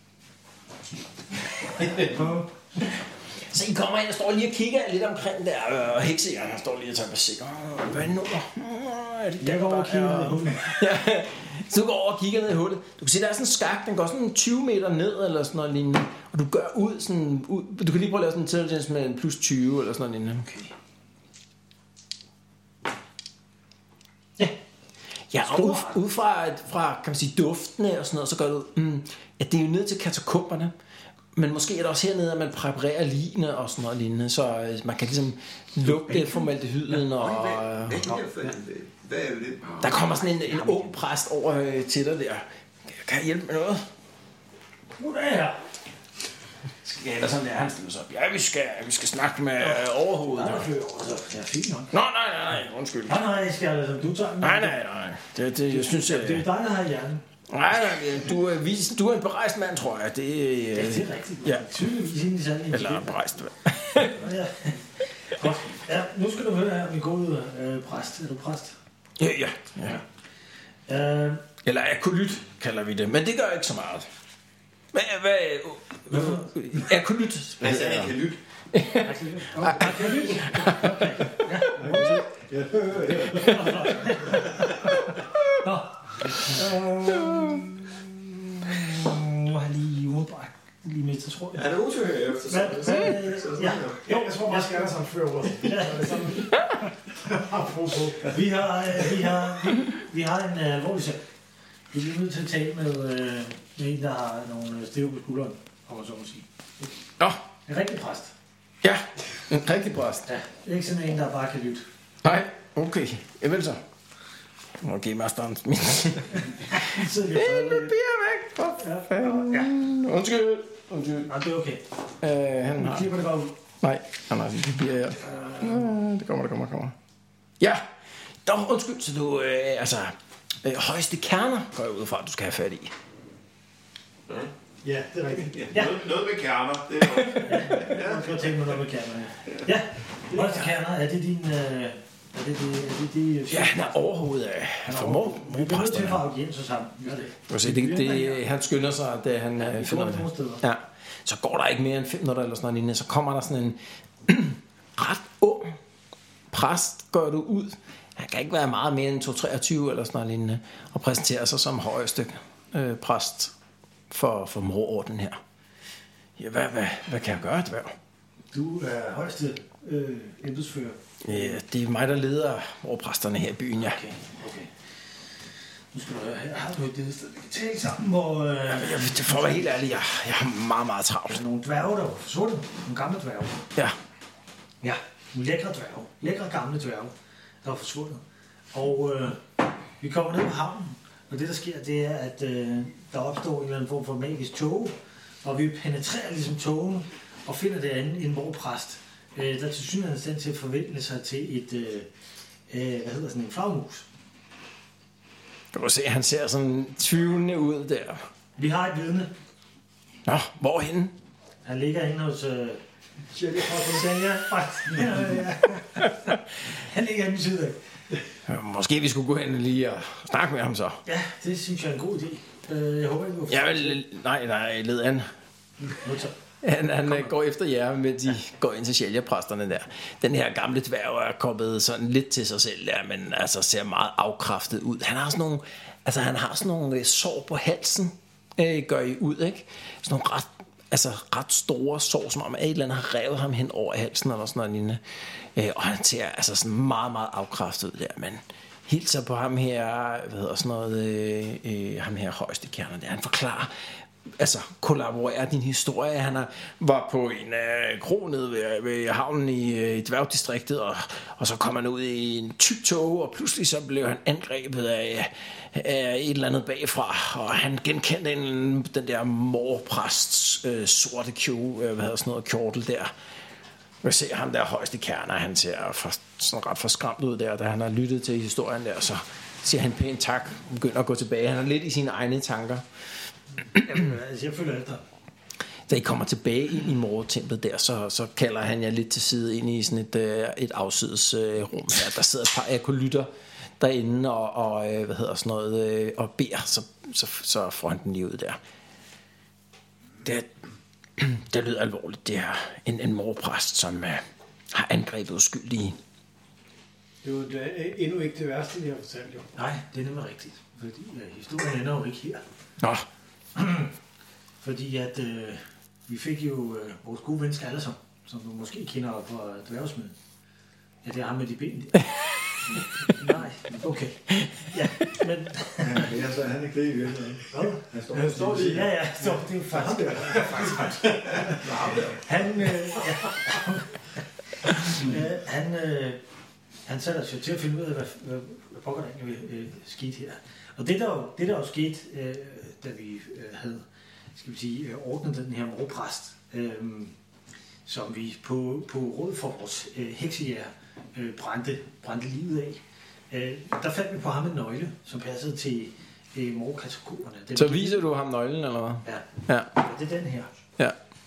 Så I kommer ind og står lige og kigger lidt omkring der, og heksejern han står lige og tager på sikker. Hvad nu? Er det Jeg går over og kigger ned i hullet. Så du går over og kigger ned i hullet. Du kan se, der er sådan en skak, den går sådan tyve meter ned, eller sådan noget lignende. Og du gør ud sådan, ud, du kan lige prøve at lave sådan en intelligence med en plus tyve, eller sådan noget lignende. Okay. Ja. Ja, og ud, ud fra, fra, kan man sige, duftene og sådan noget, så gør du, mm, ja, det er jo ned til katakomberne. Men måske er det også hernede, at man præparerer ligene og sådan noget lignende, så øh, man kan ligesom lugte formaldehyden og... Hvad, hvad, hvad, hvad er det? Der kommer sådan en, en ung præst over øh, til dig der. Kan jeg hjælpe med noget? Nu er jeg her. Skal jeg eller sådan der, han stiller sig op. Ja, vi skal, vi skal snakke med øh, overhovedet. Nej, det er fint nok. Nå, nej, nej, nej, undskyld. Nej, nej, jeg skal altså, du tager den. Nej, nej, nej. Det, det, jeg synes, det er dig, der har hjernen. Nej, nej, du er, vis, du er en berejst mand, tror jeg. Det, øh, ja, det er rigtigt. Ja. Tydeligvis ind i sanden. Eller en berejst mand. Ja. Godt. Ja, nu skal du høre her, vi går ud af øh, præst. Er du præst? Ja, ja. ja. Øh, Eller akolyt, kalder vi det. Men det gør ikke så meget. Hvad, hvad, hvad akolyt? Altså, akalyt. Akalyt? Akalyt? Okay. Nå. Nu har jeg lige umiddelbart lige med til tråd. Er det otur her efter? Ja. Jo, jeg tror bare, jeg skal have sådan før ordet. Vi har, vi har, vi har en alvorlig sag. Vi er nødt til at tale med, med en, der har nogle stæve på skulderen, om man så må sige. Nå. En rigtig præst. Ja, en rigtig præst. Ja, ikke sådan en, der bare kan lytte. Nej, okay. Jeg vil så. Okay, masteren. Min papir væk. For fanden. Ja. Undskyld. Undskyld. Nej, det er okay. Øh, han har... Klipper det bare ud. Nej, han har sin papir her. Øh, det kommer, det kommer, det kommer. Ja. Dog, undskyld, så du, øh, altså, øh, højeste kerner går jeg ud fra, at du skal have fat i. Ja, ja det er rigtigt. Ja. Ja. Noget, noget med kerner, det er jo... Ja, jeg skal tænke mig noget med kerner. Ja, højeste kerner, er det din... Øh, er det det, er det, det ja, han er overhovedet af formår. Vi bliver nødt til at få audienser sammen. Gør det. Se, det, det, han skynder sig, da han ja, finder det. Ja. Så går der ikke mere end fem minutter eller sådan noget, så kommer der sådan en ret ung præst, går du ud. Han kan ikke være meget mere end to treogtyve eller sådan noget lignende, og præsenterer sig som højeste øh, præst for, for mororden her. Ja, hvad, hvad, hvad kan jeg gøre, dværg? Du er højeste øh, embedsfører. Ja, det er mig, der leder overpræsterne her i byen, ja. Okay, okay. Nu skal du høre, her har du et lille sted, vi kan tale sammen, hvor... Øh, ja, jeg, for at være helt ærlig, jeg, jeg har meget, meget travlt. Nogle dværge, der var forsvundet. Nogle gamle dværge. Ja. Ja. nogle lækre dværge, lækre gamle dværge, der var forsvundet. Og øh, vi kommer ned på havnen, og det der sker, det er, at øh, der opstår en eller anden form for magisk tåge, og vi penetrerer ligesom tågen, og finder derinde en morpræst, øh, der til synligheden er stand til at forvente sig til et, øh, øh, hvad hedder sådan en flagmus. Du kan se, at han ser sådan tvivlende ud der. Vi har et vidne. Nå, hvorhenne? Han ligger inde hos... Øh, Sjælger fra Sjælger. Ja, ja. Han ligger inde i syd af. Måske vi skulle gå hen lige og snakke med ham så. Ja, det synes jeg er en god idé. Øh, jeg håber ikke, du Ja, vel, nej, nej, led an. Han, han går efter jer, med de går ind til sjælgerpræsterne der. Den her gamle dværg er kommet sådan lidt til sig selv der, men altså ser meget afkræftet ud. Han har sådan nogle, altså han har sådan nogle sår på halsen, øh, gør I ud, ikke? Sådan nogle ret, altså ret store sår, som om et eller andet har revet ham hen over halsen eller sådan noget lignende. Øh, og han ser altså sådan meget, meget afkræftet ud der, men hilser på ham her, hvad hedder sådan noget, øh, øh, ham her højeste kerner der. Han forklarer, altså kollaborerer din historie. Han er, var på en øh, kro nede ved, ved havnen i, øh, i dværgdistriktet, og, og så kom han ud i en tyk tog, og pludselig så blev han angrebet af, af et eller andet bagfra, og han genkendte en, den der morpræsts øh, sorte kjole, øh, hvad hedder sådan noget, kjortel der. Jeg ser ham der højeste kerner, han ser for, sådan ret forskræmt ud der, da han har lyttet til historien der, så siger han pænt tak, begynder at gå tilbage. Han er lidt i sine egne tanker. Jamen, altså, jeg følger efter. Da I kommer tilbage ind i mortemplet der, så, så kalder han jer lidt til side ind i sådan et, et afsides øh, rum her. Der sidder et par akolytter derinde og, og øh, hvad hedder sådan noget, øh, og beder, så, så, så får han den lige ud der. Det, det lyder alvorligt. Det er en, en morpræst, som øh, har angrebet uskyldige. Det er jo det, endnu ikke det værste, de har fortalt jo. Nej, det er nemlig rigtigt. Fordi ja, historien ender jo ikke her. Nå. Fordi at øh, vi fik jo øh, vores gode ven Skallersom, som du måske kender fra dværgesmeden. Ja, det er ham med de ben. Nej, okay. Ja, men... Ja, så er han ikke det i virkeligheden. Hvad? Han står, Han står lige. Ja, ja, så det er jo faktisk... Det er faktisk han... Øh, ja. øh, han... Øh, han satte os jo til at finde ud af, hvad, hvad, hvad pokker der egentlig øh, skete her. Og det der jo, det der jo skete, øh, da vi øh, havde, skal vi sige, øh, ordnet den her morpræst, øh, som vi på, på råd for vores øh, heksejæger øh, brændte, brændte livet af, øh, der fandt vi på ham en nøgle, som passede til øh, morkatakomberne. Så viser du ham nøglen, eller hvad? Ja. Ja. Ja, det er den her. Ja.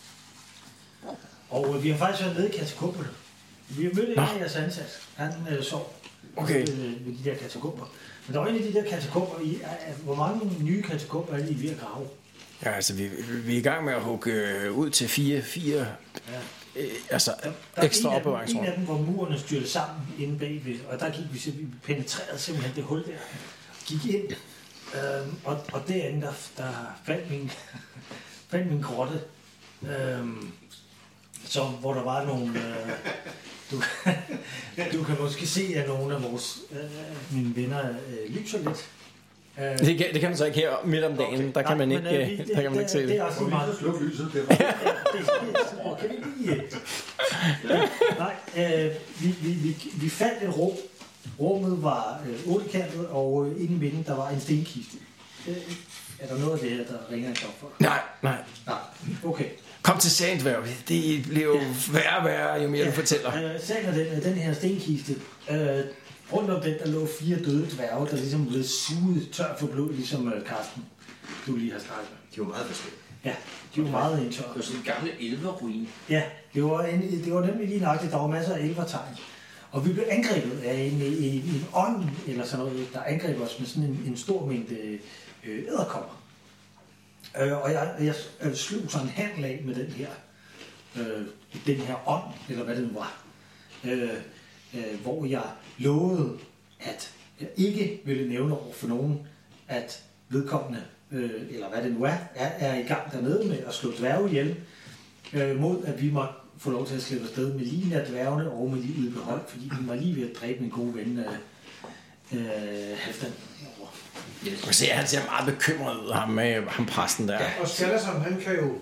Og øh, vi har faktisk været nede i katakomberne. Vi har mødt en af jeres ansat. Han øh, sov Okay. ved, ved de der katakomber. Men der var en af de der katakomber i. Hvor mange nye katakomber er det, I er ved at grave? Ja, altså vi, vi er i gang med at hugge øh, ud til fire, fire Ja. øh, altså Der, der ekstra er en af, dem, opbevaringsrum. en af dem, hvor murene styrte sammen inde bagved, og der gik vi, så vi penetrerede simpelthen det hul der. Gik ind, øhm, og, og derinde, der, der fandt min, fandt min grotte, øhm, som, hvor der var nogle... Øh, du, du kan måske se, at nogle af vores øh, mine venner øh, lyser lidt. Øh, Det kan, det kan man så ikke her midt om dagen. Okay. Der kan man Nej, ikke, men, øh, øh, vi- det- der kan man ikke se det det. er også Og vi meget. kan slukke lyset. Det er Ja, det, det, åh, kan vi lige... Ja, nej, øh, vi, vi, vi, vi fandt et rum. Rummet var øh, ottekantet, og øh, inde i midten, der var en stenkiste. Øh, er der noget af det her, der ringer en klok for? Nej, nej. Nej, okay. Kom til Sandværv. Det bliver jo værre og værre, jo mere du fortæller. Øh, sagen er den, at den her stenkiste, øh, rundt om den, der lå fire døde dværge, der ligesom blev suget tør for blod, ligesom øh, Karsten, du lige har snakket med. De var meget forskellige. Ja, de var meget indtør. Det var sådan en gammel elverruin. Ja, det var, en, det var nemlig lige nøjagtigt. Der var masser af elvertegn. Og vi blev angrebet af en, en, en ånd, eller sådan noget, der angreb os med sådan en, en stor mængde øh, æderkopper. Øh, og jeg, jeg, jeg slog sådan en handel af med den her, øh, den her ånd, eller hvad det nu var. Øh, øh, hvor jeg lovede, at jeg ikke ville nævne over for nogen, at vedkommende, øh, eller hvad det nu er, er, er i gang dernede med at slå dværge ihjel, øh, mod at vi måtte få lov til at slippe afsted med lige af dværgene og med livet i behold, fordi vi var lige ved at dræbe min gode ven, øh, øh, Halfdan. Du kan se, at han ser meget bekymret ud, ham, med ham præsten der. Og Skallersom, han kan jo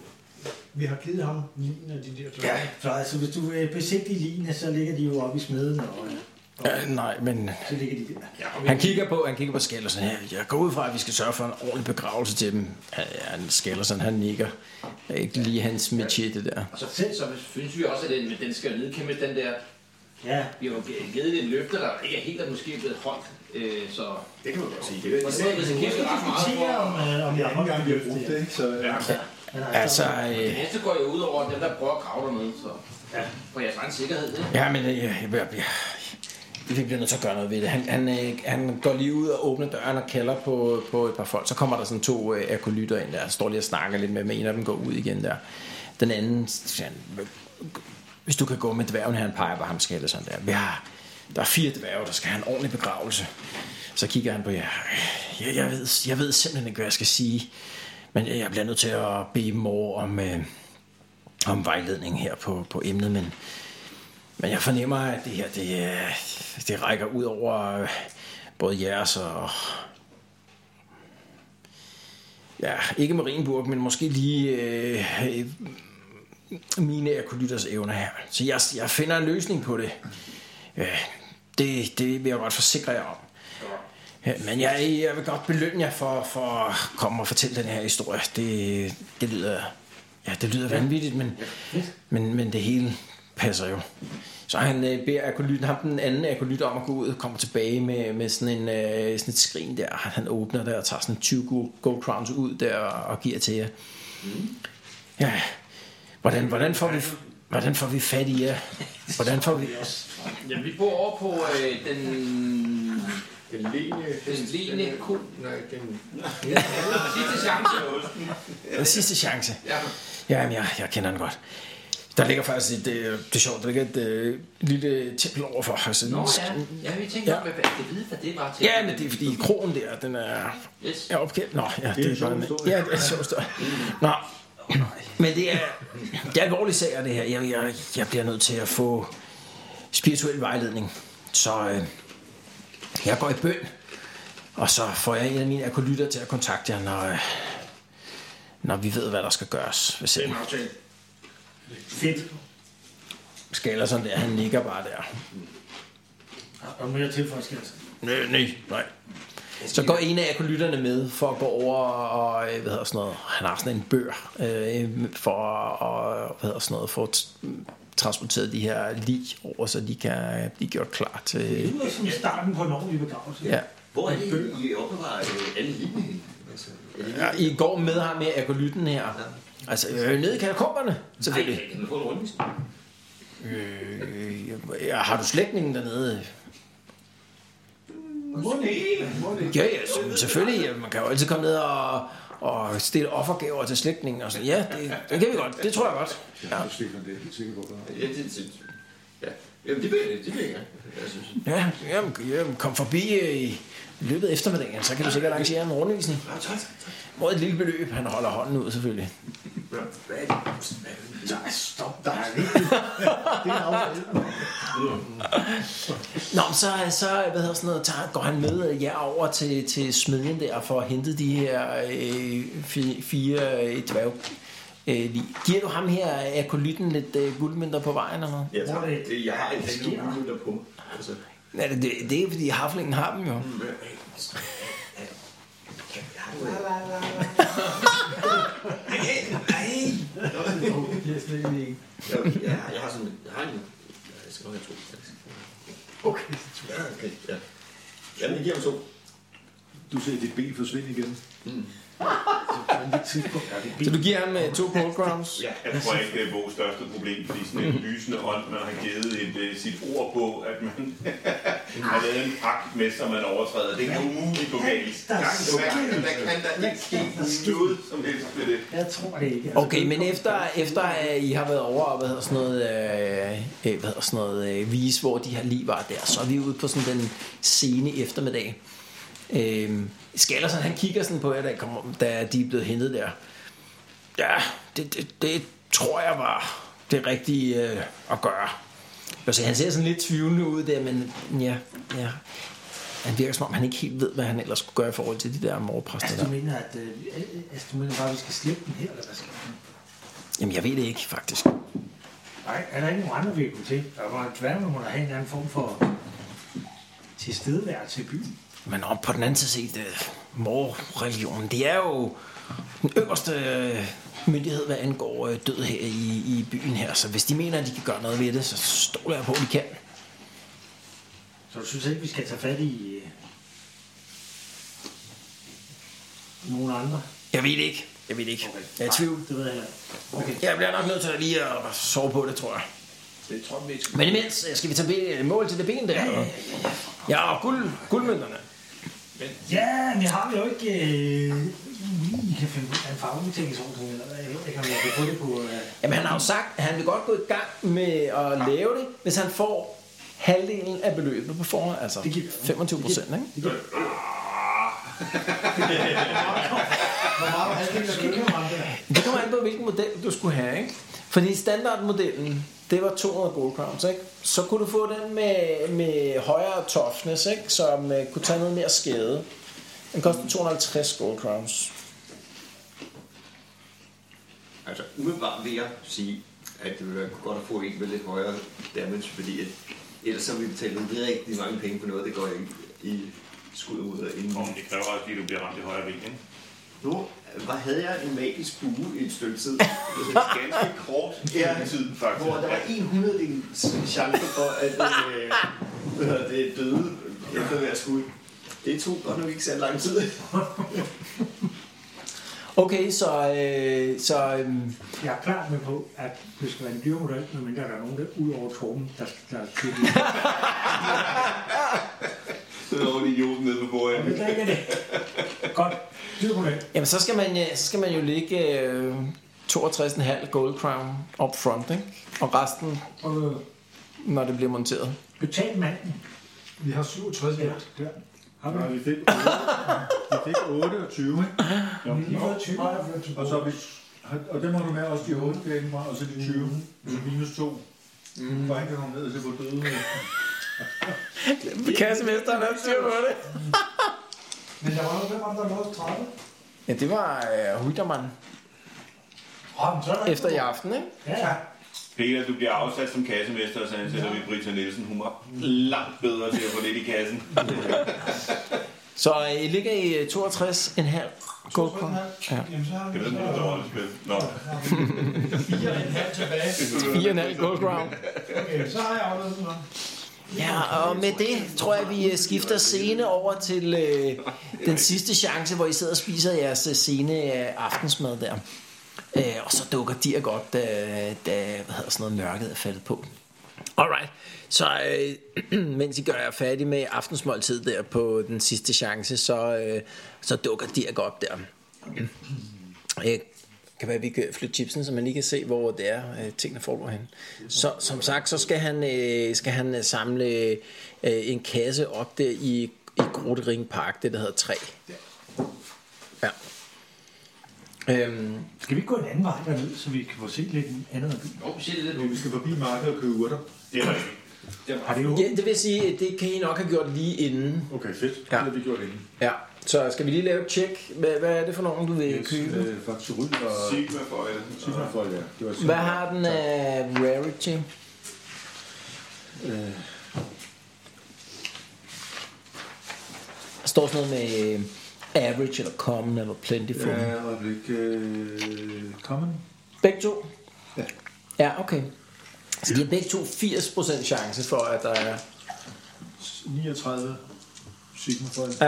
Vi har givet ham ligen af de der dværge. Ja, så altså, hvis du er besigtig lignende, så ligger de jo oppe i smeden, og, og Ja, nej, men så ligger de der. ja, han kigger på, han kigger på Skellersen her. Jeg går ud fra, at vi skal sørge for en ordentlig begravelse til dem. Ja, ja, Skellersen, han nikker. Det er ikke lige hans metier, det der. Og så, så synes vi også, at den, den skal nedkæmpes, den der... Ja. Vi har jo givet det en løfte, der ikke er helt er måske blevet holdt, øh, så... Det kan man godt sige. Det er sådan, at vi skal ret meget diskutere, om, for... øh, om jeg har holdt vi har brugt det, ikke? Så, Ja. Altså, Det øh, næste går jo ud over dem, der prøver at grave dernede, så... Ja. For jeres egen sikkerhed, ikke? ja, men øh, jeg, jeg, jeg, vi bliver nødt til at gøre noget ved det. Han, han, øh, han går lige ud og åbner døren og kalder på, på et par folk. Så kommer der sådan to øh, akolytter ind der. Han står lige og snakker lidt med, med en af dem går ud igen der. Den anden, siger han, hvis du kan gå med dværgen her, han peger på ham, skal sådan der. Vi har, der er fire dværge, der skal have en ordentlig begravelse. Så kigger han på jer. Jeg, jeg, ved, jeg ved simpelthen ikke, hvad jeg skal sige. Men jeg bliver nødt til at bede mor om, øh, om vejledning her på, på emnet. Men, men jeg fornemmer, at det her, det, øh, det rækker ud over øh, både jeres og... Ja, ikke Marienburg, men måske lige øh, øh, mine akolytters evner her. Så jeg, jeg finder en løsning på det. Øh, det. Det vil jeg godt forsikre jer om. Ja, men jeg, jeg vil godt belønne jer for, for at komme og fortælle den her historie. Det, det lyder, ja, det lyder vanvittigt, men, men, men det hele passer jo. Så han øh, beder akolytten, ham den anden akolyt om at gå ud og komme tilbage med, med sådan, en, øh, sådan et skrin der. Han åbner der og tager sådan tyve gold crowns ud der og, og giver til jer. Ja, hvordan, hvordan, får vi, hvordan får vi fat i jer? Hvordan får vi... Jamen, vi bor over på øh, den... Den lene... Den lene ko. Nej, den... Sidste chance. Den sidste chance. Ja. Ja, men jeg, jeg kender den godt. Der ligger faktisk et, det, det er sjovt, der ligger et, et lille tempel overfor. Altså, Nå ja, ja vi tænkte ja. om, hvad det vide, hvad det var til. Ja, men det er fordi krogen der, den er, Yes. er opkaldt. Nå, ja, det, Det er er en sjov bare en, historie. ja, det er en sjov historie. Nå, men det er, det er alvorlige sager, det her. Jeg, jeg, jeg bliver nødt til at få spirituel vejledning. Så øh, jeg går i bøn, og så får jeg en af mine akolytter til at kontakte jer, når, øh, når vi ved, hvad der skal gøres. Hvis jeg Fedt. skaler sådan der, han nikker bare der. Og mere til for at skille sig. Nej, nej, nej. Så går en af akolytterne med for at gå over og, hvad hedder sådan noget, han har sådan en bør, øh, for at, hvad hedder sådan noget, for at transportere de her lig over, så de kan blive gjort klar til... Det lyder som starten på en ordentlig begravelse. Ja. Hvor er det, I opbevarer alle lignende? Altså, Ja, I går med ham med akolytten her. Altså, øh, nede i katakomberne, selvfølgelig. Nej, kan du få en rundvisning? Øh, ja, har du slægtningen dernede? Ja, ja, selvfølgelig. Ja, man kan jo altid komme ned og, og stille offergaver til slægtningen og sådan. Ja, det, det kan vi godt. Det tror jeg godt. Ja, Ja. Stefan, det er helt sikkert, hvor der er. Ja, det, det, ja. Jamen, det vil jeg, det vil jeg gerne. Jeg synes. ja jamen, jamen, kom forbi øh, i løbet af eftermiddagen, så kan du sikkert arrangere en rundvisning. Mod et lille beløb. Han holder hånden ud, selvfølgelig. Hvad er det? Nej, stop. Der er vigtigt. Det er aftalt. Nå, så, så hvad hedder sådan noget, tager, går han med jer over til, til smedjen der for at hente de her øh, fire, fire øh, dværg. Øh, lige. Giver du ham her akolytten lidt øh, guldmønter på vejen eller noget? Jeg, tager, det, jeg har en ting nogle der på mig. Altså, Ja, det, det, det er fordi haflingen har dem jo. jeg, jeg, jeg har sådan jeg har en... Jeg skal nok have to. Okay, Ja, okay. Ja. Jamen, jeg giver ham to. Du ser dit ben forsvinde igen. Så du giver ham uh, to gold crowns? Ja, jeg tror ikke, det er vores største problem, fordi sådan en lysende ånd, man har givet et, uh, sit ord på, at man har lavet en pagt med, som man overtræder. Det kan umuligt gå galt. Der er Gang på gang, der kan der ikke ske noget som helst med det. Jeg tror det ikke. Okay, men efter, efter at I har været over og hvad hedder sådan noget, øh, øh, hvad hedder sådan noget øh, vise, hvor de her liv var der, så er vi ude på sådan den sene eftermiddag. Øh, Skallersen, han kigger sådan på jer, da, kommer, da de er blevet hentet der. Ja, det, det, det tror jeg var det rigtige øh, at gøre. Altså, han ser sådan lidt tvivlende ud der, men ja, ja. Han virker som om, han ikke helt ved, hvad han ellers skulle gøre i forhold til de der morpræster Altså, der. du mener, at øh, altså, du mener bare, at vi skal slippe den her, eller hvad skal Jamen, jeg ved det ikke, faktisk. Nej, er der ikke nogen andre, vi kunne til? Der var et dværge, må der have en anden form for tilstedeværelse i byen. Men om på den anden side set, uh, mor-religionen, det er jo den øverste uh, myndighed, hvad angår uh, død her i, i byen her. Så hvis de mener, at de kan gøre noget ved det, så stoler jeg på, at de kan. Så du synes ikke, vi skal tage fat i uh, nogen andre? Jeg ved det ikke. Jeg ved det ikke. Okay. Jeg er i tvivl. Det ved jeg ikke. Okay. Jeg bliver nok nødt til at lige at sove på det, tror jeg. Det tror jeg, vi ikke skal. Men imens, skal vi tage ben, mål til det ben der? Ja, ja, ja. Ja, ja og guld, guldmønterne. Men... Ja, men jeg har jo ikke... Øh... I kan finde ud af en faglig ting i sådan noget, eller jeg ved ikke, om jeg kan få det på... Øh... Jamen, han har jo sagt, at han vil godt gå i gang med at lave det, hvis han får halvdelen af beløbet på forhånd. Altså det giver femogtyve procent, ikke? Det giver... Hvor meget halvdelen af beløbet var det? Det kommer an på, hvilken model du skulle have, ikke? Fordi standardmodellen, det var to hundrede gold crowns, ikke? Så kunne du få den med, med højere toughness, ikke? Som uh, kunne tage noget mere skade. Den kostede to hundrede og halvtreds gold crowns. Altså, umiddelbart vil jeg sige, at det ville være godt at få en med lidt højere damage, fordi at, ellers så vil vi betale rigtig mange penge på noget, det går ikke i skud ud af inden. Om det kræver også, fordi du bliver ramt i højre ben, ikke? Nu, hvad havde jeg en magisk bue i et stykke tid? Det er ganske kort i tiden, faktisk. Hvor der var en hundrededel chance for, at øh, det døde efter hver skud. Det tog godt nok ikke så lang tid. Okay, så... Øh, så øh, jeg er klart med på, at det skal være en dyremodel, medmindre der er nogen, der ud over Torben, der der er tydeligt. Så er der idioten nede på bordet. Men det er ikke det. Godt. Dyremodel. Jamen, så skal man, så skal man jo lægge øh, toogtres komma fem gold crown up front, ikke? Og resten, Og når det bliver monteret. betal manden. Vi har syvogtres Ja. hvert. Ja. Har Ja, vi? vi fik otte, vi fik otte og tyve, ikke? Vi har lige fået tyve. Og så har vi, og dem har du med også de otte penge fra, og så de tyve. Så minus to. Mm. For han kan komme ned og se på døde. Kassemesteren har styr på det. Men der var noget, hvem var der noget tredive? Ja, det var øh, Hultermann. Åh, men så er der Efter i aften, ikke? Ja, ja. Peter, du bliver afsat som kassemester, og så ansætter vi Britta Nielsen. Hun var langt bedre til at få lidt i kassen. Så øh, I ligger i toogtres komma fem gold crown. Ja. Jamen, så har vi Jeg ved, så... det er dårligt spil. Nå. Fire og en halv tilbage. fire komma fem gold crown. Okay, så har jeg afledet sådan noget. Ja, og med det tror jeg, vi skifter scene over til øh, den sidste chance, hvor I sidder og spiser jeres sene øh, aftensmad der. Øh, og så dukker Dirk op, da, da hvad hedder sådan noget, mørket er faldet på. Alright, så øh, mens I gør jer færdig med aftensmåltid der på den sidste chance, så, øh, så dukker Dirk op der. Øh, kan være, at vi kan flytte chipsen, så man lige kan se, hvor det er, øh, tingene foregår hen. Så som sagt, så skal han, øh, skal han øh, samle øh, en kasse op der i, i Grotering Park, det der hedder tre. Ja. Øhm, Skal vi ikke gå en anden vej derned, så vi kan få set lidt andet af byen? Jo, vi siger det lidt. Jo, vi skal forbi markedet og købe urter. Det er rigtigt. Har det jo? ja, det vil sige, at det kan I nok have gjort lige inden. Okay, fedt. Ja. Det har vi gjort inden. Ja. Så skal vi lige lave et tjek. Hvad, hvad er det for nogen, du vil Yes, købe? øh, faktisk ryg og Sigma for jer. Sigma for, ja. Det var Hvad har den af uh, rarity? Øh, Der står sådan noget med uh, average, eller common, eller plentiful. Ja. ja, øjeblik. Øh, common? Begge to? Ja. Ja, okay. Så de har begge to firs procent chance for, at der er... niogtredive Sigma for Ja,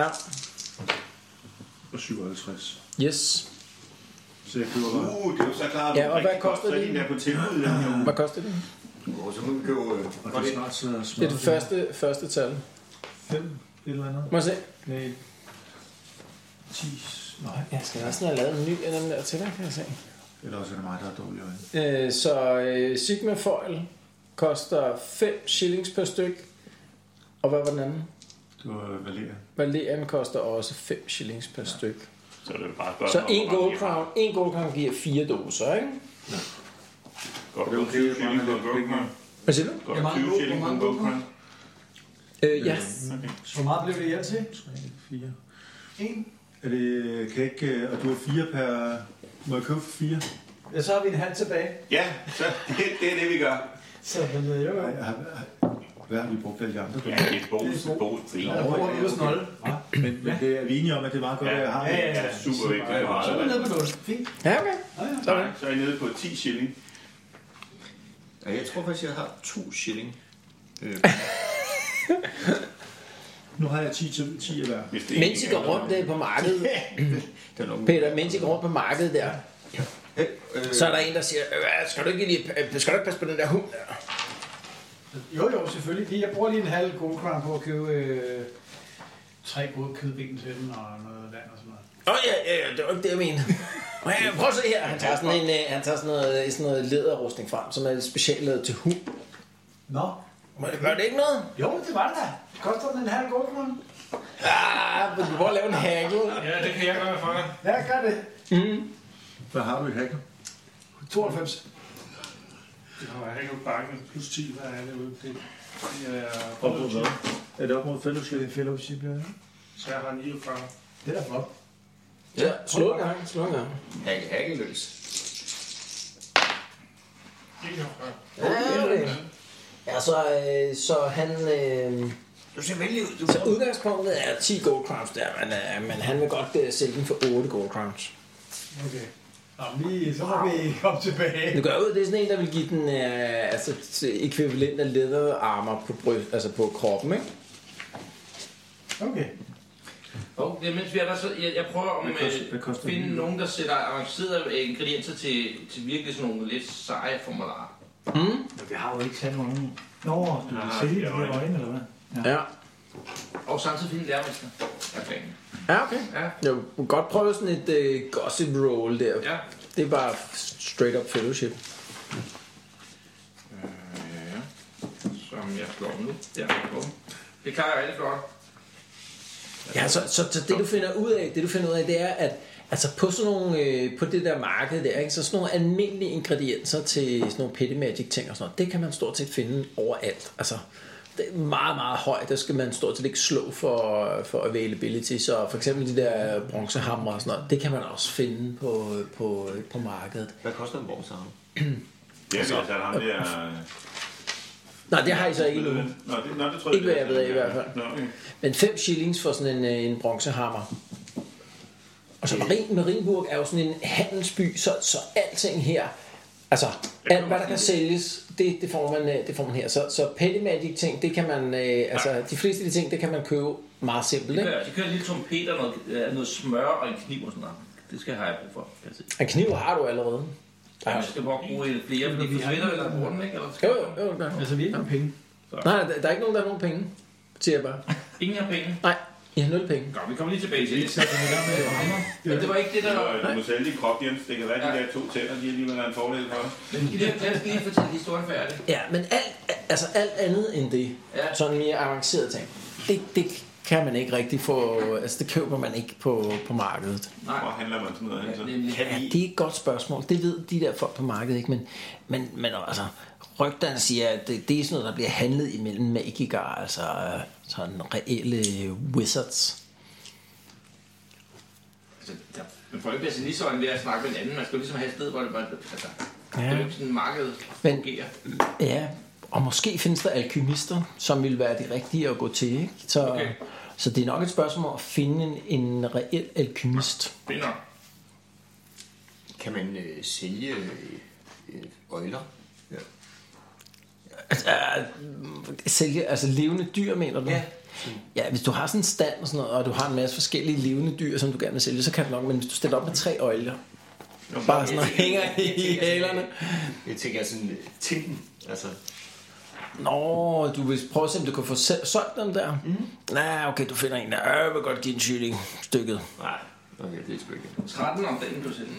og syvoghalvtreds. yes. Så jeg køber bare. Uh, det er jo så klart. Ja, og hvad koster det? Så de der på tilbud. Ja. Hvad koster det? Og så må vi købe... Øh, Og godt det er ind. snart så Det er smart. det første, første tal. fem et eller andet. Må jeg se? Nej. ti. Nej, jeg skal også have lavet en ny af dem der til dig, kan jeg se. Eller også er det mig, der er dårlig øjne. Øh, så øh, Sigma Foil koster fem shillings per styk. Og hvad var den anden? Det var Valeria. Valerian koster også fem shillings per ja. styk. Så er det bare godt. Så en gold crown, en gold crown giver fire doser, ikke? Godt, det er tyve shilling på Gold Crown. Hvad siger du? Godt, Hvor mange tyve gold- shilling hvor på mange Gold gold Crown. Øh, ja. Okay. Hvor meget blev det her til? tre, fire. En? Er det, kan jeg ikke, og du har fire per, må jeg købe for fire? Ja, så har vi en halv tilbage. Ja, så det, det er det, vi gør. Så, men øh, jo, jo. Hvad har vi brugt alle de andre? Ja, det er bonus. bonus. Ja, hvor er vi hos nul? Men, men det er vi enige om, at det er meget godt, at jeg har. Ja, ja, ja, super vigtigt. Det er meget. Så er vi nede på nul. Fint. Ja, okay. Så, så er I nede på ti shilling. Ja, jeg tror faktisk, jeg har to shilling. Øh, Nu har jeg ti til ti af hver. Hvis det Mens I går rundt der på markedet, det er nok Peter, mens I går rundt på markedet der, øh, øh, så er der en, der siger, "Øh, skal du ikke lige, øh, skal du ikke passe på den der hund der? Jo, jo, selvfølgelig. Lige- Jeg bruger lige en halv gold crown på at købe øh, tre gode kødben til den og noget vand og sådan noget. Åh oh, ja, ja, ja, det var ikke det, jeg mener. Ja, prøv at se her. Han tager sådan en, øh, han tager sådan noget, sådan noget læderrustning frem, som er specielt lavet til hund. Nå, Men det gør det ikke noget? jo, det var det da. Koster den en halv gold crown? Ah, men du prøver at lave en hagel. Ja, det kan jeg gøre for dig. Ja, gør det. Mm. Hvad har du i hacken? tooghalvfems. Det har jeg ikke bakken plus ti, hvad er det ude? Det det er Op mod hvad? Er det op mod fellowship? Det er fellowship, ja. så jeg har niogfyrre. Det er da flot. Ja, slå en gang, slå en gang. Hakke, hakke løs. enogfyrre. Ja, okay. Ja, så, øh, så han... Øh, Du ser venlig ud. Du så udgangspunktet er ti gold crowns der, men, øh, men han vil godt øh, sælge den for otte gold crowns. Okay. Nå, lige, så må vi komme tilbage. Det gør ud, det er sådan en, der vil give den øh, altså, ekvivalent af leather armor på, bryst, altså på kroppen, ikke? Okay. Og det, mens vi er der, så jeg, jeg prøver om Hvad koster- hvad at koster finde den? nogen, der sætter avancerede ingredienser til, til virkelig sådan nogle lidt seje formularer. Mm? Vi har jo ikke sat nogen... Nå, du vil Nej, sælge de det er her øjne. øjne, eller hvad? Ja. Og samtidig finde lærermester. Er planen. Ja, okay. Ja. Jeg vil godt prøve sådan et øh, gossip roll der. Ja. Det er bare straight up fellowship. Øh, ja. Som jeg slår nu. Ja, bum. Det klarer jeg rigtig flot. Ja, så, så, så det du finder ud af, det du finder ud af, det er, at altså på sådan nogle, øh, på det der marked der, ikke, så sådan nogle almindelige ingredienser til sådan nogle petty magic ting og sådan noget, det kan man stort set finde overalt. Altså, det er meget, meget højt, der skal man stort set ikke slå for, for availability, så for eksempel de der bronzehamre og sådan noget, det kan man også finde på, på, på markedet. Hvad koster en bronzearm? Det er altså ham der... Nej, det har I så ikke nu. Nå, det, nå, det tror jeg, Ikke hvad jeg ved af i hvert fald. Nå, okay. Men fem shillings for sådan en, øh, en bronzehammer. Og så Marin, Marienburg er jo sådan en handelsby, så, så alting her, altså alt hvad der kan sælges, det, det, får, man, øh, det får man her. Så, så petty magic ting, det kan man, øh, altså de fleste af de ting, det kan man købe meget simpelt. De Ikke? kører, de kører en lille trompeter, noget, øh, noget smør og en kniv og sådan noget. Det skal jeg have brug for, kan jeg se. En kniv har du allerede. Ja, jeg skal bare bruge lidt flere, fordi de forsvinder eller bruger den, ikke? Eller skal Jo, jeg- jo, jo, jo. Altså, vi er ikke nogen penge. Nej, der, der er ikke nogen, der har nogen penge, siger jeg bare. Ingen har penge. Nej, I har nul penge. Nå, vi kommer lige tilbage til det. Så kan vi gang med Men det var ikke det, der var... Du må sælge din krop, Jens. Det kan være, at de der to tænder, de alligevel er en fordel for dig. Men jeg skal lige fortælle historien færdig. Ja, men alt, altså alt andet end det, Ja. sådan mere avancerede ting, det, det kan man ikke rigtig få, altså det køber man ikke på, på markedet. Nej. Hvor handler man sådan noget hen, Ja, så? nemlig. Ja, det er et godt spørgsmål. Det ved de der folk på markedet ikke, men, men, men altså, rygterne siger, at det, det er sådan noget, der bliver handlet imellem magikere, altså øh, sådan reelle wizards. Altså, der, man får ikke blive lige sådan ved at snakke med en anden. Man skal jo ligesom have et sted, hvor det bare... Altså, ja. Det er jo ikke sådan, markedet Men- fungerer. Ja, og måske findes der alkymister, som vil være de rigtige at gå til, ikke? Så, Okay. så det er nok et spørgsmål om at finde en, en reel alkymist. Det er nok. Kan man øh, sælge øh, øh, øjler? Ja. Altså, øh, sælge, altså levende dyr, mener du? Ja. Ja, hvis du har sådan en stand og sådan noget, og du har en masse forskellige levende dyr, som du gerne vil sælge, så kan du nok, men hvis du stiller op med tre øjler, bare sådan og hænger i halerne. Jeg tænker sådan øh, ting, altså... Nå, du vil prøve at se, om du kan få selv solgt dem der? Mm. Nej, okay, du finder en der, øh, jeg vil godt give en kylling stykket. Nej, okay, det er sgu ikke. tretten om den, du selv.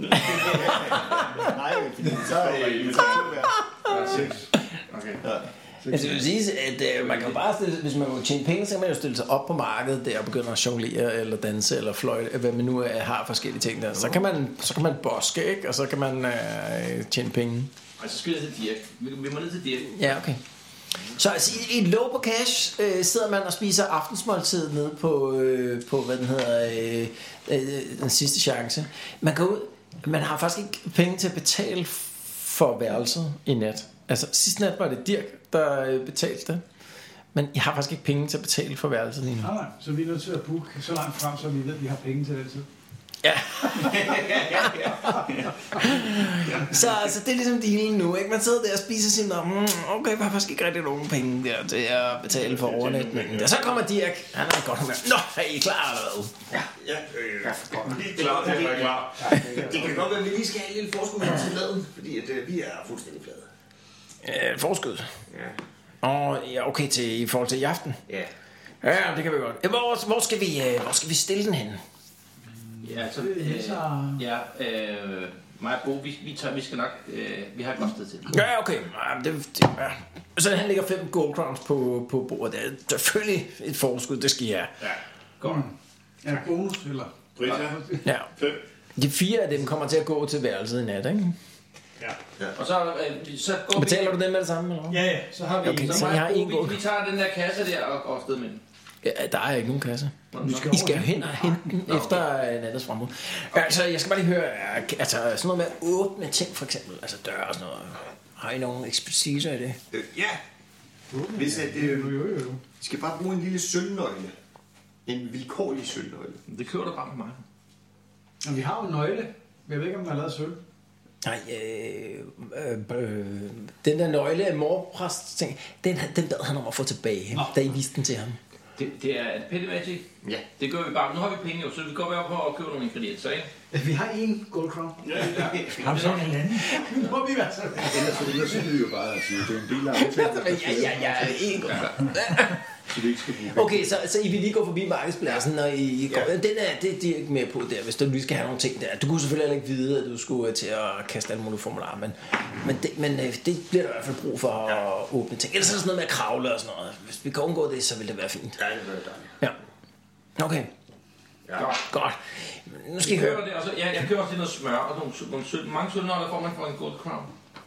Nej, fordi så er det så Ja, seks. Okay. ja. Altså, det vil sige, at øh, man kan jo bare stille, hvis man vil tjene penge, så kan man jo stille sig op på markedet der og begynde at jonglere eller danse eller fløjte, hvad man nu øh, har forskellige ting der. Så kan man, så kan man boske, ikke? Og så kan man øh, tjene penge. Og så skal jeg til Dirk. Vi, vi må ned til Dirk. Ja, okay. Så altså, i et low på cash øh, sidder man og spiser aftensmåltid nede på, øh, på hvad den hedder, øh, øh, den sidste chance. Man går ud, Man har faktisk ikke penge til at betale for værelset i nat. Altså sidste nat var det Dirk, der betalte det. Men jeg har faktisk ikke penge til at betale for værelset lige nu. Nej, nej, så vi er nødt til at booke så langt frem, så vi ved, at vi har penge til den tid. Ja. så, så det er ligesom dealen nu, ikke? Man sidder der og spiser sin mad. Mm, okay, jeg har faktisk ikke rigtig nogen penge der til at betale for overnatningen. Og så kommer Dirk. Han er godt humør. Nå, er I klar eller hvad? Ja, ja. Øh, ja, Lige klar til at være klar. Det kan godt være, at vi lige skal have en lille forskud til maden, fordi at, øh, vi er fuldstændig flade. Øh, forskud. Ja. Og ja, okay, til, i forhold til i aften. Ja. Ja, det kan vi godt. Hvor, hvor, skal, vi, hvor skal vi stille den henne? Ja, altså, øh, ja, øh, mig og Bo, vi, vi, tager, vi skal nok, øh, vi har et godt sted til det. Ja, okay. Ja, det, det, ja. Så han lægger fem gold crowns på, på bordet. Det er selvfølgelig et forskud, det skal jeg. Ja, godt. Mm. Er det bonus, eller? Brita? Ja. Fem. De fire af dem kommer til at gå til værelset i nat, ikke? Ja. Og så, øh, så går Betaler vi... du dem med det samme, eller hvad? Ja, ja, så har vi... Okay, Så, så mig jeg har og Bo, en vi, gold. vi tager den der kasse der og går afsted med den. Ja, der er ikke nogen kasse. Vi skal I skal jo hen og hente den Nå, efter nattets fremmøde. Okay. Altså, jeg skal bare lige høre, altså sådan noget med at åbne ting, for eksempel, altså døre og sådan noget. Har I nogen ekspertise i det? Øh, ja. Hvis at, øh, Jo, jo, jo. vi skal bare bruge en lille sølvnøgle. En vilkårlig sølvnøgle. Det kører du bare med mig. Men vi har jo en nøgle. Jeg ved ikke, om den er lavet sølv. Nej, øh, øh, øh, den der nøgle af morpræst ting, den, den bad han om at få tilbage, Nå. da I viste den til ham. Det, det er et petty magic. Ja. Det gør vi bare. Nu har vi penge jo, så vi går bare på og køber nogle ingredienser, ikke? Vi har en gold crown. Ja, ja. Har vi så en anden? Nu må vi være så. Ellers, ellers er det jo bare at sige, det er en del af aftalen. Ja, ja, ja, en god. Så vi ikke skal bruge Okay, så, så I vil lige gå forbi markedspladsen, og I går, ja. Den er, det, det er ikke mere på der, hvis du lige skal have nogle ting der. Du kunne selvfølgelig heller ikke vide, at du skulle til at kaste alle mulige formularer, men, men, det, men det bliver der i hvert fald brug for at åbne ting. Ellers er der sådan noget med at kravle og sådan noget. Hvis vi kan undgå det, så vil det være fint. Ja, det er dejligt. Ja. Okay, Ja. godt. Nu skal I Vi køber høre. det, og så, ja, jeg køber også lige noget smør og nogle, nogle søl, mange sølvnøgler får man for en gold crown.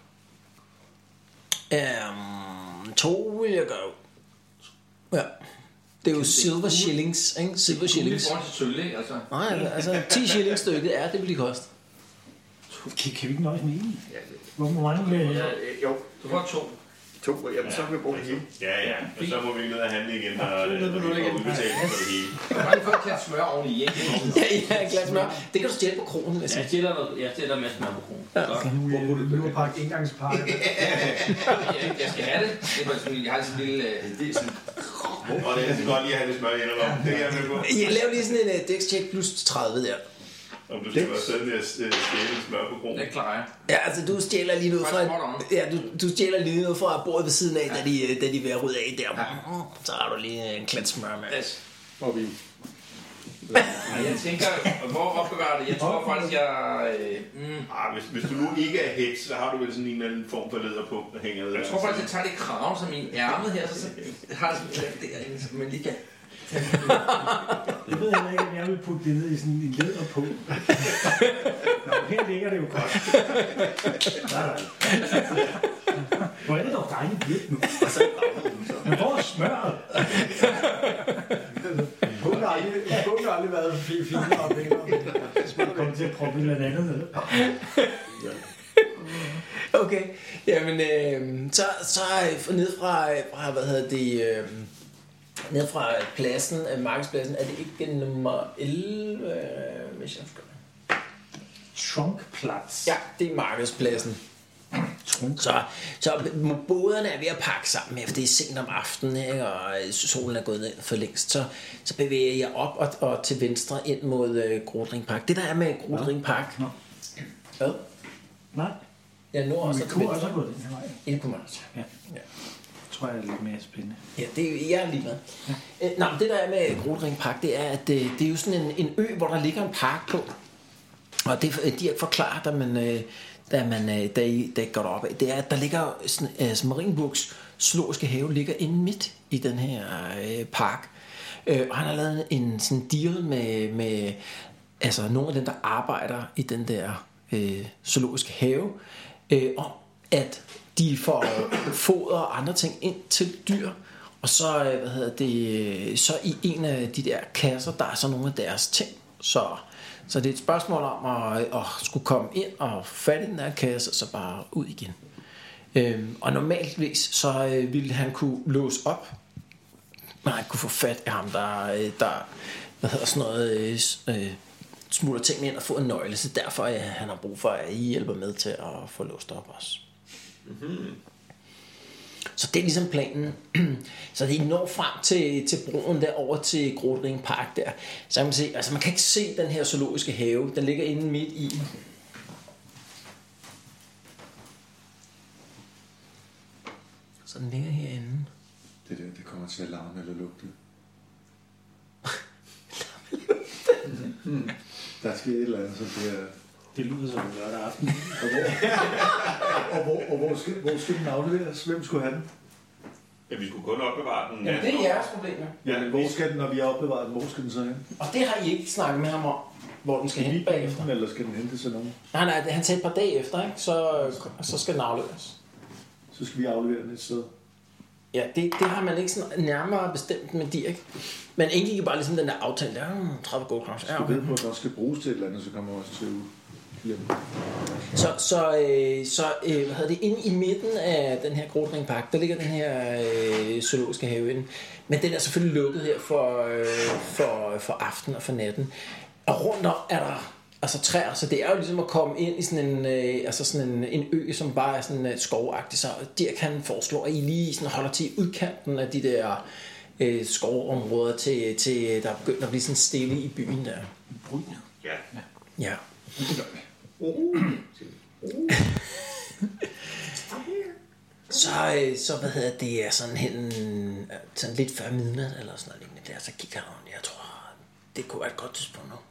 Um, to vil jeg gøre. Ja. Det er jo silver shillings, ikke? Silver shillings. Det er til sølv, ikke? Altså. Nej, altså ti shillings stykket er, det vil de koste. Kan, kan vi ikke nøjes med en? Ja, Hvor mange... Øh, ja, øh, jo, Du får to. to. Jamen, så kan vi bruge det hele. Ja, ja. Og så må vi ned og handle igen, og øh, vi får udbetalt for det hele. Bare lige få et glas smør oveni, ikke? Ja, ja, et glas smør. Det kan du stjæle på kronen, hvis Jeg jeg stiller noget, jeg stiller med smør på kronen. Ja, okay. Nu er nu er pakket engangspakke. Jeg, jeg skal have det. Det er bare sådan, jeg har sådan en lille... øh, Det er sådan... Og det er så godt lige at have lidt smør i eller Det er jeg med på. Jeg laver lige sådan en uh, dex check plus tredive der. Om du skal være sådan med at stjæle smør på kronen. Det klarer jeg. Ja, altså du stjæler lige noget fra... Spot on. Ja, du, du stjæler lige noget fra bordet ved siden af, ja. da, de, da de er ved at rydde af der. Ja. Så har du lige en klat smør med. Yes. Og vi... Og jeg tænker, hvor opbevarer det? Jeg tror faktisk, jeg... Øh, mm, Ah, hvis, hvis du nu ikke er heks, så har du vel sådan en eller anden form for læderpunkt, der hænger ved. jeg tror faktisk, jeg tager det krav som i ærmet her, så, så har det sådan lidt derinde, så man lige kan... Jeg ved heller ikke, om jeg vil putte det ned i sådan en leder på. Nå, her ligger det jo godt. Nej, nej. Hvor er det dog dejligt blødt nu. Men hvor er smøret? Hun har aldrig, hun har aldrig været finere og pænere. Jeg skulle komme til at proppe et eller andet ned. Okay, jamen øh, så, så ned fra, fra, hvad hedder det... Øh, ned fra pladsen, markedspladsen, er det ikke nummer elleve, hvis jeg skal. Trunkplads. Ja, det er markedspladsen. Så, så båderne er ved at pakke sammen efter det er sent om aftenen, ikke, og solen er gået ned for længst. Så, så bevæger jeg op og, og til venstre ind mod uh, Grodring Park. Det der er med Grodring Park. Nå. Hvad? Nej, Ja, nu også vi til kunne også venstre. have gået den her vej. Det kunne man også. Ja. Ja. Tror jeg er lidt mere spændende. Ja, det er jeg er lige med. Ja. Nå, men det der er med Grodring Park, det er, at det, det er jo sådan en, en ø, hvor der ligger en park på. Og det de har forklaret, da man, da man da I, da I går op af, det er, at der ligger sådan, altså Marienburgs zoologiske have ligger inde midt i den her øh, park. Øh, og han har lavet en sådan deal med, med altså nogle af dem, der arbejder i den der øh, zoologiske have, øh, om at de får foder og andre ting ind til dyr. Og så, hvad hedder det, så i en af de der kasser, der er så nogle af deres ting, Så, så det er et spørgsmål om at, at skulle komme ind og fat i den der kasse, og så bare ud igen. Øhm, og normaltvis så øh, ville han kunne låse op, men han kunne få fat i ham, der, øh, der hvad hedder sådan noget, øh, øh, smutter tingene ind og få en nøgle. Så derfor ja, han har brug for, at I hjælper med til at få låst op også. Mm-hmm. Så det er ligesom planen. Så det når frem til, til broen der over til Grotring Park der. Så kan man se, altså man kan ikke se den her zoologiske have. Den ligger inde midt i. Så den ligger herinde. Det der, det kommer til at larme eller lugte. Der sker et eller andet, som det er... Det lyder som en lørdag aften. Og hvor, og hvor, og hvor, skal, hvor skal den afleveres? Hvem skulle have den? Ja, vi skulle kun opbevare den. Jamen det er jeres problem. Ja, men hvor skal den, når vi har opbevaret den? Hvor skal den så hen? Og det har I ikke snakket med ham om, hvor den skal hen bagefter. Eller skal den hente til nogen? Nej, nej, han tager et par dage efter, ikke? Så, så skal den afleveres. Så skal vi aflevere den et sted. Ja, det, det har man ikke sådan nærmere bestemt med Dirk. Men indgik bare ligesom den der aftale, der er tredive gold crowns. Ja, okay. Ved på, at der også skal bruges til et eller andet, så kommer også til ud. Så, så, øh, så øh, hvad hedder det, inde i midten af den her Grotring Park, der ligger den her øh, zoologiske have inde. Men den er selvfølgelig lukket her for, øh, for, for aften og for natten. Og rundt om er der altså træer, så det er jo ligesom at komme ind i sådan en, øh, altså sådan en, en ø, som bare er sådan uh, skovagtig. Så Dirk kan foreslå, at I lige sådan holder til udkanten af de der øh, skovområder, til, til der er begyndt at blive sådan stille i byen der. Ja. Ja. Ja. så, øh, så hvad hedder det, er sådan hen, sådan lidt før midnat eller sådan noget lignende der, så kigger han rundt. Jeg tror, det kunne være et godt tidspunkt nu.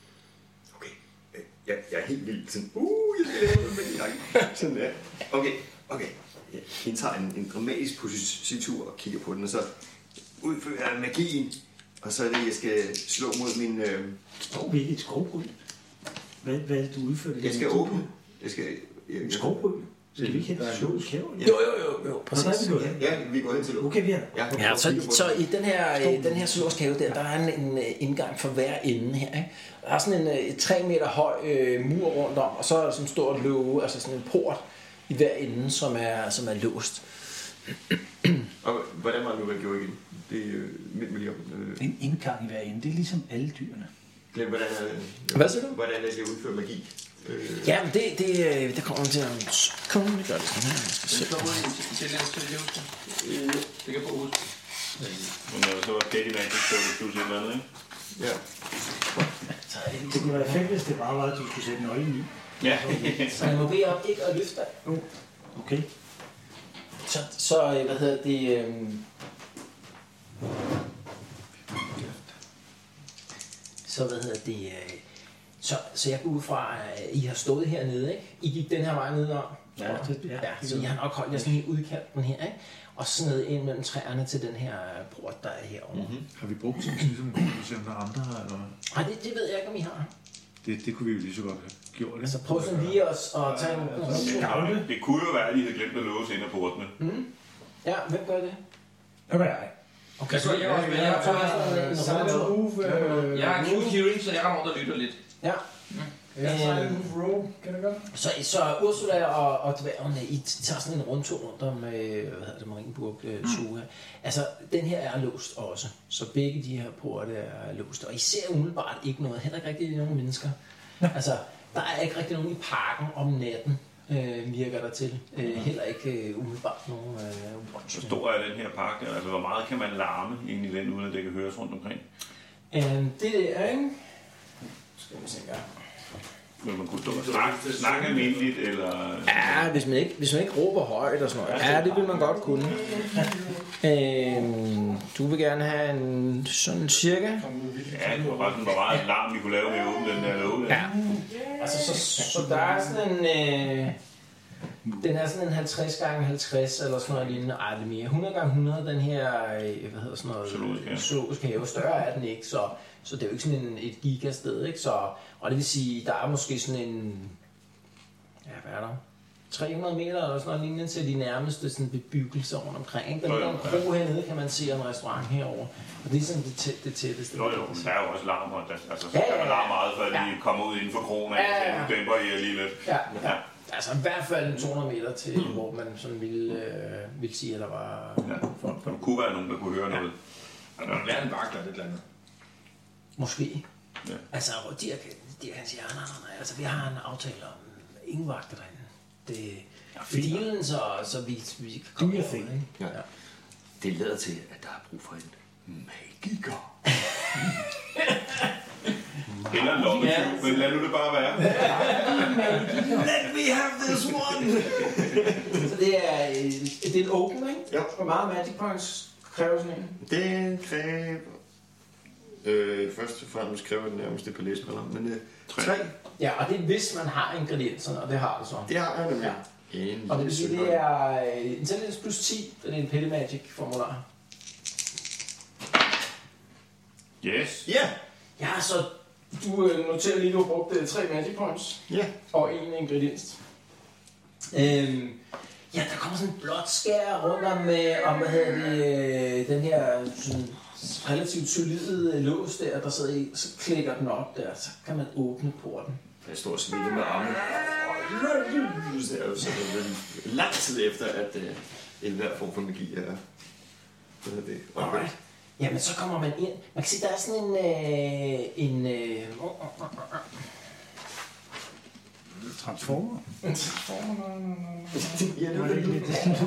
Jeg, jeg er helt vildt sådan, uh, jeg skal lave noget med det. Sådan der. Okay, okay. Jeg indtager en, en dramatisk positur og kigger på den, og så udfører jeg magien. Og så er det, jeg skal slå mod min... Øh... Står vi ikke et skovbryn? Hvad, hvad er det, du udfører? Jeg skal åbne. Jeg skal... Jeg, jeg... Skovbryn? Skal vi ikke have zoologisk have? Jo, jo, jo, jo, præcis. Ja, vi går hen til det. Okay, vi er ja, ja, så, så i den her, den her zoologiske have der, der er en, en indgang for hver ende her, ikke? Der er sådan en et tre meter høj øh, mur rundt om, og så er der sådan en stor låge, altså sådan en port i hver ende, som er, som er låst. Og hvordan var det nu, hvad gjorde igen? Det er øh, midt med lige op. Øh... En indgang i hver ende, det er ligesom alle dyrene. Glem, hvordan er det? Hvad siger du? Hvordan er det, jeg udfører magi? Øh... Ja, men det, det, det kommer til at komme. Det gør det sådan her. Jeg skal se. Det kan på hovedet. Men når det så var Petty Magic, så var det pludselig et eller andet, ikke? Ja. Det kunne være fedt, hvis det bare var, at du skulle sætte nøglen i. Ja. Så jeg må bede om ikke at løfte dig. Okay. Så, så hvad hedder det... Øh... Så hvad hedder det... Øh... Så, så jeg går ud fra, at I har stået hernede, ikke? I gik den her vej ned om. Ja, det, ja, ja, så I har nok holdt jer sådan i udkanten her, ikke? Og så ned ind mellem træerne til den her port, der er herovre. Mm-hmm. Har vi brugt sådan ligesom en der andre, eller? Nej, det, det ved jeg ikke, om I har. Det, det kunne vi jo lige så godt have gjort, ikke? Så prøv sådan lige at, at tage en... Ja, det kunne jo være, at I havde glemt at låse ind af portene. Mm. Ja, hvem gør det? Det gør jeg. Okay, så jeg også med. Jeg har jeg har en move hearing, så jeg rammer rundt og lytter lidt. Ja. Jeg tager en move roll, kan det gøre? Så, så Ursula og, og dværgen, I tager sådan en rundtur rundt om, hvad hedder det, Marienburg øh, Zoo her. Altså, den her er låst også, så begge de her porte er låst. Og I ser umiddelbart ikke noget, heller ikke rigtig nogen mennesker. Altså, der er ikke rigtig nogen i parken om natten, øh, virker der til. Øh, heller ikke øh, umiddelbart nogen øh, watch. Hvor stor er den her park? Altså, hvor meget kan man larme egentlig den, uden at det kan høres rundt omkring? Øh, det er, ikke? Skal vi se engang. Men man kunne stå og snakke, snakke almindeligt, eller... Ja, hvis man ikke, hvis man ikke råber højt og sådan noget. Ja, det vil man godt kunne. øhm, du vil gerne have en sådan cirka? Ja, det var bare sådan, hvor meget larm vi kunne lave med at åbne den der låge. Ja. Altså, så, så der er sådan en... Øh, den er sådan en halvtreds gange halvtreds eller sådan noget lignende. Ej, det er mere. hundrede gange hundrede, den her, øh, hvad hedder sådan noget? Zoologisk have. Zoologisk have. Større er den ikke, så... Så det er jo ikke sådan en, et gigasted, ikke? Så, og det vil sige, der er måske sådan en... Ja, hvad er der? tre hundrede meter eller sådan noget lignende til de nærmeste sådan, bebyggelser rundt omkring. Ikke? Der er en kro hernede, kan man se, en restaurant herover. Og det er sådan det, tæt, det tætteste. Jo, jo, men der er jo også larm, og der, altså, så Ja, kan ja, man ja. larme meget, før Ja. de kommer ud inden for krogen, Ja, ja, ja. så dæmper I lige lidt. Ja, ja. Altså i hvert fald to hundrede meter til, mm. hvor man sådan ville, øh, ville sige, at der var Ja. folk. Der kunne være nogen, der kunne høre Ja. noget. Der er være en vagt eller et eller andet. Måske. Ja. Altså, og Dirk, Dirk han siger, nej, nej, nej, altså vi har en aftale om ingen vagter derinde. Det er dealen, så, så vi, vi kan komme over, ikke? Ja. Det lader til, at der er brug for en magiker. Eller en lommetyv, Ja. men lad nu det bare være. Let me have this one! Så det er, øh, det er en open, ikke? Ja. Hvor meget magic points kræver sådan en? Det kræver... Øh, først og fremmest kræver den nærmest et par læsbriller, men øh, tre. Ja, og det er hvis man har ingredienserne, og det har du så. Det har jeg nemlig. Ja. En Og det vil sige, lille det er øh, intelligence plus ti, det er en petty magic formular. Yes. Ja! Ja, så du øh, noterer lige, at du har brugt øh, tre magic points Ja. og en ingrediens. Øhm, ja, der kommer sådan en blåt skær rundt om, øh, om hvad hedder det, øh, den her sådan, relativt solide øh, lås der, der sidder i, så klikker den op der, så kan man åbne porten. Jeg står og smiler med armene. Det er jo sådan en lang tid efter, at øh, enhver form for magi er... Hvad er det? Alright. Jamen, så kommer man ind. Man kan se, der er sådan en... Øh, en øh, oh, oh, oh, oh. Transformer. En transformer. Ja, det er lidt.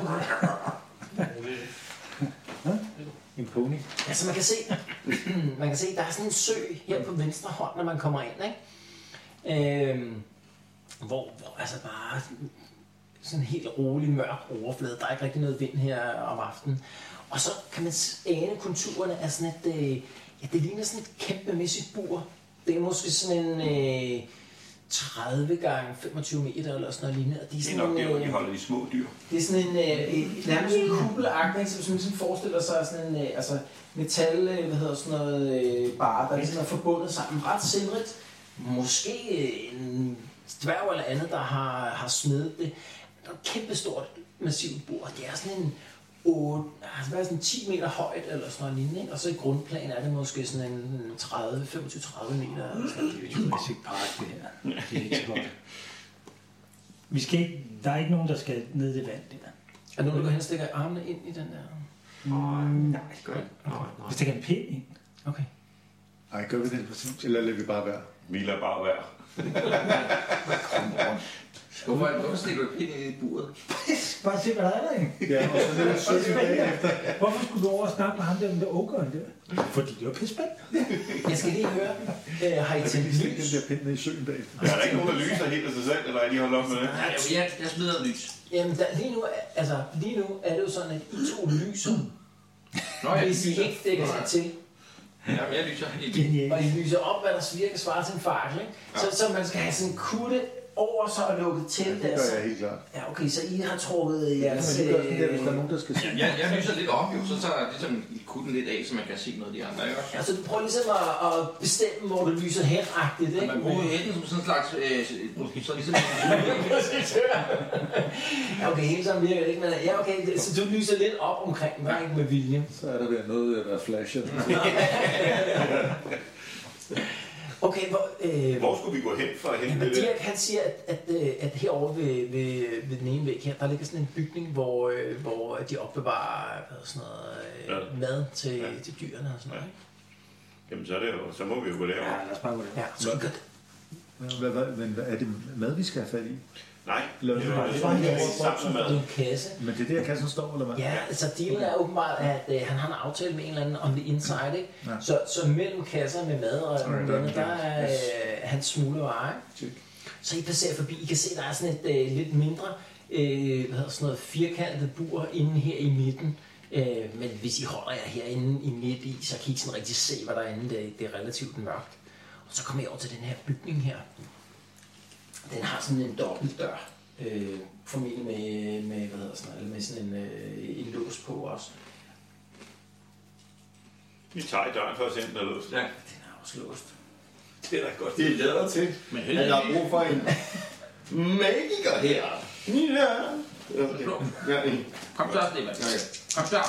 En pony. Altså, man kan se, man kan se, der er sådan en sø her på venstre hånd, når man kommer ind, ikke? Øhm, hvor, hvor altså bare sådan en helt rolig, mørk overflade. Der er ikke rigtig noget vind her om aftenen. Og så kan man ane konturerne af sådan et, øh, ja, det ligner sådan et kæmpemæssigt bur. Det er måske sådan en øh, tredive gange femogtyve meter eller sådan noget lignende. Og de er Det er sådan nok en, der, hvor de øh, holder de små dyr. det er sådan en, øh, et, nærmest en kuppelagtig, så hvis man sådan forestiller sig sådan en, øh, altså metal, øh, hvad hedder sådan noget, øh, bar, der ligesom er forbundet sammen. Ret sindrigt. Måske øh, en dværg eller andet, der har, har smedet det. Der er et kæmpestort, massivt bord. Det er sådan en otte, altså hvad er sådan ti meter højt eller sådan noget lignende, ikke? Og så i grundplan er det måske sådan en tredive, femogtyve til tredive meter. Eller sådan noget. Det er jo Jurassic Park, det her. Det er ikke så godt. Vi skal ikke, der er ikke nogen, der skal ned i vand der. Er der nogen, der går hen og stikker armene ind i den der? Mm, nej, Godt. vi stikker en pind ind. Okay. Ej, gør vi det præcis? Eller lader vi bare være? Vi lader bare være. Hvorfor, hvorfor stikker du pind ind i buret? Bare se, hvad der er derinde. Ja, og så lidt sødt tilbage efter. Hvorfor skulle du over og snakke med ham der, med der ogeren der? Fordi det var pissespændt. Jeg skal lige høre, øh, har I Jeg kan tændt lige stikke den lys? der pind ned i søen bagefter. Der er der ikke nogen, der lyser helt af sig selv, eller er de holdt op med det? Nej, jeg, jeg smider lys. Jamen, der, lige, nu, er- altså, lige nu er det jo sådan, at I to lyser, Nå, jeg hvis I lyser. ikke dækker sig til. Jamen, jeg lyser helt. Genialt. Og I lyser op, hvad der virker svarer til en fakkel, ikke? Så, så man skal have sådan en kutte over så og lukket til Ja, det der. gør Så, jeg helt klart. ja, okay, så I har trukket jeres... Men det gør sådan der, hvis der er Øh, nogen, der skal se. Jamen, jeg, jeg lyser lidt op, jo. Så tager jeg ligesom kutten lidt af, så man kan se noget af de andre. Ikke? ja, så du prøver ligesom at, at bestemme, hvor du lyser henagtigt, ikke? Man bruger hænden som sådan en slags... Øh, så ligesom... Ja, okay, helt sådan virker det ikke, men ja, okay, det, så du lyser lidt op omkring mig, ikke med vilje. Så er der ved noget, der flasher. Okay, hvor... Øh, Hvor skulle vi gå hen for at hente Jamen, det der? Dirk, han siger, at, at, øh, at herovre ved, ved, ved den ene væg her, der ligger sådan en bygning, hvor, øh, hvor de opbevarer hvad, sådan noget, øh, mad til, Ja. til dyrene og sådan noget. Ikke? Jamen, så, er det jo, så må vi jo gå Ja, derover. lad os bare gå der. Ja, så vi gør det. Hvad, hvad, men hvad, er det mad, vi skal have fat i? Nej, Lad det os er bare- jo det er bare- det er sammen med Det er mad. en kasse. Men det er der, kassen står, eller hvad? Ja, altså dealen er åbenbart, at øh, han har en aftale med en eller anden om the inside, ikke? Ja. Så, så mellem kasser med mad og Okay, noget andet, der der er- er øh, hans smuglervarer, ikke? Check. Så I passerer forbi, I kan se, der er sådan et øh, lidt mindre, øh, hvad hedder sådan noget, firkantet bur inde her i midten. Øh, men hvis I holder jer herinde i midt i, så kan I ikke sådan rigtig se, hvad der er inde. Det, er- det er relativt mørkt. Og så kommer I over til den her bygning her. Den har sådan en dobbelt dør. Øh, formentlig med, med, hvad hedder sådan noget, med sådan en, øh, en lås på også. Vi tager i døren for at se, den er låst. Ja. Den er også låst. Det er da godt. Det lader til. Men at der er brug for en magiker her. Ja. Okay. Ja, Kom så, Stefan. Okay. Kom så.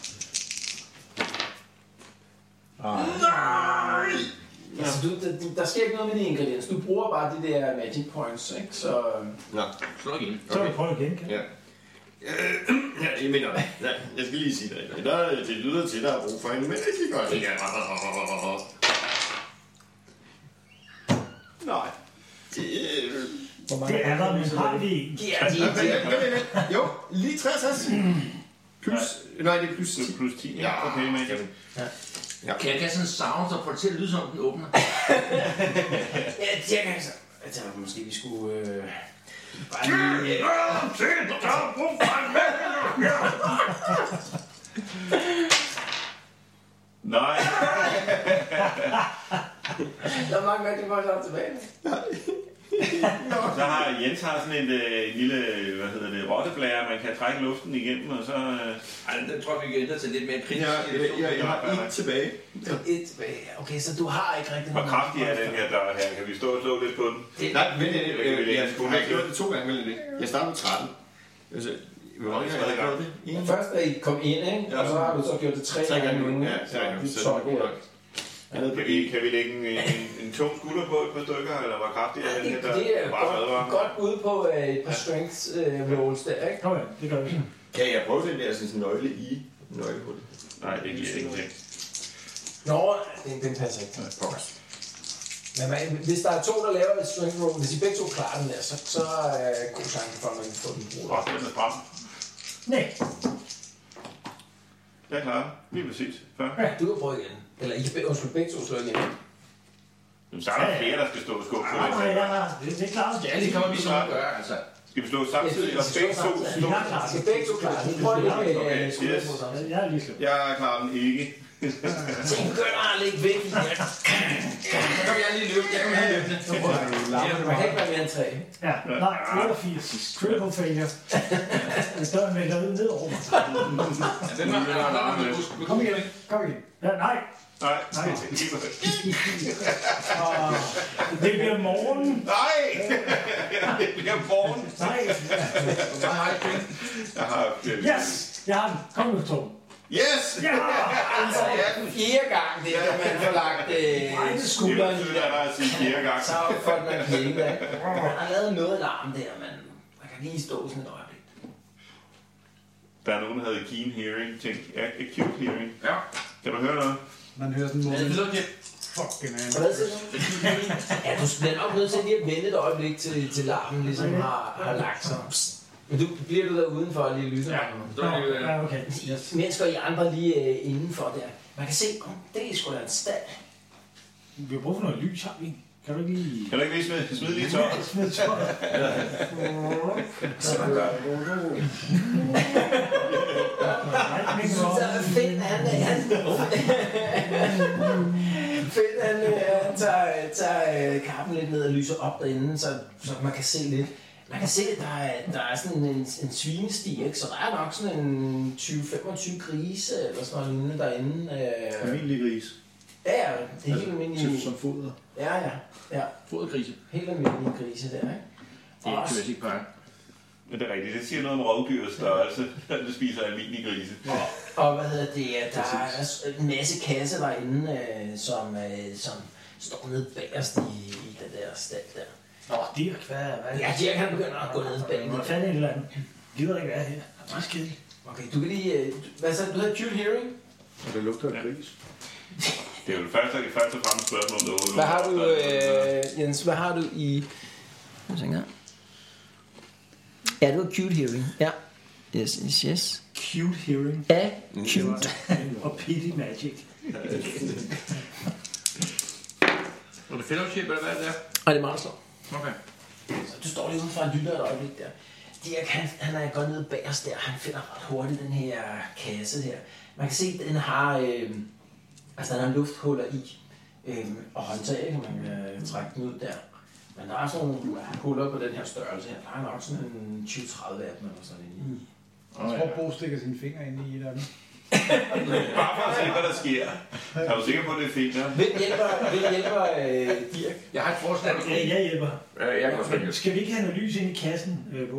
Nej! Altså, du, der, der sker ikke noget med de ingredienser. Du bruger bare de der magic points, ikke? Så... Nå. Slå igen. Så vil vi prøve igen, kan Ja. Ja, jeg mener, ja, jeg skal lige sige det. Der, det lyder til, der er brug for en, men det kan godt ikke. Nej. Hvor mange det er der, men har vi... Ja, de jo, lige treogtres. Plus, nej, det er plus ti. Plus ti, ja. Okay, men ja. Kan jeg gøre sådan en sound, så får det til at lyde som den åbner? Ja, det kan jeg så. Jeg tænker, måske vi skulle... Øh... Bare lige... nej. Der er mange magic points op tilbage. Så har Jens har sådan en, øh, en lille, hvad hedder det, rotteblære, man kan trække luften igennem, og så... Øh... Ej, den tror jeg, vi kan ændre til lidt mere kritisk. Ja, jeg, jeg, jeg har et tilbage. Et tilbage. Okay, så du har ikke rigtig... Hvor kraftig er den her dør her? Kan vi stå og slå lidt på den? Det, nej, men øh, øh, jeg har gjort det to gange, vel det? Jeg startede med tretten. Altså, hvor mange gange har jeg gjort det? Først er I kom ind, ikke? Og så har du så gjort det tre, tre gange nu. Ja, tre gange. Så det er god nok. Kan vi, kan vi lægge en, en, en tung skulder på et par stykker, eller hvor kraftig er den her dør? Det er godt, godt ude på uh, et par strength uh, rolls der, ikke? Okay, det gør vi. Kan jeg prøve den der sådan, nøgle i nøglehullet? Nej, det giver ingenting. Nå, den, den passer ikke. Pokker. Men man, hvis der er to, der laver et strength roll, hvis I begge to klarer den der, så, så er uh, god chance for, at man kan få den brugt. Åh, den er stram. Nej. Jeg er klar. Lige præcis. Før. Ja, du kan prøve igen. Eller I kan undskyld, begge to slå igen. Jamen, så er der flere, der skal stå og skubbe på Nej, det. ja, det, det er klart. Ja, det kommer vi så at gøre, altså. Skal vi slå samtidig, og begge to slå? Jeg er klar. Skal begge to klare den? Prøv lige med Okay, uh, skulder yes. på sammen. Jeg er lige slut. Jeg klarer den ikke. Så I begynder at lægge væk i den her. Så kan jeg lige løbe. Jeg kan lige løbe det. Man kan ikke være mere end tre. Ja, nej, otteogfirs. Critical failure. Døren vælter ned over mig. Hvem har der? Kom igen, kom igen. Ja, nej. Nej, Nej. nej. Det bliver morgen. Nej! Det bliver morgen. Nej. Jeg har... Yes, jeg har den. Kom nu, Tom. Yes! Ja! Altså, fire gange det, at man får lagt øh, skulderen i Det er der at sige fjerde gang. så får man kæmpe. Man har lavet noget larm der, men man kan lige stå sådan et øjeblik. Der er nogen, der havde keen hearing, ting. Acute hearing. Ja. Kan du høre noget? Man hører sådan Ja, noget. det lyder ikke. Fucking man. Hvad siger du? Ja, du bliver nok nødt til lige at vente et øjeblik til, til larmen ligesom har, har lagt sig. Men du bliver du der udenfor og lige lytter? Ja, så er det jo... Ja, okay. Yes. Mens går I andre lige øh, indenfor der. Man kan se, om det er sgu da en stald. Vi har brug for noget lys, har vi? Kan du ikke lige... Kan du ikke lige smide, smide lige tør? Smid tør. Så man gør. Så Finn, han, han, Finn, han, han tager, tager kappen lidt ned og lyser op derinde, så, så man kan se lidt. Man kan se, at der er, der er sådan en, en svinesti, ikke? Så der er nok sådan en tyve til femogtyve grise eller sådan noget lignende derinde. Almindelig gris. Ja, ja, det er helt almindelige. Typ som foder. Ja, ja, ja. Fodergrise. Helt almindelige grise der, ikke? Det er ikke Jurassic Park. Men det er rigtigt. Det siger noget om rovdyrets størrelse, når det spiser almindelige grise. Og, og hvad hedder det? Der er en masse kasser derinde, øh, som, øh, som står nede bagerst i, i den der stald der. Nå, Dirk, hvad er det? Ja, Dirk han begynder at gå ned bag. Hvad fanden er det eller andet? Gider ikke være her. Det er skidt. Okay, du kan lige... Øh, hvad sagde du? Du havde cute hearing? Og det lugter af gris. Det er jo først og først og fremmest spørgsmål om noget. Hvad har du, øh, Jens? Hvad har du i... Jeg tænker... Ja, du har cute hearing. Ja. Yes, yes, yes. Cute hearing. Ja, cute. Og pity magic. Er det fellowship, eller hvad er det der? Og det er meget slår. Okay. Så du står lige udenfor og lytter et øjeblik der. Dirk, han, han er gået ned bagerst der. Han finder ret hurtigt den her kasse her. Man kan se, at den har... Øh, altså, den har lufthuller i. Øh, og håndtag, kan man øh, trække den ud der. Men der er sådan nogle huller på den her størrelse her. Der er nok sådan en tyve til tredive af dem eller sådan noget. Jeg tror, Bo stikker sine fingre ind i et af dem. Bare for at se, hvad der sker. Er du sikker på, at det er fint, ja? Hvem hjælper, hvem hjælper øh, Dirk? Jeg har et forslag. Ja, jeg hjælper. Ja, jeg kan også Skal vi ikke have noget lys ind i kassen, øh, Bo?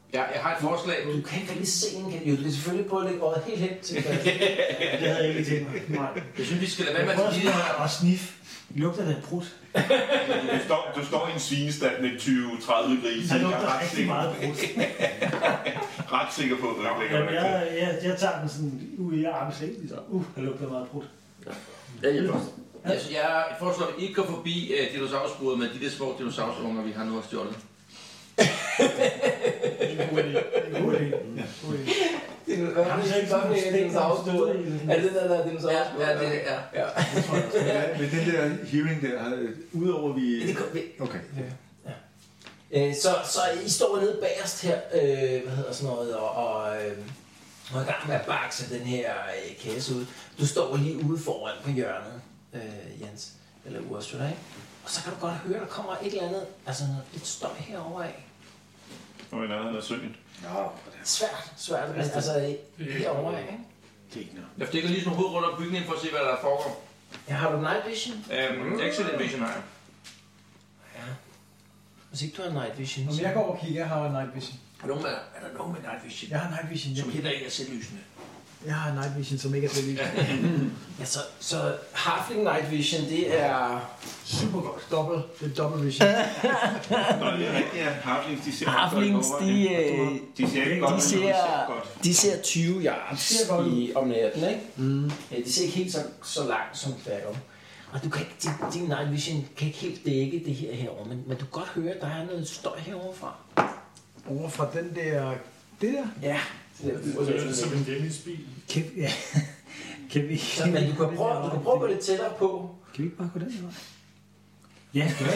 Ja, jeg har et forslag. Du kan ikke rigtig se en kan. Jo, det er selvfølgelig på at lægge øjet helt hen til det. Det havde jeg ikke tænkt mig. Jeg synes, vi skal lade være med Prøv at at sige smage og snif. Lugter det af brud? Du står, du står i en svinestand med tyve til tredive grise. Det Jeg er lugter ret rigtig sikker, meget brud. ret sikker på, at du ikke Jamen, lægger jeg, jeg, jeg tager den sådan ud i armslængde, så uh, der lugter meget brud. Jeg hjælper. Jeg, jeg foreslår, at vi ikke går forbi uh, dinosaurskruet med de der små dinosaurunger, vi har nu har stjålet. Det er en god idé. Det er en god idé. God idé. Hvad er det, så ikke en dinosaurskruet? Er det den der, der er dinosaurskruet? Ja, det er. Ja. Ja. Men den der hearing der, har- udover vi... Det kom, vi, Okay. Øh, så, så I står nede bagerst her, øh, hvad hedder sådan noget, og, og, øh, og er i gang med at bakse den her øh, kasse ud. Du står lige ude foran på hjørnet, øh, Jens, eller Ursula, ikke? Og så kan du godt høre, der kommer et eller andet, altså noget lidt støj herovre af. Og i nærheden af søen. Svært, svært, altså, altså herovre af, ikke? Det er ikke noget. Jeg stikker lige sådan hovedet rundt om bygningen for at se, hvad der foregår. Ja, har du night vision? Um, excellent vision har jeg. Ja. Hvis ikke du har night vision, Om så... jeg går over og kigger, jeg har night vision. Er der nogen med, er der nogen med night vision? Jeg har night vision. Jeg, Som hitter en af selvlysene. jeg har night vision, som ikke er til lys. Ja, så, så Halfling night vision, det er... Super godt. Dobbelt. Det er dobbelt vision. Nå, det er rigtigt, ja. Halflings, de ser Halflings, godt de, over. øh, De ser ikke de godt, men de ser, ser godt. de ser tyve yards ser godt ud. i, om natten, ikke? Mm. Ja, de ser ikke helt så, så langt som bagom. Og du kan ikke, din, din night vision kan ikke helt dække det her herovre, men, men du kan godt høre, at der er noget støj herovre fra. Over fra den der... Det der? Ja. Det er, Det er som en Dennis-bil. Kan, ja. kan vi... så, men du kan, prøve, du kan prøve at gå lidt tættere på. Kan vi ikke bare gå den her vej? Ja, det er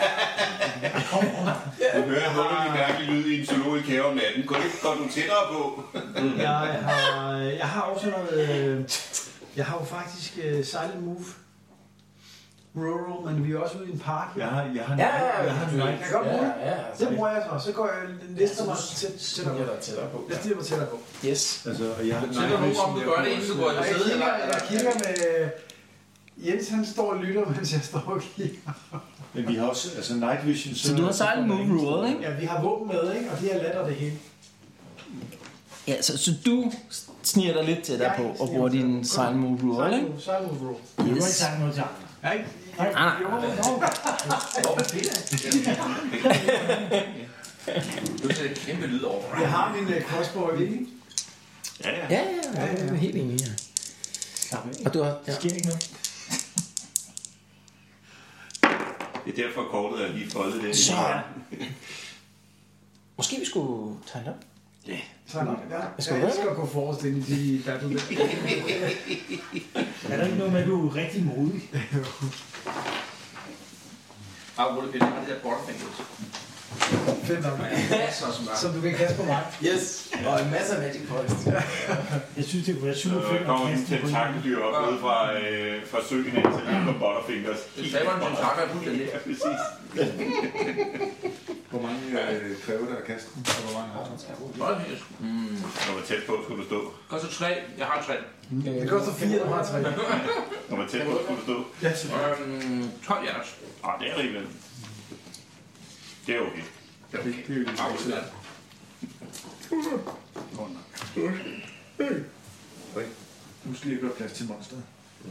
Du hører en underlig mærkelig lyd i en zoologisk have om natten. Går, det, går du tættere på? Jeg har, jeg har også noget... øh, Jeg har jo faktisk uh, silent move. Rural, men vi er også ude i en park. Jeg har, jeg har, Ja, ja, ja. jeg har en Jeg kan godt bruge det. Ja, ja. Det bruger jeg så. Så går jeg næste mig tæt- tættere på. der tættere på. Jeg stiger mig tættere på. Yes. Altså, og jeg har Så er der nogen om, du gør det, inden du går i Og jeg sæde. kigger, jeg kigger med... Jens han står og lytter, mens jeg står og kigger. Men vi har også, altså night vision... Så du har silent move rule, ikke? Ja, vi har våben med, ikke? Og de har latter det hele. Ja, så, så du sniger dig lidt tættere på og bruger din silent move rule, ikke? Silent move rule. Du har ikke Yes. sagt noget til andre. Ja, ikke? Nej, nej. Jo, jo. Du ser et kæmpe lyd over. Jeg har min uh, crossbow i ikke? Ja, ja. Ja, ja, ja, jeg er helt enig her. Og du har... Ja. Sker ikke noget? Det er derfor kortet er lige foldet der. Så... Måske vi skulle tegne op. Så er det. Ja. skal Jeg du elsker at gå forrest ind i de battle der. Er der ikke noget med, at du er rigtig modig? Ah, hvor det bliver det der bottomfingers. Fedt nok. Masser som bare. Som du kan kaste på mig. Yes, og en masse af magic points. Jeg synes, det kunne være super Så fedt kommer at en kaste på en. tentakeldyr op ude fra, øh, fra søen af til lige på Butterfingers. Det taber en tentakel af fuldstændig. Ja, præcis. Hvor mange øh, kræver der at kaste den, og hvor mange har den? Bottomfingers. Mm. Når man tæt på, skulle du stå. Koster tre. Jeg har tre. Det koster fire, du har tre. Når man tæt på, skulle du stå. Ja, selvfølgelig. Øhm, tolv yards. Ah, det er rimeligt. Det er okay. Det, det er jo lidt Afslut. Nu skal jeg gøre plads til monsteret.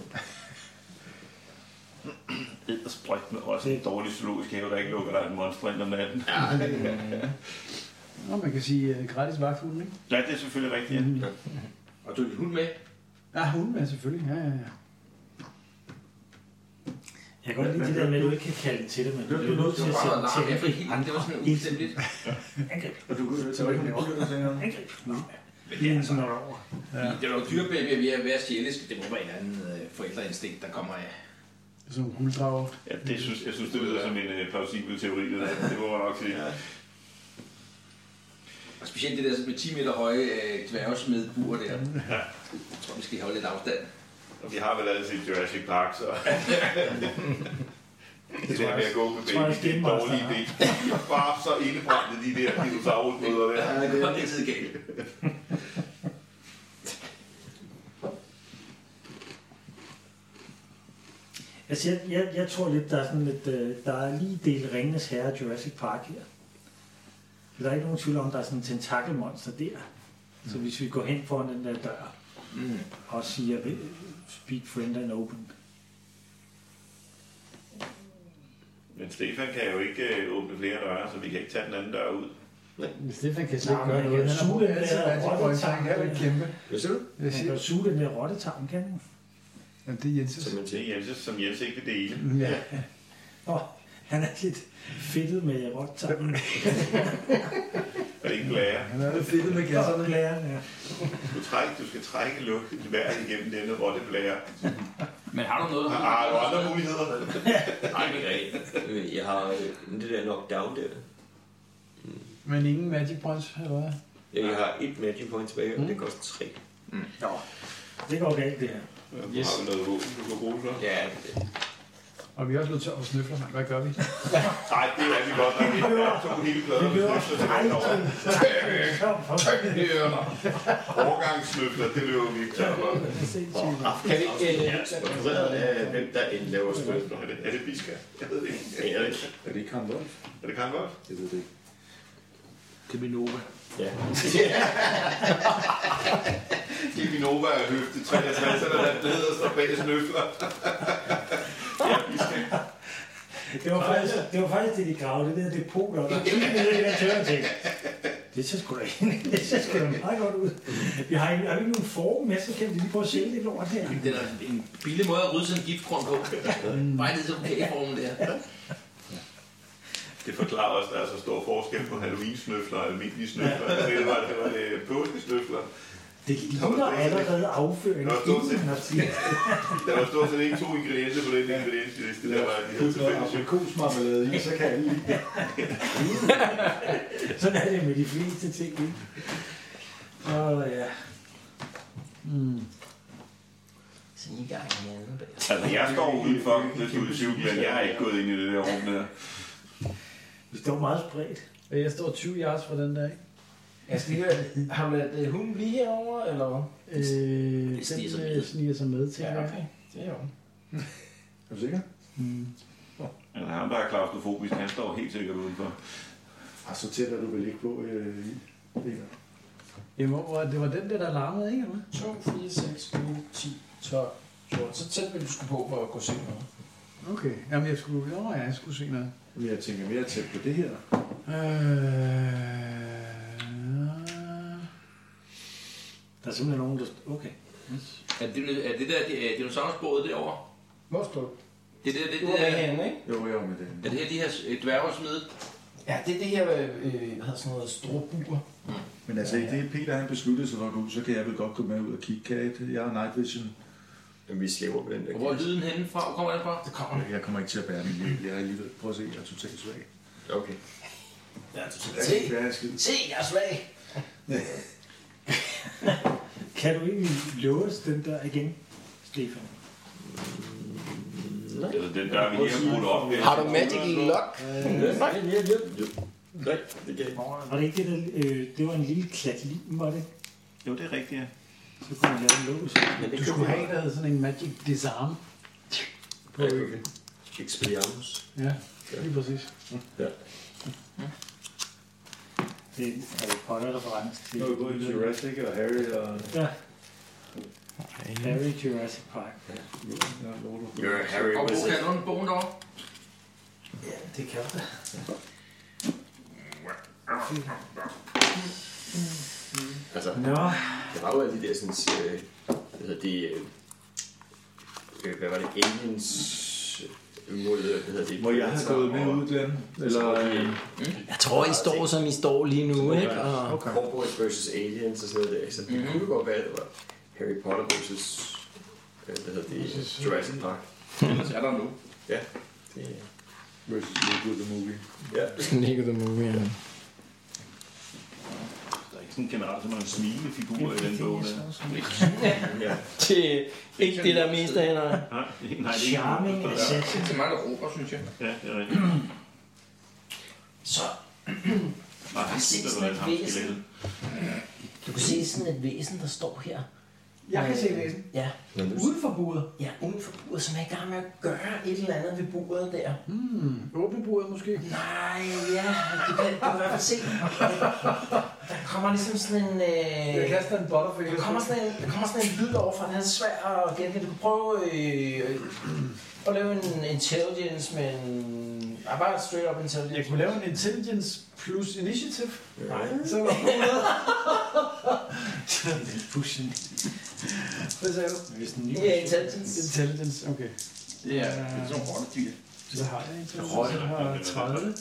Eddersprøjt med også en dårlig zoologisk have, der ikke lukker dig en monster ind om natten. Nå, man kan sige uh, gratis vagthund, ikke? Ja, det er selvfølgelig rigtigt. Ja. Og du er din hund med. Ja, hunden med selvfølgelig. Ja, ja, ja. Jeg kan godt lide det der med, at du ikke kan kalde til det, men du er nødt til Det at var bare sætte larm. til Jeg fik helt, det var sådan Hele ustemmeligt. angreb. Og du kunne så ikke noget dyr, der tænker Angreb. Det er sådan noget over. Det var jo dyrebaby, vi er ved at sjælisk. Det må være en anden øh, forældreinstinkt, der kommer af. Sådan nogle gulddrager. Ja, det synes, jeg synes, det lyder som en uh, plausibel teori. Det, der. Det må man nok sige. Ja. Og specielt det der med ti meter høje øh, dværgesmedbur der. Ja. Jeg tror, vi skal holde lidt afstand. Og vi har vel alle set Jurassic Park, så... det der med at gå med tror jeg, baby, det er en dårlig idé. Bare så indebrændte de der dinosaurmøder der. Ja, det er altid galt. Altså, jeg, jeg, jeg tror lidt, der er sådan lidt, øh, der er lige del Ringenes Herre Jurassic Park her. der er ikke nogen tvivl om, at der er sådan en tentakelmonster der. Så hvis vi går hen foran den der dør, mm. og siger, speak friend and open. Men Stefan kan jo ikke øh, åbne flere døre, så vi kan ikke tage den anden dør ud. Nej. Stefan kan slet ikke gøre noget. Han har brugt altid rottetarm. Han kan ikke kæmpe. Hvad siger du? Han kan jo suge den der rottetarm, kan han? Ja, det er Jenses. Som, det er Jenses, som Jens ikke vil dele. Ja. Åh, han er lidt fedtet med rottetarmen. Er det ikke blære? Han er lidt fedtet med gasserne. Blæren, ja. Du, træk, du skal trække luft vejret igennem denne rotteblære. Men har du noget, der har, har du andre muligheder? Nej, ikke rigtigt. Jeg har øh, det der knockdown der. Mm. Men ingen magic points, eller hvad? Ja, jeg har et magic point tilbage, og mm. det koster tre. Mm. Nå, det går galt, det her. Ja, yes. Har vi noget våben, du kan bruge så? Ja, det. Og vi er også nødt til at snøfler, mand. Hvad gør vi? Nej, det er vi godt, når vi to hele plader. Vi løber overgangssnøfler, det løber vi ikke til. Kan vi ikke sponsoreret af, hvem der end laver snøfler? Er det Biska? Jeg ved det ikke. Er det Er det Karen Wolf? Er det Karen Wolf? Jeg ved det ikke. Keminova. Ja. Keminova er høfte treogtres, eller hvad det hedder, står bag snøfler. Ja, Biska. Det var faktisk det, var faktisk det de gravede, det der depot, og der kiggede ned i den tørre ting. Det ser sgu da ind. Det ser sgu da meget godt ud. Vi har ikke, har vi ikke nogen form med, så kan vi lige prøve at sælge det lort her. Det er en billig måde at rydde sådan en giftgrund på. Bare ned til kageformen der. Det forklarer også, at der er så stor forskel på Halloween-snøfler og almindelige snøfler. Ja. Det var det, var det påskesnøfler. Det ligner allerede afføring. Der var stort set, der var stort set ikke to ingredienser på den ingrediensliste. Der var de her tilfælde. Aprikosmarmelade i, så kan alle lide det. Sådan er det med de fleste ting, ikke? Åh, oh, ja. Mm. Så I gang igen. Altså, jeg står udenfor, det er syv, men jeg er ikke gået ind i det der rum der. Vi står meget spredt. Jeg står tyve yards fra den der, ikke? Jeg skal høre, har man ladet hunden blive herovre, eller hvad? Øh, det sniger sig den med. sniger sig med til. Ja, okay. Det er jo. Er du sikker? Mm. Altså, ham der er klaustrofobisk, han står helt sikkert udenfor. Ah, så tæt er du vel ikke på øh, i det Jamen, det var den der, der larmede, ikke? Eller? to, fire, seks, otte, ti, tolv, fjorten. Så tæt vil du skulle på for at kunne se noget. Okay. Jamen, jeg skulle... Jo, ja, jeg skulle se noget. Men jeg tænker mere tæt på det her. Øh... Der er simpelthen nogen, der... Okay. Yes. Er det, er det der dinosaurusbådet derovre? Hvor står du? Det er det, det, Du det, er med der, herinde, ikke? Jo, jeg var med det. er det her de her dværgesmede? Ja, det er det her, øh, hvad hedder sådan noget, strobuer. Mm. Men altså, i det Peter han besluttede sig for at gå ud, så kan jeg vel godt gå med ud og kigge. Kan jeg ikke? Jeg har night vision. Men vi slæver på den der. Og hvor er lyden henne fra? Hvor kommer den fra? Det kommer. Jeg kommer ikke til at bære min liv. Jeg har lige ved. Prøv at se, jeg er totalt svag. Okay. Ja, du Jeg kan ikke være skid. se, jeg er svag. Kan du egentlig låse den der igen, Stefan? Nej. Altså, den der, vi lige har brugt op. Har du magic lock? Nej, det er det. Nej, det kan jeg ikke. Var det ikke det, der... Øh, det var en lille klat lim, var det? Jo, det er rigtigt, ja. Så kunne man lave en lås. Men det Du skulle have en, der havde sådan en magic disarm. På Ja, okay. Expelliarmus. Ja, lige præcis. Ja. Det er Harry Potter-reference til... Nu er vi både i Jurassic og Harry og... Ja. Harry Jurassic Park. You're Harry Og Wizard. kan du låne bogen derovre? Ja, det kan du da. Altså, Nå. der var jo alle de der sådan... Øh, hvad hedder det... Øh, hvad var det? Aliens... Mod, hvad hedder det? Må jeg have gået med ud, Glenn? Eller... Øh, Jeg tror, I står, som I står lige nu, ikke? Og... okay. Cowboys versus Aliens og sådan noget der. Så det kunne godt være, at det var Harry Potter versus... Øh, hvad hedder det? Jurassic Park. Ellers er der nu. Ja. Det, Versus Lego the Movie. ja. Lego the Movie, ja. Der er ikke sådan generelt så mange smilende figurer i den bog. Der. ja. Det er ikke det, der er mest af hende. Nej, nej, det er Charming ikke. assassin. Det er meget, der råber, synes jeg. Ja, det er rigtigt. Så Nej, han se synes, sådan at et ham væsen. skelettet. du kan se sådan et væsen, der står her Jeg kan se næsen. Ja. Uden for buret. Ja, uden for buret, som er i gang med at gøre et eller andet ved buret der. Hmm, åbne buret måske? Nej, ja, du kan, du kan i hvert fald se. Der kommer ligesom sådan en... Øh, Jeg kaster en butterfinger. Der kommer sådan en, der kommer sådan en lyd over fra den her svær at genkende. Du kan prøve øh, at lave en intelligence, men... Jeg bare et straight up intelligence. Jeg kunne lave en intelligence plus initiative. Nej. Så var det Pushen. Hvad sagde du? Ja, intelligence. Intelligence, okay. Det er sådan nogle rottedyr. Så har jeg intelligence. Jeg har tredive.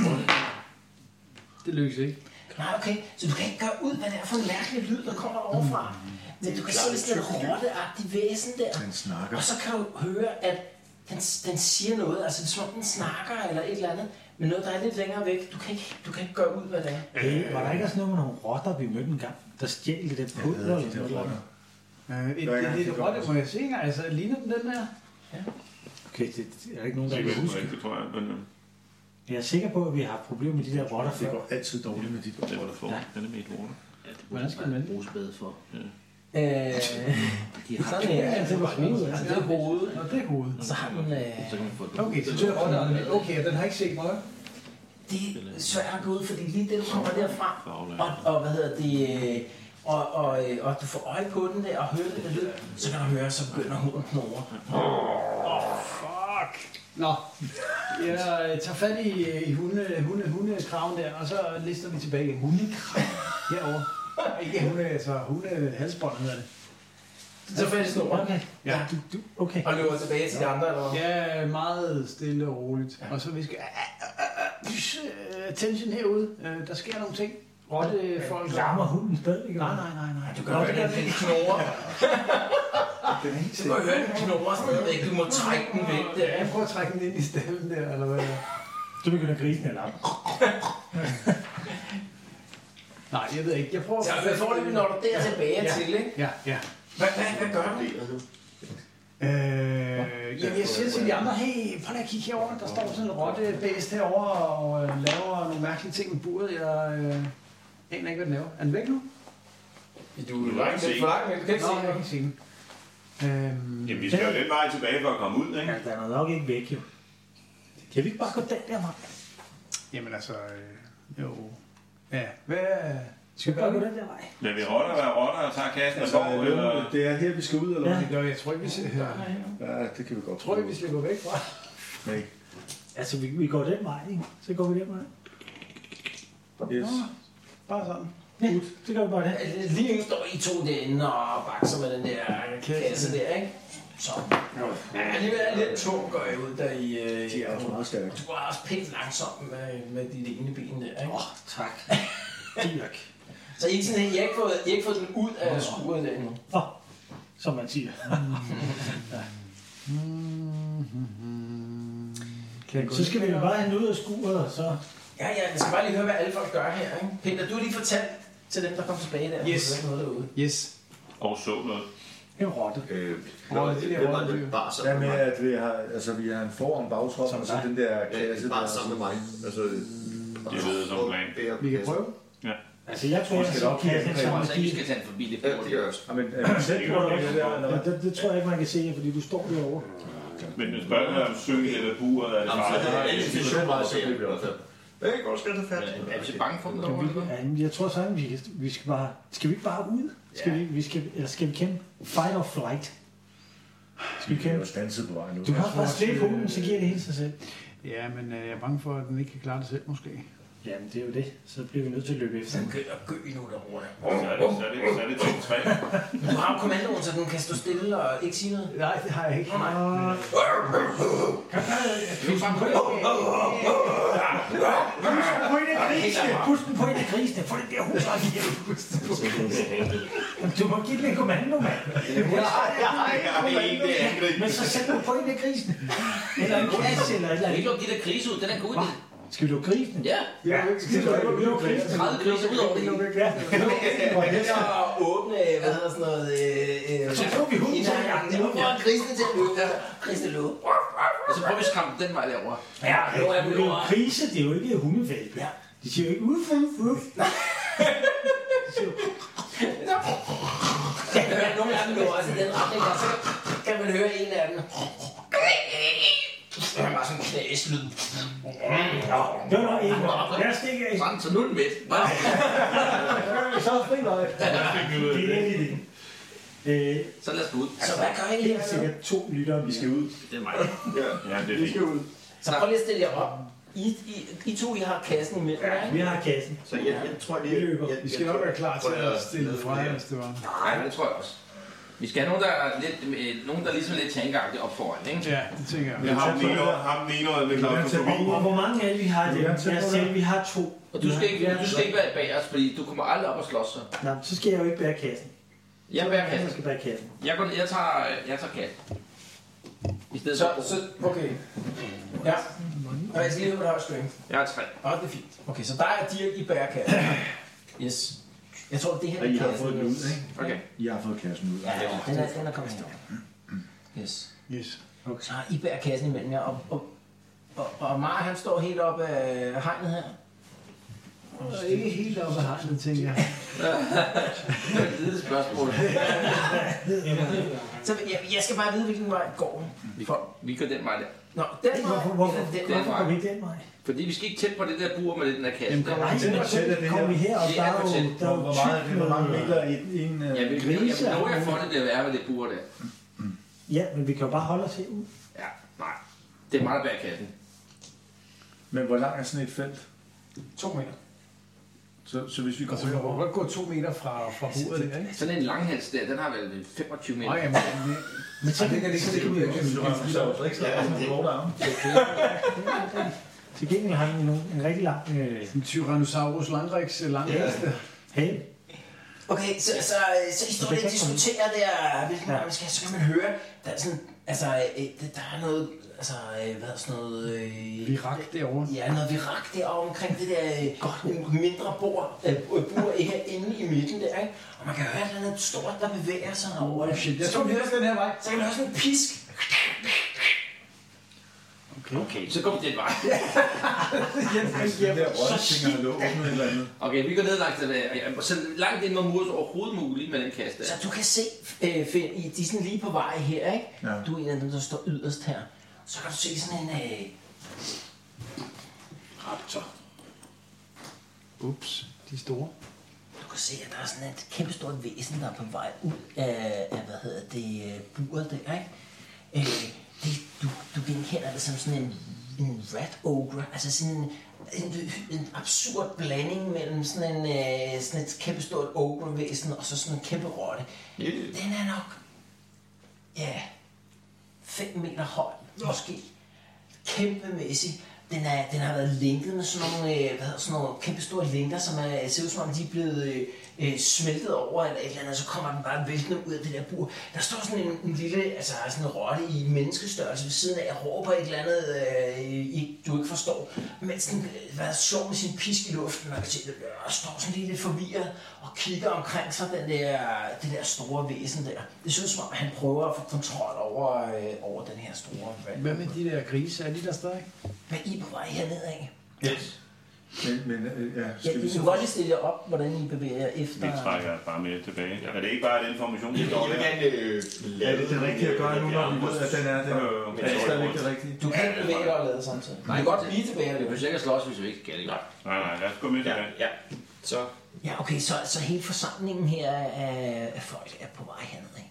Det lykkes ikke. Nej, okay. Så du kan ikke gøre ud, hvad det er for en mærkelig lyd, der kommer overfra. Men du kan se sådan en rotteagtig væsen der. Den snakker. Og så kan du høre, at den, den siger noget. Altså, det er som om den snakker eller et eller andet. Men noget, der er lidt længere væk. Du kan ikke, du kan ikke gøre ud, hvad det er. Hey, var der ikke også noget med nogle rotter, vi mødte en gang, der stjal det der pulver eller noget? Eller noget? Øh, et, et, et, et rotte, må jeg se engang. Altså, ligner den den der? Ja. Okay, det er der ikke nogen, der Det kan huske. det tror jeg, men Jeg er sikker på, at vi har haft problemer med de der rotter Det før. går altid dårligt med de der. det var der for. Den er med et lort. Hvordan skal man bruge spæde for? Øh, De har sådan er det var hovedet. altså, det er hovedet. Nå, det er hovedet. Så har den... Øh, så kan man få det. Okay, så det er rotte. Okay, den har ikke set noget. det er svært at gå ud, fordi lige det, du kommer derfra, og, og hvad hedder det... Øh, og, og, øh, og du får øje på den der og hører det der lyd, så kan du høre, så begynder hun at knurre. Åh, fuck. Nå, jeg tager fat i, i hunde, hunde, hundekraven der, og så lister vi tilbage igen. Hundekraven? Herovre. Ikke hunde, altså hundehalsbånd hedder det. Så tager fat i snoren, Okay. Ja. Du, du, okay. og løber tilbage til de andre, eller hvad? Ja, meget stille og roligt. Og så vi skal... Attention herude. Øh, Der sker nogle ting. Rotte folk... Larmer hunden stadig? Nej, nej, nej, nej. Du kan høre, at den knurrer. Du kan høre, at den knurrer stadigvæk. Du må trække den væk der. Jeg prøver at trække den ind i stallen der, eller hvad det er. Så begynder grisen at larme. Nej, jeg ved ikke. Jeg prøver... Så jeg får det, når du der tilbage Ja. til, ikke? Ja, ja. Hvad, hvad, hvad gør du? Øh, jamen, jeg siger til de andre, hey, prøv lige at kigge herover. Der står sådan en rottebæst herovre og øh, laver nogle mærkelige ting med buret. Jeg øh, aner ikke, hvad den laver. Er den væk nu? Du kan ikke se. for langt, men du kan ikke Nå, se jeg kan den. ikke se den. Øhm, Jamen, vi skal jo den vej tilbage for at komme ud, ikke? Ja, den er nok ikke væk, jo. Kan vi ikke bare gå den der vej? Jamen altså, øh, jo. Ja, hvad... Skal vi bare gå den der vej? Lader vi rotter være rotter og tager kassen af Altså, borg, eller... det er her, vi skal ud, eller Ja. hvad? Nå, jeg tror ikke, vi skal... Ja. Ja, det kan vi godt. Tror I, vi slipper væk fra? Nej. Altså, vi, vi går den vej, ikke? Så går vi den vej. Yes. Bare sådan. Ja, så gør vi bare det. Lige nu står I to derinde og bakser med den der kasse der, ikke? Så. Ja, alligevel er lidt tung, går jeg ud der i... Øh, De er også meget stærke. Du er også pænt langsom med, med dit ene ben der, ikke? Åh, oh, tak. Dirk. Så I, sådan, I, har ikke fået, I har ikke fået den ud af skuret der endnu? Åh, som man siger. Så skal vi jo bare have den ud af skuret, og så... Ja, ja, jeg skal bare lige høre, hvad alle folk gør her, ikke? Peter, du har lige fortalt til dem, der kom tilbage der. Yes. Der er noget derude. Yes. Og så noget. En rotte. Øh, Åh, det der det var rotte. det bare Hvad sammen med, med mig. at vi har, altså, vi har en foran bagtrop, Som og så dig. den der Ja, kasse bare der. sammen med mig. Altså, Det ved som plan. Vi kan prøve. Altså, jeg tror, Vi jeg skal skal nok kigge kaste ind den på sammen Så I med skal tage den forbi det Ja, det bord. gør jeg også. Ja, men er du selv på det der, eller hvad? det, det, det tror jeg ikke, man kan se, fordi du står derovre. Men den spørger mig om synge eller buret, er det Jamen, så er det bare... alle situationer, hvor det er i hvert fald. Jeg kan godt skal tage fat. Er vi så bange for dem derovre? eller hvad? Ja, jeg tror sådan, vi, vi skal bare... Skal vi ikke bare ud? Skal vi, vi skal, eller skal vi kæmpe? Fight or flight? Skal vi Vi kan jo kæmpe? stanse på vejen ud. Du kan også bare slippe hunden, så giver det hele sig selv. Ja, men øh, jeg er bange for, at den ikke kan klare det selv, måske. Jamen, det er jo det. Så bliver vi nødt til at løbe efter Så den. begynder at gø nu derovre. Så er det, så er det, så er det til tre. Men du har jo kommandoen, så den kan stå stille og ikke sige noget. Nej, det har jeg ikke. Nej. Pust den på en af grisene. Få den der hund op igen. Du må give den en kommando, mand. Men så sæt den på en af grisene. Eller en kasse eller et eller Kan vi andet. ikke lukke de der grise ud? Den er en god idé. Skal vi lukke grisen? Ja, Ja, skal du ikke lukke grisen? tredive grise ud over det hele. Ja. Og åbne, hvad hedder sådan noget... Øh, øh, Så får vi hunden til at jagte det. Nu får grisene til at løbe. Grisene løbe. Og så prøver vi at skræmme den vej derovre. Ja, nu er vi Det er jo over. grise, det er jo ikke hundevalpe. Ja. De siger jo ikke uff, uff, uff. Nogle af dem løber af dem. Det er bare sådan en knæslyd. Det var nok ikke. Jeg stikker af. Sådan, så nu er den midt. Så er fri løg. Det er egentlig det. Så lad os gå ud. Så hvad gør I her? Det er sikkert to lyttere, vi skal ud. Det er mig. Ja, det er Vi skal ud. Så prøv lige at stille jer op. I, I, I to, I har kassen imellem, ikke? Vi har kassen. Så jeg, jeg tror lige... Vi løber. Jeg, Vi skal nok være klar til at stille fra jer, hvis det var. Nej, det tror jeg også. Vi skal have nogen, der er lidt, øh, nogen, der ligesom er lidt tænkeagtigt op foran, ikke? Ja, det tænker jeg. Jeg har ham den ene år, ham den ene år med klaustrofobi. Og hvor mange af vi har det? Jeg selv, vi har to. Og du skal ikke, du skal ikke være bag os, fordi du kommer aldrig op og slås så. Nej, så skal jeg jo ikke bære kassen. Jeg bærer Jeg kassen. skal bære kassen. Jeg, går, ned- jeg tager, jeg tager kassen. I stedet Så, for... så, okay. Ja. Og jeg skal lige høre, hvad der er strength. Jeg har tre. Åh, det er fint. Okay, så der er Dirk i bærekassen. Yes. Jeg tror, det her Og er I har kassen. fået den ud, ikke? Okay. I har fået kassen ud. Ja, den er, den er kommet her. Yes. Yes. Okay. Så har I bærer kassen imellem jer, og, og, og, og Mar, han står helt oppe af hegnet her. Og ikke helt op ad hegnet, tænker jeg. Det er et lille spørgsmål. Så jeg, jeg skal bare vide, hvilken vej går. Vi, får, vi går den vej der. Nå, den vej. Hvorfor, hvorfor, eller den den vej. hvorfor vej. går vi ikke den vej? Fordi vi skal ikke tæt på det der bur med den der kasse. Jamen, der. kommer Nej, til men at så sætte det kommer her. vi her, og Det der er er for jo tæt. der er Hvor jo meget, tykt hvor mange med- meter i en... en Jeg vil, jeg vil love jer for det, det er ved det bur der. Ja, men vi kan jo bare holde os herud. Ja, nej. Det er meget bag kassen. Men hvor lang er sådan et felt? To meter. Så, så hvis vi går Og så kan du herover... godt gå to meter fra, fra bordet der, ikke? Sådan en langhals der, den har vel femogtyve meter. Nej, jamen, det, Men så det kan det ikke stikke ud. til gengæld har vi nu en rigtig lang øh, En Tyrannosaurus langrex langheste. hale. Okay, så, så, så I står lidt og diskuterer der, hvilken vej man skal, så kan man høre, der er sådan, altså, øh, der der er noget, altså, øh, hvad er sådan noget... Øh, Virak derovre. Ja, noget virak derovre omkring det der øh, mindre bord, øh, bord herinde i midten der, ikke? Og man kan høre, at der er noget stort, der bevæger sig over det. Shit, jeg Så tror, kan vi man er høre, den her vej. så kan man høre sådan en pisk. Okay, så går vi den vej. Den der rødstinger, der åbner et eller andet. Okay, vi går ned langt, øh, så langt ind mod muret overhovedet muligt med den kasse der. Så du kan se, øh, Finn, I- de er sådan lige på vej her, ikke? Ja. Du er en af dem, der står yderst her. Så kan du se sådan en... Øh, Raptor. Ups, de er store. Du kan se, at der er sådan et kæmpestort væsen, der er på vej ud af, af hvad hedder det, øh, buret der, ikke? Øh, det, du, du genkender det som sådan en, en rat ogre, altså sådan en, en, en absurd blanding mellem sådan, en, øh, sådan et kæmpestort ogre-væsen og så sådan en kæmpe rotte. Yeah. Den er nok, ja, fem meter høj, måske. Kæmpemæssig. Den, er, den har været linket med sådan nogle, øh, hvad hedder, sådan nogle kæmpe store linker, som er, ser ud som om de er blevet øh, øh, smeltet over eller et eller andet, og så kommer den bare væltende ud af det der bur. Der står sådan en, en lille, altså sådan en rotte i menneskestørrelse ved siden af, og råber et eller andet, øh, I, du ikke forstår, mens den øh, var slår med sin pisk i luften, og, se, og står sådan lige lidt forvirret og kigger omkring sig, den der, det der store væsen der. Det ser ud som om, han prøver at få kontrol over, øh, over den her store rat. Hvad med de der grise? Er de der stadig? Men I er på vej herned af. Yes. Men, men øh, ja, Ja, skal vi I så... kan godt lige stille jer op, hvordan I bevæger jer efter. Vi trækker bare med tilbage. Er det ikke bare den information, der Jeg står vil der? gerne øh, Er det det rigtige at gøre nu, når vi ved, at den er der? Jo, jo, jo. Er det stadigvæk det rigtige? Du kan ikke bevæge dig og lade samtidig. Du kan godt blive tilbage. Jeg Eller? vil sikkert slås, hvis vi ikke skal det godt. Nej, nej, lad os gå med Ja, tilbage. ja. Så Ja, okay, så, så hele forsamlingen her af, af folk er på vej herned af.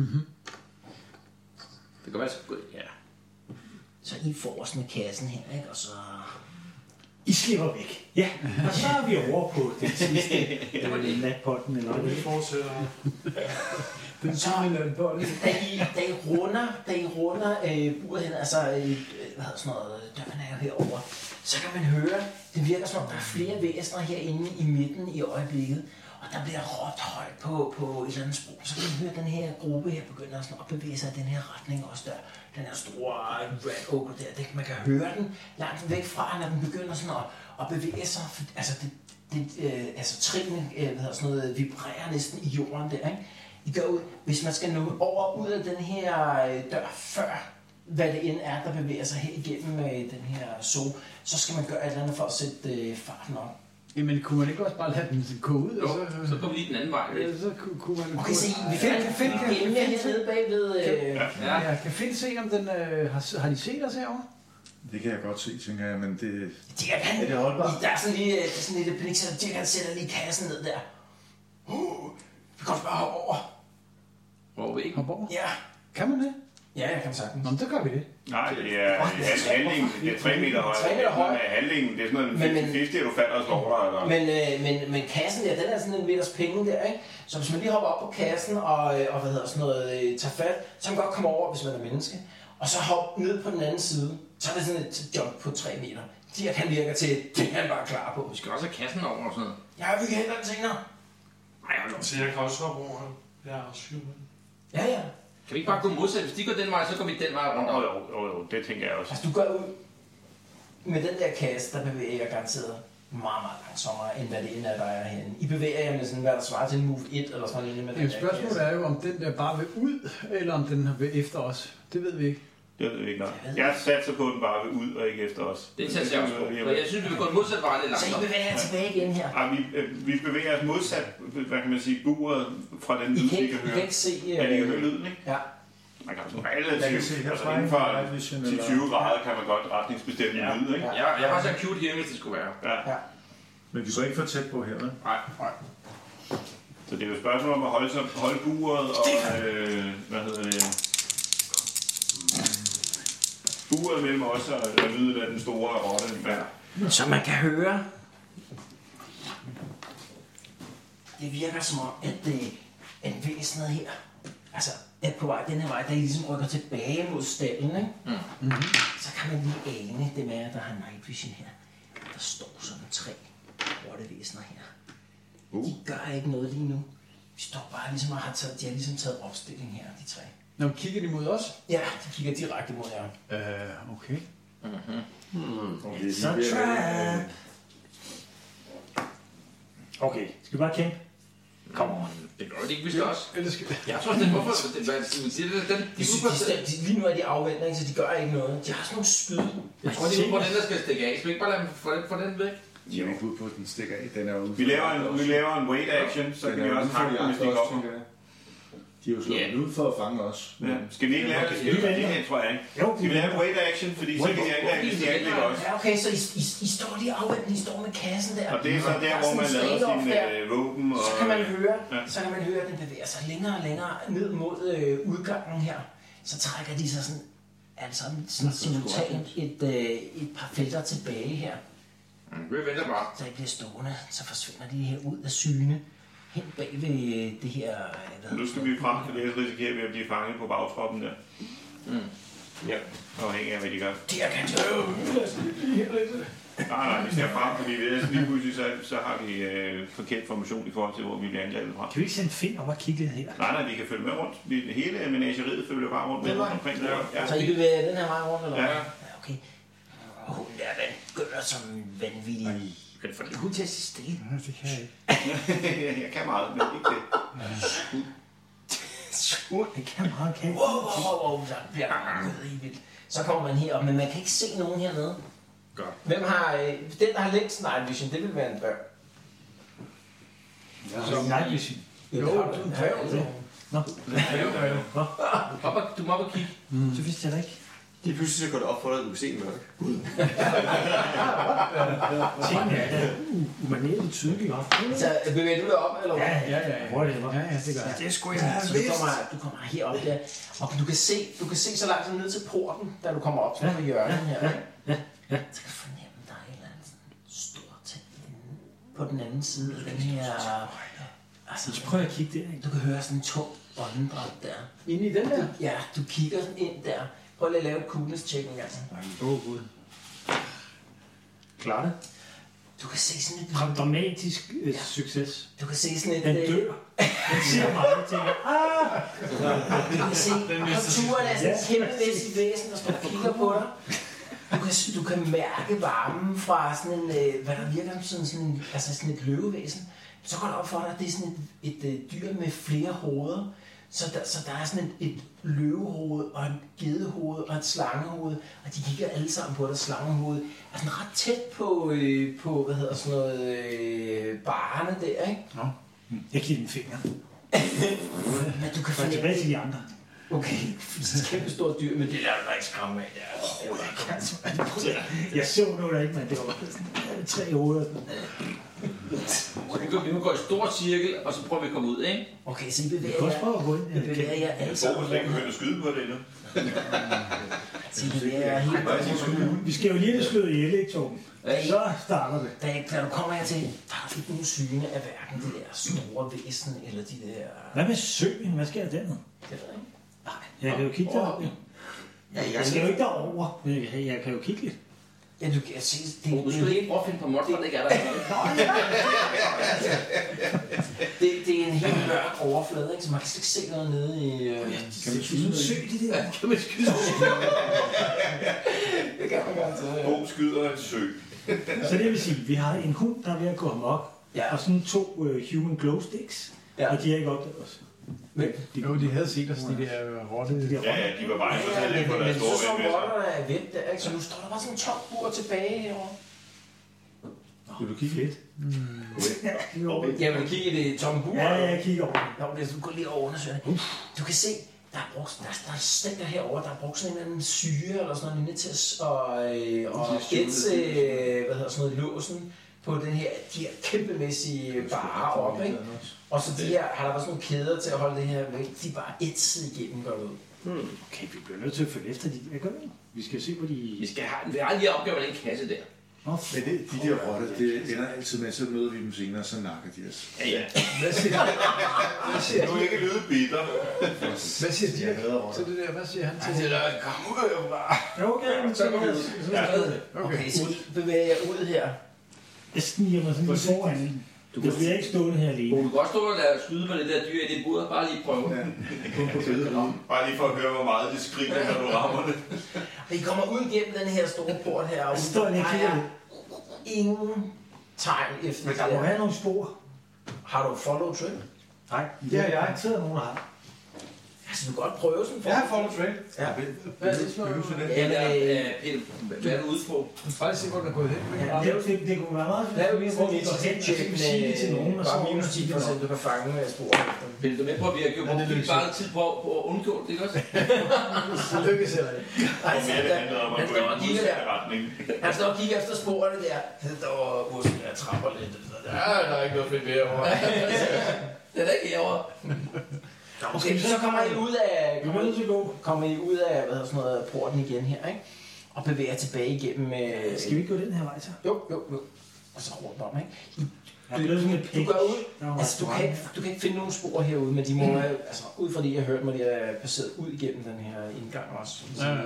Det kan være så godt, ja. Så I får også med kassen her, ikke? Og så... I slipper væk. Ja, og så er vi over på den sidste øh, natpotten, eller hvad? Vi fortsætter. Den tager en anden på det. Da I, da I runder, da I runder øh, buret hen, altså, øh, hvad hedder sådan noget, døren er jo herovre, så kan man høre, det virker som om, der er flere væsener herinde i midten i øjeblikket, og der bliver råbt højt på, på et eller andet sprog. Så kan man høre, den her gruppe her begynder sådan at bevæge sig i den her retning også der. Den her store rat ogre der, det, man kan høre den langt væk fra, når den begynder sådan at, at bevæge sig. For, altså, det, det, øh, altså trinene, øh, hvad hedder sådan noget, vibrerer næsten i jorden der, ikke? I går ud, hvis man skal nå over ud af den her øh, dør før, hvad det end er, der bevæger sig her igennem øh, den her zone, så skal man gøre et eller andet for at sætte øh, farten op. Jamen, kunne man ikke også bare lade den gå ud? Jo, og så, så går vi lige den anden vej. Ja, så kunne, kunne man... Okay, se, vi Find, finder kan Find, kan, en kan, hernede bagved. Øh, Ja. ja, kan Find se, om den... Øh, har, har de set os herovre? Det kan jeg godt se, tænker jeg, men det... Dirk, han, Er det holdbart? der er sådan lige, det er sådan lidt panik, så Dirk, han sætter lige kassen ned der. Uh, vi kan også bare hoppe over. Hvor vi ikke? Hop over? Ja. Kan man det? Ja, jeg kan sagtens. Nå, men så gør vi det. Nej, det er halv- halvdelen. Det er tre meter højt. Tre meter højt. Halvdelen, det er sådan noget Men- men- halvtreds, at du falder og slår dig. Eller? Men, øh, men, men kassen der, den er sådan en meters penge der, ikke? Så hvis man lige hopper op på kassen og, øh, og hvad hedder sådan noget, øh, tager fat, så kan man godt komme over, hvis man er menneske. Og så hoppe ned på den anden side, så er det sådan et jump på tre meter. Dirk, han virker til, det er han bare klar på. Vi skal også have kassen over og sådan noget. Ja, vi kan hente den senere. Nej, jeg vil Så jeg kan også hoppe over ham. Jeg er også human. Ja, ja. Kan vi ikke bare gå modsat? Hvis de går den vej, så går vi den vej rundt. Jo, jo, jo, jo, det tænker jeg også. Altså, du går ud med den der kasse, der bevæger jeg garanteret meget, meget langsommere, end hvad det end er, der er herinde. I bevæger jer med sådan, hvad der svarer til en move et eller sådan noget med den Jamen, der spørgsmålet kasse. er jo, om den der bare vil ud, eller om den vil efter os. Det ved vi ikke. Det ved vi ikke nok. Jeg satser på, at den bare vil ud og ikke efter os. Det satser jeg også på. Men jeg synes, vi vil gå den modsatte vej lidt Så I langsomt. bevæger jer tilbage igen her. Ej, vi, øh, vi bevæger os modsat, hvad kan man sige, buret fra den I lyd, kan vi ikke, kan I kan høre. ikke se... Ja, vi kan høre Øh, lyden, ikke? ja. Man kan sådan Jeg kan se relativt, altså herfra inden for i Night Vision, ti til eller- tyve grader kan man godt retningsbestemme Ja. lyd, ikke? Ja, jeg har så cute her, hvis det skulle være. Ja. Men vi går ikke for tæt på her, vel? Nej. Så det er jo et spørgsmål om at holde, sig, holde buret og, øh, hvad hedder det, buret mellem os og og lyden af den store rotte. Ja. Så man kan høre... Det virker som om, at, det, at væsenet her... Altså, at på vej den her vej, der I ligesom rykker tilbage mod stallen, ikke? Mm. Mm-hmm. Så kan man lige ane, det med, at der har night vision her. Der står sådan tre rottevæsener her. Uh. De gør ikke noget lige nu. De står bare ligesom og har taget, de har ligesom taget opstilling her, de tre. Nå, kigger de mod os? Ja, de kigger direkte mod jer. Øh, okay. Så trap. Okay, skal vi bare kæmpe? Kom on. Det gør det ikke, hvis det også. Eller skal... Jeg tror, det er hvorfor... Det, hvad, man siger det, den, de, De, de, de, de, de, lige nu er de afvendt, ikke? Så de gør ikke noget. De har sådan nogle spyd. jeg tror, de er ude på den, der skal stikke af. Skal vi ikke bare lade dem få den, få den væk? De er jo ikke ude på, at den stikker af. Den er jo Vi laver en, vi laver en wait action, så kan vi også hakke dem, hvis de kommer. De er jo slået Ja. ud for at fange os. Ja. Skal vi ikke lave det? Skal vi lave det, tror jeg ikke. Jo, Skal vi lave en wait action, fordi så kan de angribe, hvis de angriber os. Ja, okay, så I, I, I står lige afvendt, I står med kassen der. Og det er så der, Der er hvor man sådan en lader trade-off sine der. øh, våben og... Så kan man høre, Ja. så kan man høre, at den bevæger sig længere og længere ned mod øh, udgangen her. Så trækker de sig sådan, altså sådan simultant et, øh, et par felter tilbage her. Vi venter bare. Så I bliver stående, så forsvinder de her ud af syne. Hen bag ved øh, det her... øh, Hvad Nu skal vi frem, for ellers risikerer vi at blive fanget på bagtroppen der. Mm. Ja. Afhængig af, hvad de gør. Det her kan Nej, nej, vi skal frem, fordi ellers lige pludselig så, så har vi øh, forkert formation i forhold til, hvor vi bliver angrebet fra. Kan vi ikke sende Finn op og kigge lidt her? Nej, nej, vi kan følge med rundt. Vi, hele menageriet følger bare rundt med rundt omkring det. Ja. Så I bevæger den her vej rundt, eller Ja. hvad? Ja, okay. Og hun der, den gør som vanvittig. Kan det få det? Hun til at sige stille. Ja, det kan jeg ikke. Jeg kan meget, men ikke det. Det kan meget, kan. Wow, wow, wow, der bliver gået i vildt. Så kommer man herop, men man kan ikke se nogen hernede. Godt. Hvem har... Øh, den, der har længst night vision, det vil være en dør. Så night vision. Jo, du er en dværg. Nå, Op og, du må op og kigge. så vidste jeg da ikke. Lige pludselig så går det op for dig, at du kan se mørk. Tingene er umanerligt tydelige. Så øh, bevæger du dig op, eller hvad? Ja, Ja, ja, ja. Hvor er det, hvor? Ja, ja, det gør jeg. Det skulle jeg Så du kommer, du kommer herop der, og du kan se, du kan se så langt som ned til porten, da du kommer op sådan på hjørnet her. Ja, ja, ja. Så kan du fornemme, der er en eller anden sådan stor ting inde på den anden side af den her... Altså, Så prøver jeg at kigge der, ikke? du kan høre sådan en tung åndedræt der. Inde i den der? Ja, du kigger sådan ind der. Prøv lige at lave et coolness check en gang. Åh, oh, gud. Klar det. Du kan se sådan et... Kom, dramatisk øh, succes. Du kan se sådan et... Den øh, dør. Den siger meget, jeg tænker, ah! Du kan se, konturen er sådan en kæmpemæssig væsen, der står og kigger på dig. Du kan, du kan mærke varmen fra sådan en, øh, hvad der virker som sådan, sådan, en, altså sådan et løvevæsen. Så går det op for dig, at det er sådan et, et, et dyr med flere hoveder. Så der, så der er sådan et, et løvehoved og en gedehoved og et slangehoved, og de kigger alle sammen på det. Slangehoved er sådan ret tæt på, øh, på hvad hedder sådan noget, øh, barerne der, ikke? Nå. Jeg giver den finger. Men du kan få tilbage til de andre. Okay, det er et kæmpe stort dyr, men det er der ikke skræmme af. Jeg så noget der ikke, men det var sådan tre hoveder. Så vi må gå i stor cirkel, og så prøver vi at komme ud, ikke? Okay, så I bevæger Vi kan også prøve at gå ind. I bevæger jer alle sammen. Jeg kan ikke skyde på det endnu. Så I bevæger jer helt. Vi skal jo lige have slået ihjel, ikke, Torben? Så starter det. Da, da du kommer her til, der er ikke nogen syne af hverken det der store væsen, eller de der... Hvad med søen? Hvad sker der dernede? Det ved jeg ikke. Nej, jeg kan jo kigge deroppe. Ja, jeg skal jo ikke derover, men jeg kan, jeg kan jo kigge lidt. Ja, du kan se... Det, Du skal ikke prøve at finde på monster, der ikke er der. det, det er en helt mørk overflade, ikke? Så man kan slet ikke se noget nede i... Øh... Kan man skyde en sø, det der? Ja, kan man skyde en sø? Det kan man godt tage, ja. Bo skyder en sø. Så det vil sige, at vi har en hund, der er ved at gå amok, ja. Og sådan to uh, human glow sticks, ja. Og de har ikke opdaget os. Men, de, jo, de havde set os, de der rotte. De ja, ja, de var bare ikke ja, fortælle på deres store væk. Men så væk. som rotterne er væk der, ikke? Så nu står der bare sådan en tom bur tilbage herovre. Vil du kigge lidt? Mm. Ja, vil du kigge i det tomme bur? Ja, jeg kigger over. Ja, okay, så du går lige over og undersøger det. Du kan se, der er brugt, der, der er stænger herovre, der er brugt sådan en eller anden syre eller sådan noget lignende til at og, og gætse, hvad hedder sådan noget, låsen på den her, de her kæmpemæssige barer op, ikke? Og så de her, har der været sådan nogle kæder til at holde det her væk, de er bare ætset igennem, går ud. Hmm. Okay, vi bliver nødt til at følge efter de der gør. Vi skal se, hvor de... Vi skal have, vi har lige opgavet den kasse der. Nå, men det, de der rotter, det ender altid med, så møder vi dem senere, så nakker de os. Ja, ja. Hvad siger, hvad siger Du er ikke lyde bitter. Hvad siger Dirk til det der? Hvad siger han til Han siger, kom ud bare. Ja, okay, så går vi ud. Okay, så I bevæger jer ud her. Jeg sniger mig sådan lidt foran. Du kan bliver ikke stående her alene. Du kan godt stå og lade skyde på det der dyr i det bur. Bare lige prøve. Ja, bare lige for at høre, hvor meget det skriger, når du rammer det. Og I kommer ud gennem den her store port her, og står lige der er ingen tegn efter men der må være nogle spor. Har du follow trail? Nej, det har jeg ikke taget nogen, der har. Altså, du kan godt prøve sådan. Jeg har follow trail. Ja. Hvad er det for noget? Ja, men øh, Peter, hvad er du ude på? Bare lige se, hvor den er gået hen. Ja, det, det, det kunne være meget Der er jo lige sådan en intelligent check at sige det til nogen, og så bare minus ti procent, du kan fange med spor. Vil du med på, at vi har gjort ja, det bare tid på, på at undgå det, ikke også? Det lykkes heller ikke. Og mere det handler om at gå i den modsatte retning. Han står og kigger efter sporene der. Han står og ursen der trapper lidt. Ja, der er ikke noget fedt mere over. Det er da ikke herovre. Okay, så kommer I ud af, kommer I, kommer I ud af hvad hedder sådan noget, porten igen her, ikke? Og bevæger tilbage igennem... Øh... Skal vi ikke gå den her vej så? Jo, jo, jo. Og så rundt om, ikke? I, du, du, du går ud, altså du kan, ikke, du kan ikke finde nogen spor herude, men de må, mm. altså ud fra det, jeg har hørt, må de have passeret ud igennem den her indgang også. Ja, ja.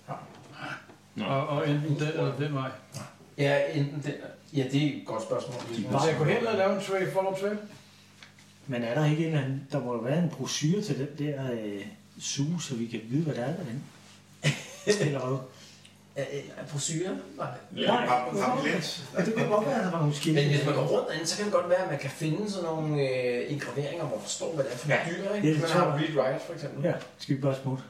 ja. Og, og enten den eller den vej? Ja, enten den... Ja, det er et godt spørgsmål. Så jeg går hen og laver en trail, follow trail? Men er der ikke en eller anden, der må være en brochure til den der øh, suge, så vi kan vide, hvad der er derinde? Eller hvad? Er brochure? Nej, det kunne godt være, at der var nogle skilte. Men hvis man går rundt derinde, så kan det godt være, at man kan finde sådan nogle øh, engraveringer, hvor man forstår, hvad det er for nogle dyr, ikke? Ja, man har Read Write, for eksempel. Ja, skal vi bare smutte?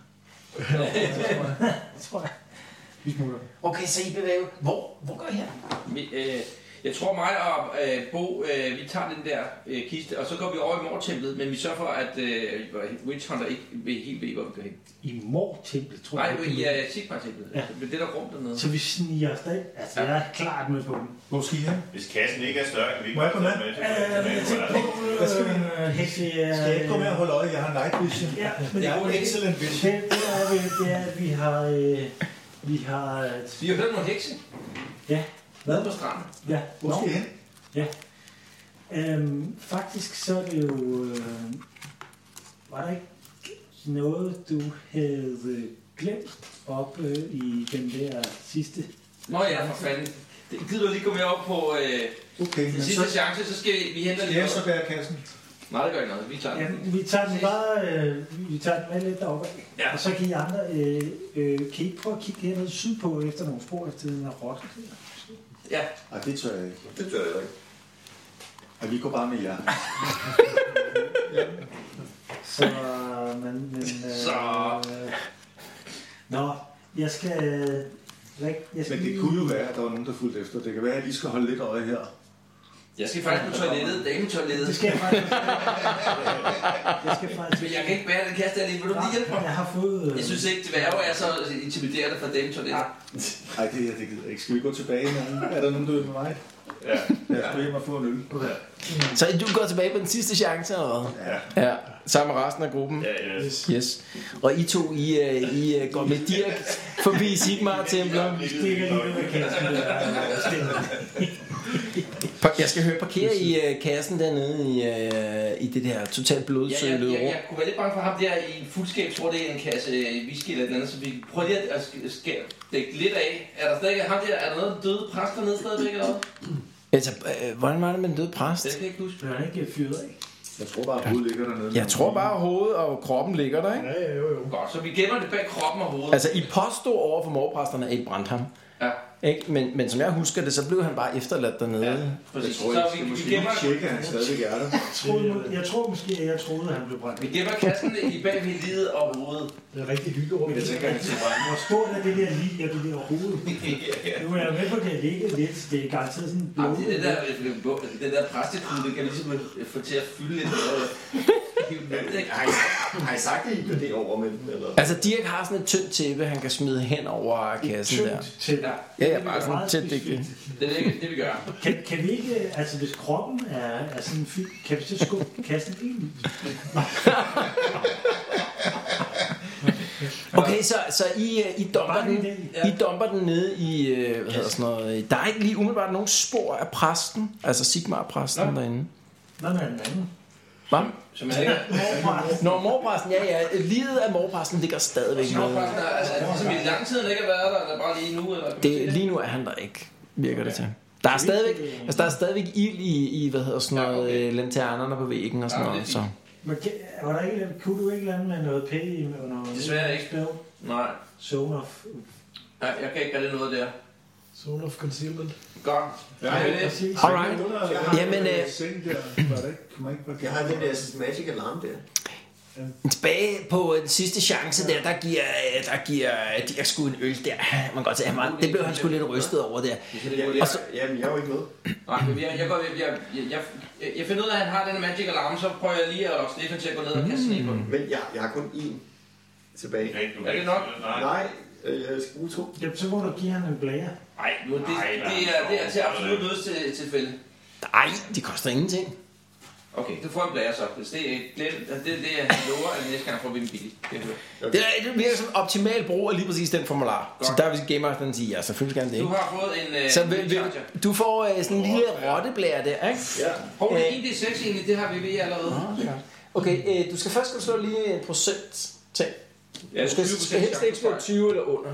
Det tror jeg. Vi smutter. Okay, så I bevæger. Hvor, hvor går I her? Vi, øh, jeg tror mig og øh, Bo, øh, vi tager den der øh, kiste, og så går vi over i Mor-templet, men vi sørger for, at øh, Witch Hunter ikke ved helt ved, hvor vi går hen. I Mor-templet, tror Nej, jeg? Nej, i uh, Sigmar-templet. Ja. Men det der rum dernede. Så vi sniger os derind? Altså, ja. Jeg er klart med på den. Hvor skal I hen? Hvis kassen ikke er større, kan vi ikke Må jeg komme med? Hvad skal vi? Hekse... Skal jeg ikke gå med og holde øje? Jeg har night vision. Ja, men jeg har en excellent vision. Det, det er, vi, det er, at vi har... Øh, vi har... Vi har hørt nogle hekse. Ja. Hvad på stranden? Ja. Hvor skal I hen? Ja. Øhm, faktisk så er det jo... Øh, var der ikke noget, du havde glemt op øh, i den der sidste... Nå ja, for fanden. Det gider du lige gå med op på øh, okay, den sidste så, chance, så skal vi, vi hente lige... Skal jeg så bære kassen? Nej, det gør ikke noget. Vi tager den. Ja, vi tager den bare... Øh, vi tager den med lidt deroppe. Ja. Og så kan I andre... Øh, øh, kan I prøve at kigge hernede sydpå efter nogle spor efter den her rotte? Ja. Ej, det tør jeg ikke. Det tør jeg ikke. Og vi går bare med jer. Så men... men øh, Så. Nå, jeg skal... Jeg, jeg skal Men det kunne jo være, at der var nogen, der fulgte efter. Det kan være, at jeg lige skal holde lidt øje her. Jeg skal faktisk på toilettet, dametoilettet. Det skal jeg faktisk. Jeg skal faktisk. Men jeg kan ikke bære den kasse der lige. Vil du lige hjælpe mig? Jeg har fået... Jeg synes ikke, dværge er så intimiderende for dametoilettet. Nej, det, det gider jeg ikke. Skal vi gå tilbage? Er der nogen, der vil med mig? Ja. Jeg skal hjem og få en øl. Mm. Så du går tilbage på den sidste chance, eller hvad? Ja. Ja, sammen med resten af gruppen. Ja, yes. Yes. Og I to, I, uh, I uh, går med Dirk forbi Sigmar-templet. Vi stikker lige ud af kassen. Jeg skal høre, parkere i uh, kassen dernede i, uh, i det der totalt Ja, blodsølede jeg, jeg, rum. jeg kunne være lidt bange for ham der i en fuldskab, tror det er en kasse whisky eller et eller andet, så vi prøver lige at skære dække lidt af. Er der stadig ham der, er der noget døde præst dernede stadigvæk eller hvad? Altså, øh, hvordan var det med den døde præst? Det kan jeg ikke huske. Bliver han ikke fyret af? Jeg tror bare, at hovedet ligger dernede. Jeg tror bare, at hovedet og kroppen ligger der, ikke? Ja, ja, jo, jo. Godt, så vi gemmer det bag kroppen og hovedet. Altså, I påstod over for morpræsterne, at I brændte ham. Ja. Ikke? Men, men som jeg husker det, så blev han bare efterladt dernede. Ja, Jeg præcis. tror, Så jeg vi, skal vi måske gemmer, lige tjekke, at han stadigvæk er der. Jeg troede, jeg tror måske, at jeg troede, at han blev brændt. vi gemmer kassen i bag ved lidet og hovedet. Det er rigtig hyggerum. Jeg tænker, at han skal brænde. Hvor stort er det der lige, og det der hoved? Nu er jeg med på, at det ligger lidt. Det er garanteret sådan en Jamen, blod. det er det der, den der præstekugle, det kan ligesom få til at fylde lidt. Har I, har I sagt, at I gør det over med dem, eller? Altså, Dirk har sådan et tyndt tæppe, han kan smide hen over kassen der. Til. Ja, Ja, ja, bare sådan et tyndt dække. det er det, det vi gør. Kan, kan vi ikke, altså hvis kroppen er, er sådan fyldt, kan vi så skubbe kassen ind? Okay, så, så I, øh, I, dumper Bare lige den, den. I dumper den nede i, øh, hvad hedder sådan noget, der er ikke lige umiddelbart nogen spor af præsten, altså Sigmar-præsten Nå. derinde. Hvad med den anden? Hvad? Som er ikke. Når morpræsten, ja ja, livet af morpræsten ligger stadigvæk Så med. præsten er, altså, er det ligesom i lang tid, han ikke har været der, eller bare lige nu? Eller? Det, lige nu er han der ikke, virker det til. Der er stadigvæk, altså der er stadigvæk ild i, i hvad hedder sådan noget, Ja, okay. øh, lanternerne på væggen og sådan Ja, det er noget, så. Men kan, var der ikke, kunne du ikke lande med noget P I under Desværre ikke. spil? Nej, Zone of... ja, jeg kan ikke rigtig noget der. Zone of concealment. Godt. Ja, Ja, det er det. Præcis. Alright. Jamen, øh, Seng der, var det ikke? Kan man ikke bare Jeg har den der Magic Alarm der. tilbage på den sidste chance der, der giver, der giver Dirk sgu en øl der. Man kan godt sige, han var, det blev han sgu lidt rystet over der. Jamen, jeg, jamen, jeg er jo ikke med. Nej, men jeg, jeg, går, jeg, jeg, jeg, jeg, jeg finder ud af, at han har den Magic Alarm, så prøver jeg lige at lokke Stefan til at gå ned og kaste sne på den. Men jeg, jeg har kun én tilbage. Er det nok? Nej, øh, jeg skal bruge to. Jamen, så må du give ham en blære. Nej, nu, det, det, er, det er til absolut nøds til tilfælde. Nej, det koster ingenting. Okay, du får en blære så. Hvis det er glemt, det, det er jeg lover, at næste gang får vi en billig. Det er Det, er, det virker som en optimal brug af lige præcis den formular. Godt. Så der vil Game Master sige, ja, selvfølgelig skal han det. Du Ikke? har fået en uh, Så vil, vil, du får uh, sådan en lille rotteblære der, ikke? Ja. Hov, det er en D seks egentlig, det har vi ved allerede. Okay, uh, du skal først skal du slå lige en procent ting. Ja, Du skal, skal helst ikke slå tyve eller under.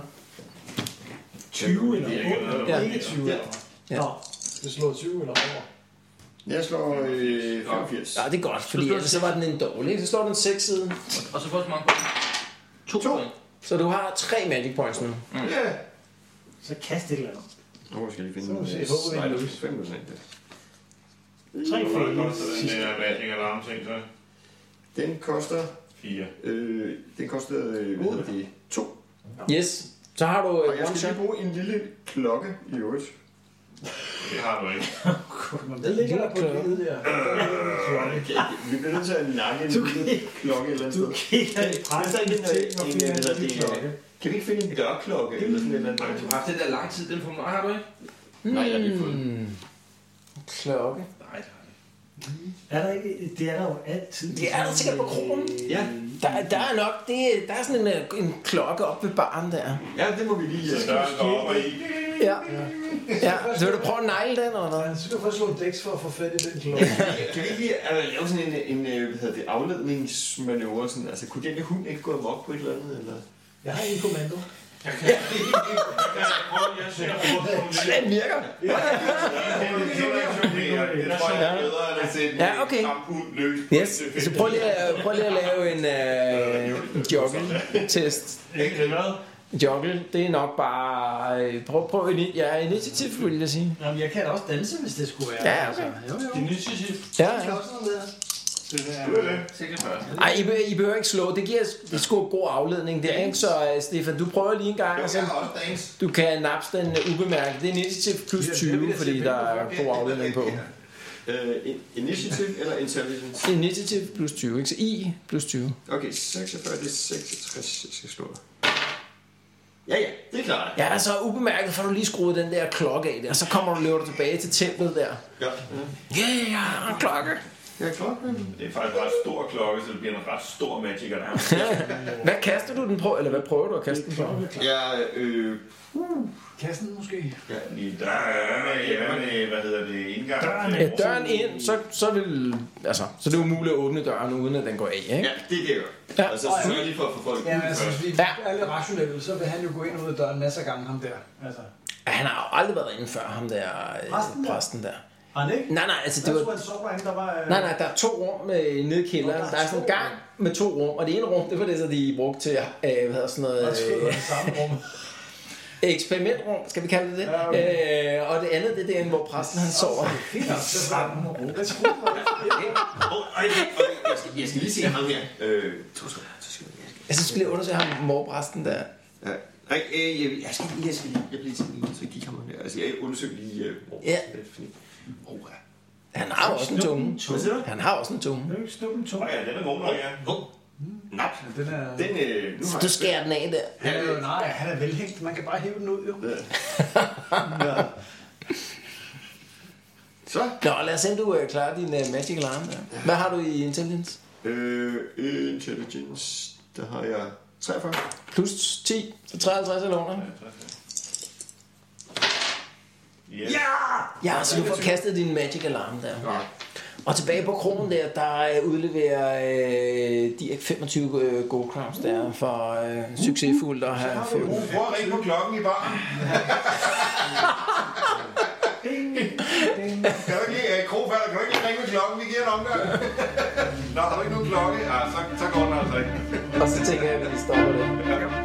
tyve eller under? Ja. Ikke tyve. Ja. Nå, Det slår tyve eller over. Jeg slår øh, femogfirs. Ja, det er godt, fordi ellers så var den en dårlig. ikke? Så slår du en seks side. Og så får du så mange point. To, To. point. Så du har tre magic points nu. Ja. så kast et eller andet. Nu skal jeg lige Så finde må vi se, øh, håber vi nej, er det er løs. fem procent. Tre Hvor fejl. koster den der Magic Alarm ting så? Den koster, Fire. øh, den koster, øh, hvad hedder det, to. Yes. Så har du Og uh, jeg one skal shot. lige bruge en lille klokke i øvrigt. Det har du ikke. Det ligger der på billedet der. Vi bliver nødt til at nakke en lille klokke et eller andet Du sted. kigger i præsten Kan vi ting ikke og finde finder en, en hvad lille hedder klokke. det, kan vi ikke finde en dørklokke eller sådan et eller Nej, andet? du har haft den der lang tid, den formular har du ikke? Nej, jeg har lige fået den. Hmm. Klokke. Nej, det har jeg ikke. Er der ikke? Det er der jo altid. Det er der sikkert på krogen. Ja. Der, der er nok, det, der er sådan en, øh, en klokke op ved baren der. Ja, det må vi lige... øh, Så døren går op og i. Ja. Ja, så vil du prøve at negle den, eller hvad? Ja, så skal du først slå en dæks for at få fat i den klokke. Kan vi ikke lige altså, lave sådan en, en øh, hvad hedder det, afledningsmanøvre? Sådan, altså, kunne den her hund ikke gå amok på et eller andet? Eller? Jeg har en kommando. Jeg kan ikke. Jeg prøver, jeg ser på Den virker. Det tror jeg er bedre, end at sætte Ja, okay. en kamphund løs. Yes, så prøv lige at, prøv lige at lave en, øh, en joggle-test. Ikke hvad? Joggle, det er nok bare... Øh, prøv, prøv en, ja, initiativ, vil jeg sige. Jamen, jeg kan da også danse, hvis det skulle være. Ja, okay. Altså, jo, jo. Initiativ. Ja, Jeg kan ja. også noget der. Så det er, Du er det. seksogfyrre. Ej, I, be- I behøver ikke slå. Det giver det er sgu god afledning der, ikke? Så uh, Stefan, du prøver lige en gang, Jo, og så jeg har også dagens. du kan napse den uh, ubemærket. Det er initiativ plus tyve, fordi der er god afledning på. Uh, initiative eller intelligence? Initiativ plus tyve, ikke? Så I plus tyve. Okay, seksogfyrre, det er seksogtres, jeg skal slå dig. Ja, ja, det er klart. Ja, så ubemærket får du lige skruet den der klokke af der, og så kommer du løber du tilbage til templet der. Ja. Ja, yeah, jeg har en klokke. Jeg er klar. Det er faktisk en ret stor klokke, så det bliver en ret stor magic der. Hvad kaster du den på, eller hvad prøver du at kaste den på? Ja, øh... Kassen måske? Ja, Lige der er med, med, hvad hedder det, indgang. Ja, døren ind, så, så vil... Altså, så det er umuligt at åbne døren, uden at den går af, ikke? ja, det er det, jeg gør. Ja. Og så sørger jeg lige for at få folk Ja, ud men altså, først. hvis vi Ja. er lidt rationelle, så vil han jo gå ind og ud af døren masser af gange, ham der. Altså, Ja, han har jo aldrig været inde før, ham der øh, Præsten der? præsten der. har han ikke? Nej, nej, altså det Jeg var... tror, han sov derinde, der var... øh, Nej, nej, der er to rum øh, nede i kælderen. Nå, der er Der er sådan en to gang med to rum, og det ene rum, det var det, så de brugte til, øh, hvad hedder sådan noget... Der er Øh, det samme rum. eksperimentrum, skal vi kalde det det? Ja, okay. Øh, og det andet, det er derinde, hvor præsten han sover. Fint, så er det Lad os prøve Åh, øj, jeg skal- Jeg skal lige se ham her. Øh, to sekunder, to sekunder. Jeg skal- Jeg synes, vi lige undersøge ham, morpræsten der. Ja. Nej, øh, jeg, jeg skal lige, jeg skal lige, jeg bliver lige til at kigge ham her. Altså, jeg undersøger lige... Øh, hvor- Ja. det er fint. Åh, ja. Han har jo også en tunge. Hvad siger du? Han har også en tunge. Det er jo ikke snuppen to. Åh ja, den er god nok, ja. Åh, nap. Den er... Den, øh, nu har Så du skærer den af der. Han er jo, nej, han er velhængt. Man kan bare hæve den ud, jo. Ja. Så. Nå, lad os se, om du øh, klarer din uh, magic alarm der. Hvad har du i intelligence? Øh, intelligence, der har jeg treogfyrre. Plus ti, så treoghalvtreds eller under. Yes. Ja, så du får kastet din magic alarm der. Ja. Og tilbage på kronen der, der øh, udleverer øh, de femogtyve øh, gold crowns der for øh, succesfuldt at have fået. Prøv at ringe på klokken i baren. Kan du ikke lige, Krogfalder, kan du ikke lige ringe med klokken? Vi giver en omgang. Nå, har du ikke nogen klokke? Ja, så, så går den altså ikke. Og så tænker jeg, at vi stopper det. Ja.